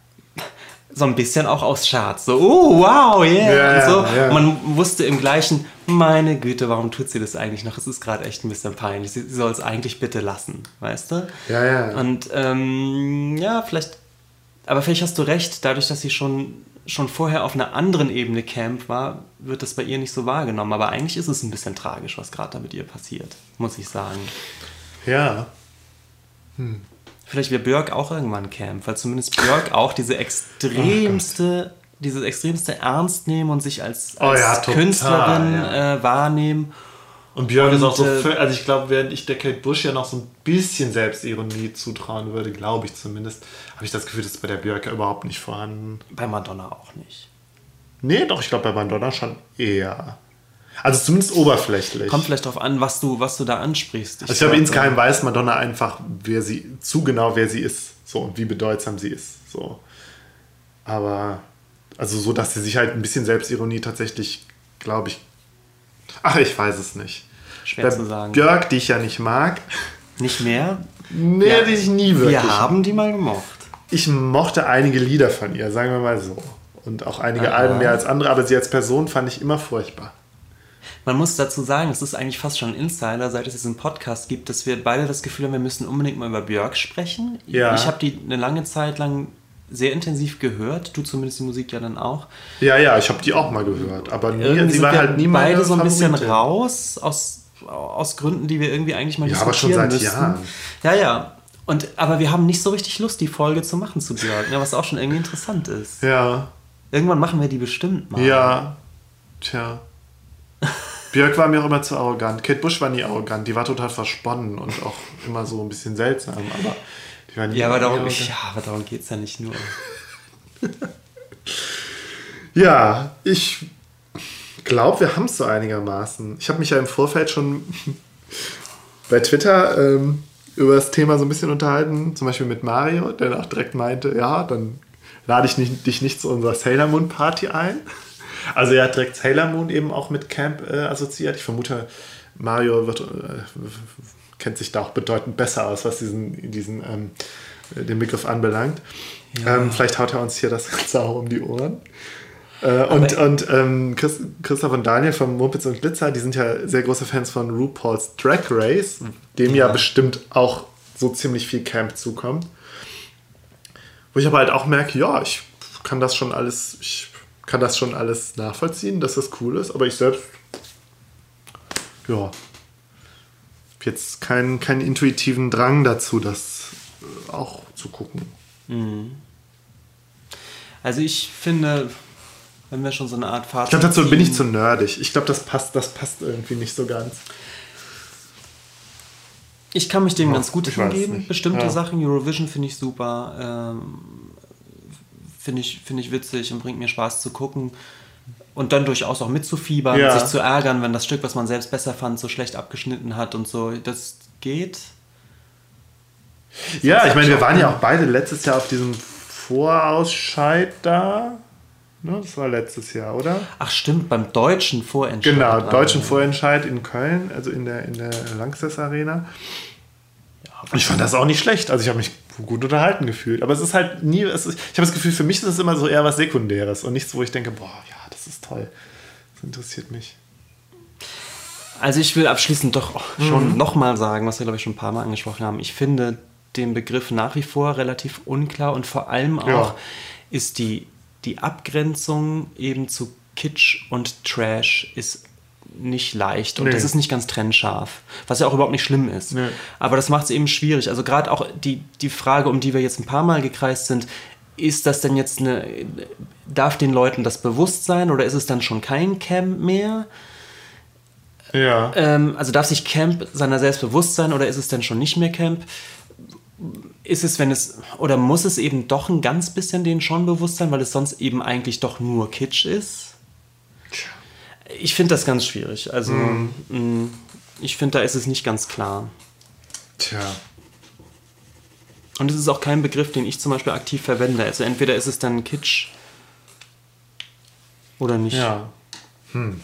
so ein bisschen auch aus Scherz. So, oh, wow, yeah. Ja, und so. ja. Und man wusste im gleichen, meine Güte, warum tut sie das eigentlich noch? Es ist gerade echt ein bisschen peinlich. Sie, sie soll es eigentlich bitte lassen, weißt du? Ja, ja. Und ähm, ja, vielleicht, aber vielleicht hast du recht, dadurch, dass sie schon schon vorher auf einer anderen Ebene Camp war, wird das bei ihr nicht so wahrgenommen. Aber eigentlich ist es ein bisschen tragisch, was gerade da mit ihr passiert, muss ich sagen. Ja. Hm. vielleicht wäre Björk auch irgendwann Camp, weil zumindest Björk auch diese extremste, oh dieses extremste Ernst nehmen und sich als, als oh ja, total, Künstlerin ja. äh, wahrnehmen. Und Björk und, ist auch so, äh, also ich glaube, während ich der Kate Bush ja noch so ein bisschen Selbstironie zutrauen würde, glaube ich zumindest, habe ich das Gefühl, das ist bei der Björk ja überhaupt nicht vorhanden. Bei Madonna auch nicht. Nee, doch, ich glaube bei Madonna schon eher. Also zumindest oberflächlich. Kommt vielleicht darauf an, was du, was du da ansprichst. Ich, also ich glaube, insgeheim weiß Madonna einfach, wer sie, zu genau wer sie ist, so, und wie bedeutsam sie ist, so. Aber, also so, dass sie sich halt ein bisschen Selbstironie tatsächlich, glaube ich, ach, ich weiß es nicht. Schwer bei zu sagen. Björk, die ich ja nicht mag. Nicht mehr? Nee, ja, die ich nie wirklich. Wir haben die mal gemocht. Ich mochte einige Lieder von ihr, sagen wir mal so. Und auch einige Aha. Alben mehr als andere, aber sie als Person fand ich immer furchtbar. Man muss dazu sagen, es ist eigentlich fast schon ein Insider, seit es diesen Podcast gibt, dass wir beide das Gefühl haben, wir müssen unbedingt mal über Björk sprechen. Ja. Ich habe die eine lange Zeit lang sehr intensiv gehört, du zumindest die Musik ja dann auch. Ja, ja, ich habe die auch mal gehört, aber nie, irgendwie sie war halt nie meine beide so ein bisschen Favoritin. raus, aus, aus Gründen, die wir irgendwie eigentlich mal ja, diskutieren aber schon seit müssten. Jahren. Ja, ja. Und, aber wir haben nicht so richtig Lust, die Folge zu machen zu Björk, ne, was auch schon irgendwie interessant ist. Ja. Irgendwann machen wir die bestimmt mal. Ja, tja. Björk war mir auch immer zu arrogant. Kate Bush war nie arrogant. Die war total versponnen und auch immer so ein bisschen seltsam. Aber die war nie ja, aber darum, arrogant. ja, aber darum geht es ja nicht nur. Ja, ich glaube, wir haben es so einigermaßen. Ich habe mich ja im Vorfeld schon bei Twitter ähm, über das Thema so ein bisschen unterhalten. Zum Beispiel mit Mario, der dann auch direkt meinte, ja, dann lade ich nicht, dich nicht zu unserer Sailor Moon Party ein. Also er hat direkt Sailor Moon eben auch mit Camp äh, assoziiert. Ich vermute, Mario wird, äh, kennt sich da auch bedeutend besser aus, was diesen, diesen ähm, den Begriff anbelangt. Ja. Ähm, vielleicht haut er uns hier das Ganze auch um die Ohren. Äh, und und ähm, Chris, Christoph und Daniel von Mumpitz und Glitzer, die sind ja sehr große Fans von RuPaul's Drag Race, dem ja, ja bestimmt auch so ziemlich viel Camp zukommt. Wo ich aber halt auch merke, ja, ich kann das schon alles, ich kann das schon alles nachvollziehen, dass das cool ist, aber ich selbst, ja, jetzt keinen keinen intuitiven Drang dazu, das auch zu gucken. Also ich finde, wenn wir schon so eine Art Fazit Ich glaube, dazu ziehen, bin ich zu nerdig. Ich glaube, das passt, das passt irgendwie nicht so ganz. Ich kann mich dem Ja, ganz gut ich weiß hingeben. nicht. Bestimmte Ja. Sachen, Eurovision finde ich super, ähm, finde ich, finde ich witzig und bringt mir Spaß zu gucken. Und dann durchaus auch mitzufiebern, Ja. sich zu ärgern, wenn das Stück, was man selbst besser fand, so schlecht abgeschnitten hat und so. Das geht. Ja, ich meine, wir waren ja auch beide letztes Jahr auf diesem Vorausscheid da. Ne, das war letztes Jahr, oder? Ach stimmt, beim deutschen Vorentscheid. Genau, Ah, deutschen ja. Vorentscheid in Köln, also in der, in der Lanxess Arena. Und ich fand das auch nicht schlecht. Also ich habe mich gut unterhalten gefühlt. Aber es ist halt nie, es ist, ich habe das Gefühl, für mich ist es immer so eher was Sekundäres und nichts, wo ich denke, boah, ja, das ist toll. Das interessiert mich. Also ich will abschließend doch schon mhm. nochmal sagen, was wir, glaube ich, schon ein paar Mal angesprochen haben. Ich finde den Begriff nach wie vor relativ unklar und vor allem auch Ja. ist die, die Abgrenzung eben zu Kitsch und Trash ist nicht leicht und Nee. das ist nicht ganz trennscharf, was ja auch überhaupt nicht schlimm ist. Nee. Aber das macht es eben schwierig. Also gerade auch die, die Frage, um die wir jetzt ein paar Mal gekreist sind, ist das denn jetzt eine, darf den Leuten das bewusst sein oder ist es dann schon kein Camp mehr? Ja. Ähm, also darf sich Camp seiner selbst bewusst sein oder ist es denn schon nicht mehr Camp? Ist es, wenn es, oder muss es eben doch ein ganz bisschen denen schon bewusst sein, weil es sonst eben eigentlich doch nur Kitsch ist? Ich finde das ganz schwierig. Also, Mhm. mh, ich finde, da ist es nicht ganz klar. Tja. Und es ist auch kein Begriff, den ich zum Beispiel aktiv verwende. Also entweder ist es dann Kitsch oder nicht. Ja. Hm.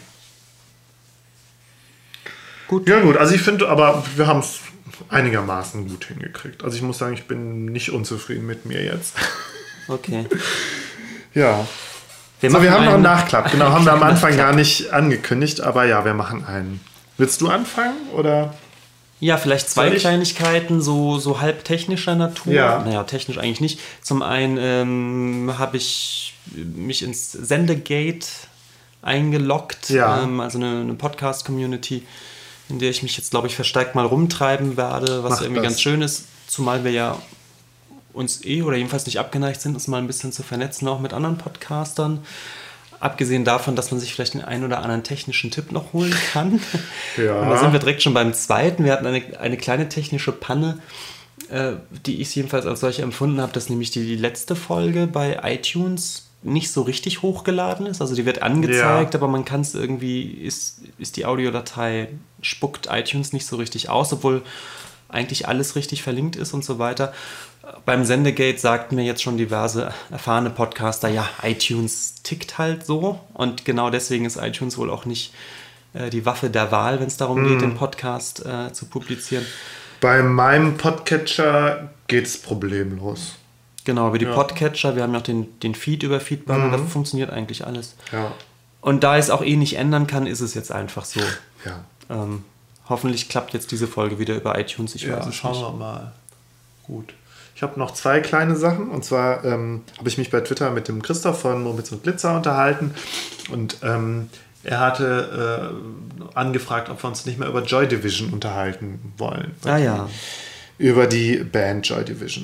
Gut. Ja gut, also ich finde, aber wir haben es einigermaßen gut hingekriegt. Also ich muss sagen, ich bin nicht unzufrieden mit mir jetzt. Okay. Ja. Wir, So, wir haben noch einen einen- Nachklapp. Genau, haben wir am einen Anfang Nachklapp. gar nicht angekündigt, aber ja, wir machen einen. Willst du anfangen oder? Ja, vielleicht zwei Soll ich? Kleinigkeiten, so, so halb technischer Natur. Ja. Naja, technisch eigentlich nicht. Zum einen ähm, habe ich mich ins Sendegate eingeloggt, Ja. ähm, also eine, eine Podcast-Community, in der ich mich jetzt, glaube ich, verstärkt mal rumtreiben werde, was Mach irgendwie das. ganz schön ist, zumal wir ja uns eh oder jedenfalls nicht abgeneigt sind, uns mal ein bisschen zu vernetzen, auch mit anderen Podcastern. Abgesehen davon, dass man sich vielleicht den einen oder anderen technischen Tipp noch holen kann. Ja. Und da sind wir direkt schon beim zweiten. Wir hatten eine, eine kleine technische Panne, äh, die ich jedenfalls als solche empfunden habe, dass nämlich die, die letzte Folge bei iTunes nicht so richtig hochgeladen ist. Also die wird angezeigt, ja. aber man kann es irgendwie, ist, ist die Audiodatei, spuckt iTunes nicht so richtig aus, obwohl eigentlich alles richtig verlinkt ist und so weiter. Beim Sendegate sagten mir jetzt schon diverse erfahrene Podcaster, ja, iTunes tickt halt so und genau deswegen ist iTunes wohl auch nicht äh, die Waffe der Wahl, wenn es darum hm. geht, den Podcast äh, zu publizieren. Bei meinem Podcatcher geht es problemlos. Genau, über die ja. Podcatcher, wir haben ja auch den, den Feed über Feedburner, mhm. da funktioniert eigentlich alles. Ja. Und da ich es auch eh nicht ändern kann, ist es jetzt einfach so. Ja. Ähm, hoffentlich klappt jetzt diese Folge wieder über iTunes, ich ja, weiß es schauen nicht. wir mal. Gut. Ich habe noch zwei kleine Sachen. Und zwar ähm, habe ich mich bei Twitter mit dem Christoph von Moritz und Glitzer unterhalten. Und ähm, er hatte äh, angefragt, ob wir uns nicht mehr über Joy Division unterhalten wollen. Ah ja. Über die Band Joy Division.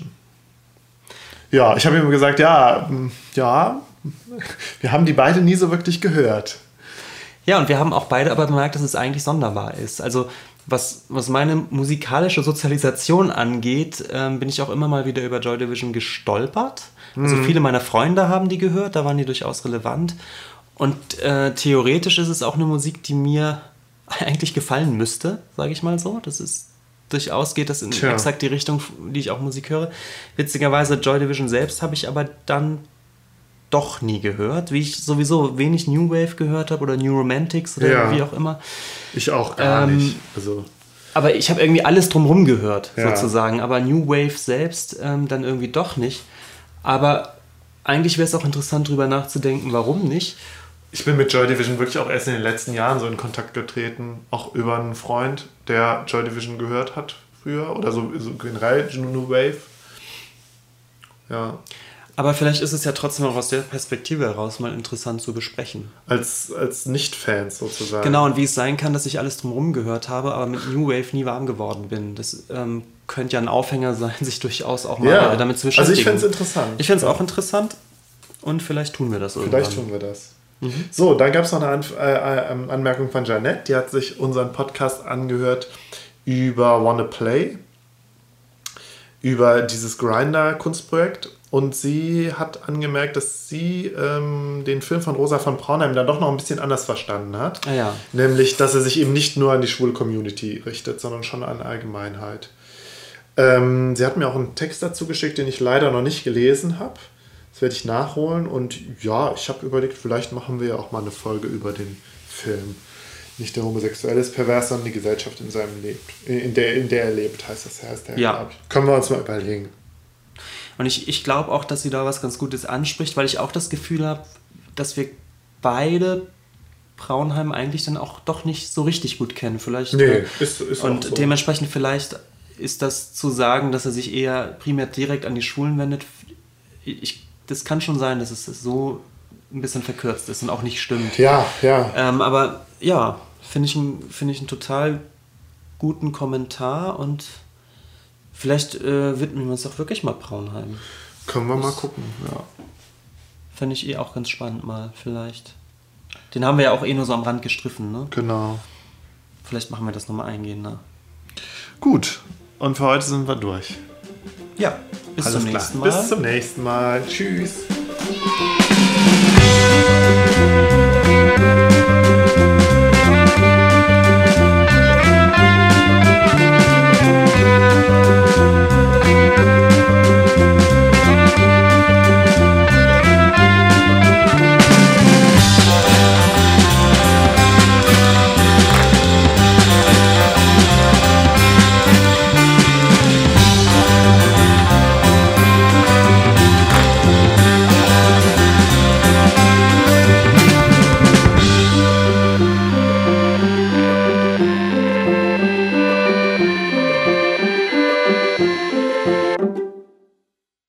Ja, ich habe ihm gesagt, ja, ja, wir haben die beide nie so wirklich gehört. Ja, und wir haben auch beide aber bemerkt, dass es eigentlich sonderbar ist. Also was, was meine musikalische Sozialisation angeht, ähm, bin ich auch immer mal wieder über Joy Division gestolpert. Also mhm. viele meiner Freunde haben die gehört, da waren die durchaus relevant. Und äh, theoretisch ist es auch eine Musik, die mir eigentlich gefallen müsste, sage ich mal so. Das ist durchaus geht das in Tja. exakt die Richtung, die ich auch Musik höre. Witzigerweise Joy Division selbst habe ich aber dann doch nie gehört, wie ich sowieso wenig New Wave gehört habe oder New Romantics oder ja. wie auch immer. Ich auch gar ähm, nicht. Also. Aber ich habe irgendwie alles drumherum gehört, ja. sozusagen. Aber New Wave selbst ähm, dann irgendwie doch nicht. Aber eigentlich wäre es auch interessant, drüber nachzudenken, warum nicht. Ich bin mit Joy Division wirklich auch erst in den letzten Jahren so in Kontakt getreten, auch über einen Freund, der Joy Division gehört hat früher oder so, so generell New Wave. Ja. Aber vielleicht ist es ja trotzdem auch aus der Perspektive heraus mal interessant zu besprechen. Als, als Nicht-Fans sozusagen. Genau, und wie es sein kann, dass ich alles drumherum gehört habe, aber mit New Wave nie warm geworden bin. Das ähm, könnte ja ein Aufhänger sein, sich durchaus auch mal ja. damit zu beschäftigen. Also ich fände es interessant. Ich fände es auch interessant und vielleicht tun wir das irgendwann. Vielleicht tun wir das. Mhm. So, dann gab es noch eine An- äh, Anmerkung von Janette, die hat sich unseren Podcast angehört über Wanna Play, über dieses Grindr-Kunstprojekt. Und sie hat angemerkt, dass sie ähm, den Film von Rosa von Braunheim dann doch noch ein bisschen anders verstanden hat. Ah, ja. Nämlich, dass er sich eben nicht nur an die schwule Community richtet, sondern schon an Allgemeinheit. Ähm, sie hat mir auch einen Text dazu geschickt, den ich leider noch nicht gelesen habe. Das werde ich nachholen. Und ja, ich habe überlegt, vielleicht machen wir ja auch mal eine Folge über den Film. Nicht der Homosexuelle ist pervers, sondern die Gesellschaft in seinem lebt. In der, in der er lebt, heißt das. Heißt der, ja. Können wir uns mal überlegen. Und ich, ich glaube auch, dass sie da was ganz Gutes anspricht, weil ich auch das Gefühl habe, dass wir beide Braunheim eigentlich dann auch doch nicht so richtig gut kennen. Vielleicht, nee, ist, ist und auch so. Dementsprechend vielleicht ist das zu sagen, dass er sich eher primär direkt an die Schulen wendet. Ich, das kann schon sein, dass es so ein bisschen verkürzt ist und auch nicht stimmt. Ja, ja. Ähm, aber ja, finde ich, find ich einen total guten Kommentar und vielleicht äh, widmen wir uns doch wirklich mal Braunheim. Können wir das mal gucken, ja. Fände ich eh auch ganz spannend mal, vielleicht. Den haben wir ja auch eh nur so am Rand gestriffen, ne? Genau. Vielleicht machen wir das nochmal eingehender. Gut, und für heute sind wir durch. Ja, bis Alles zum klar. nächsten Mal. Bis zum nächsten Mal. Tschüss.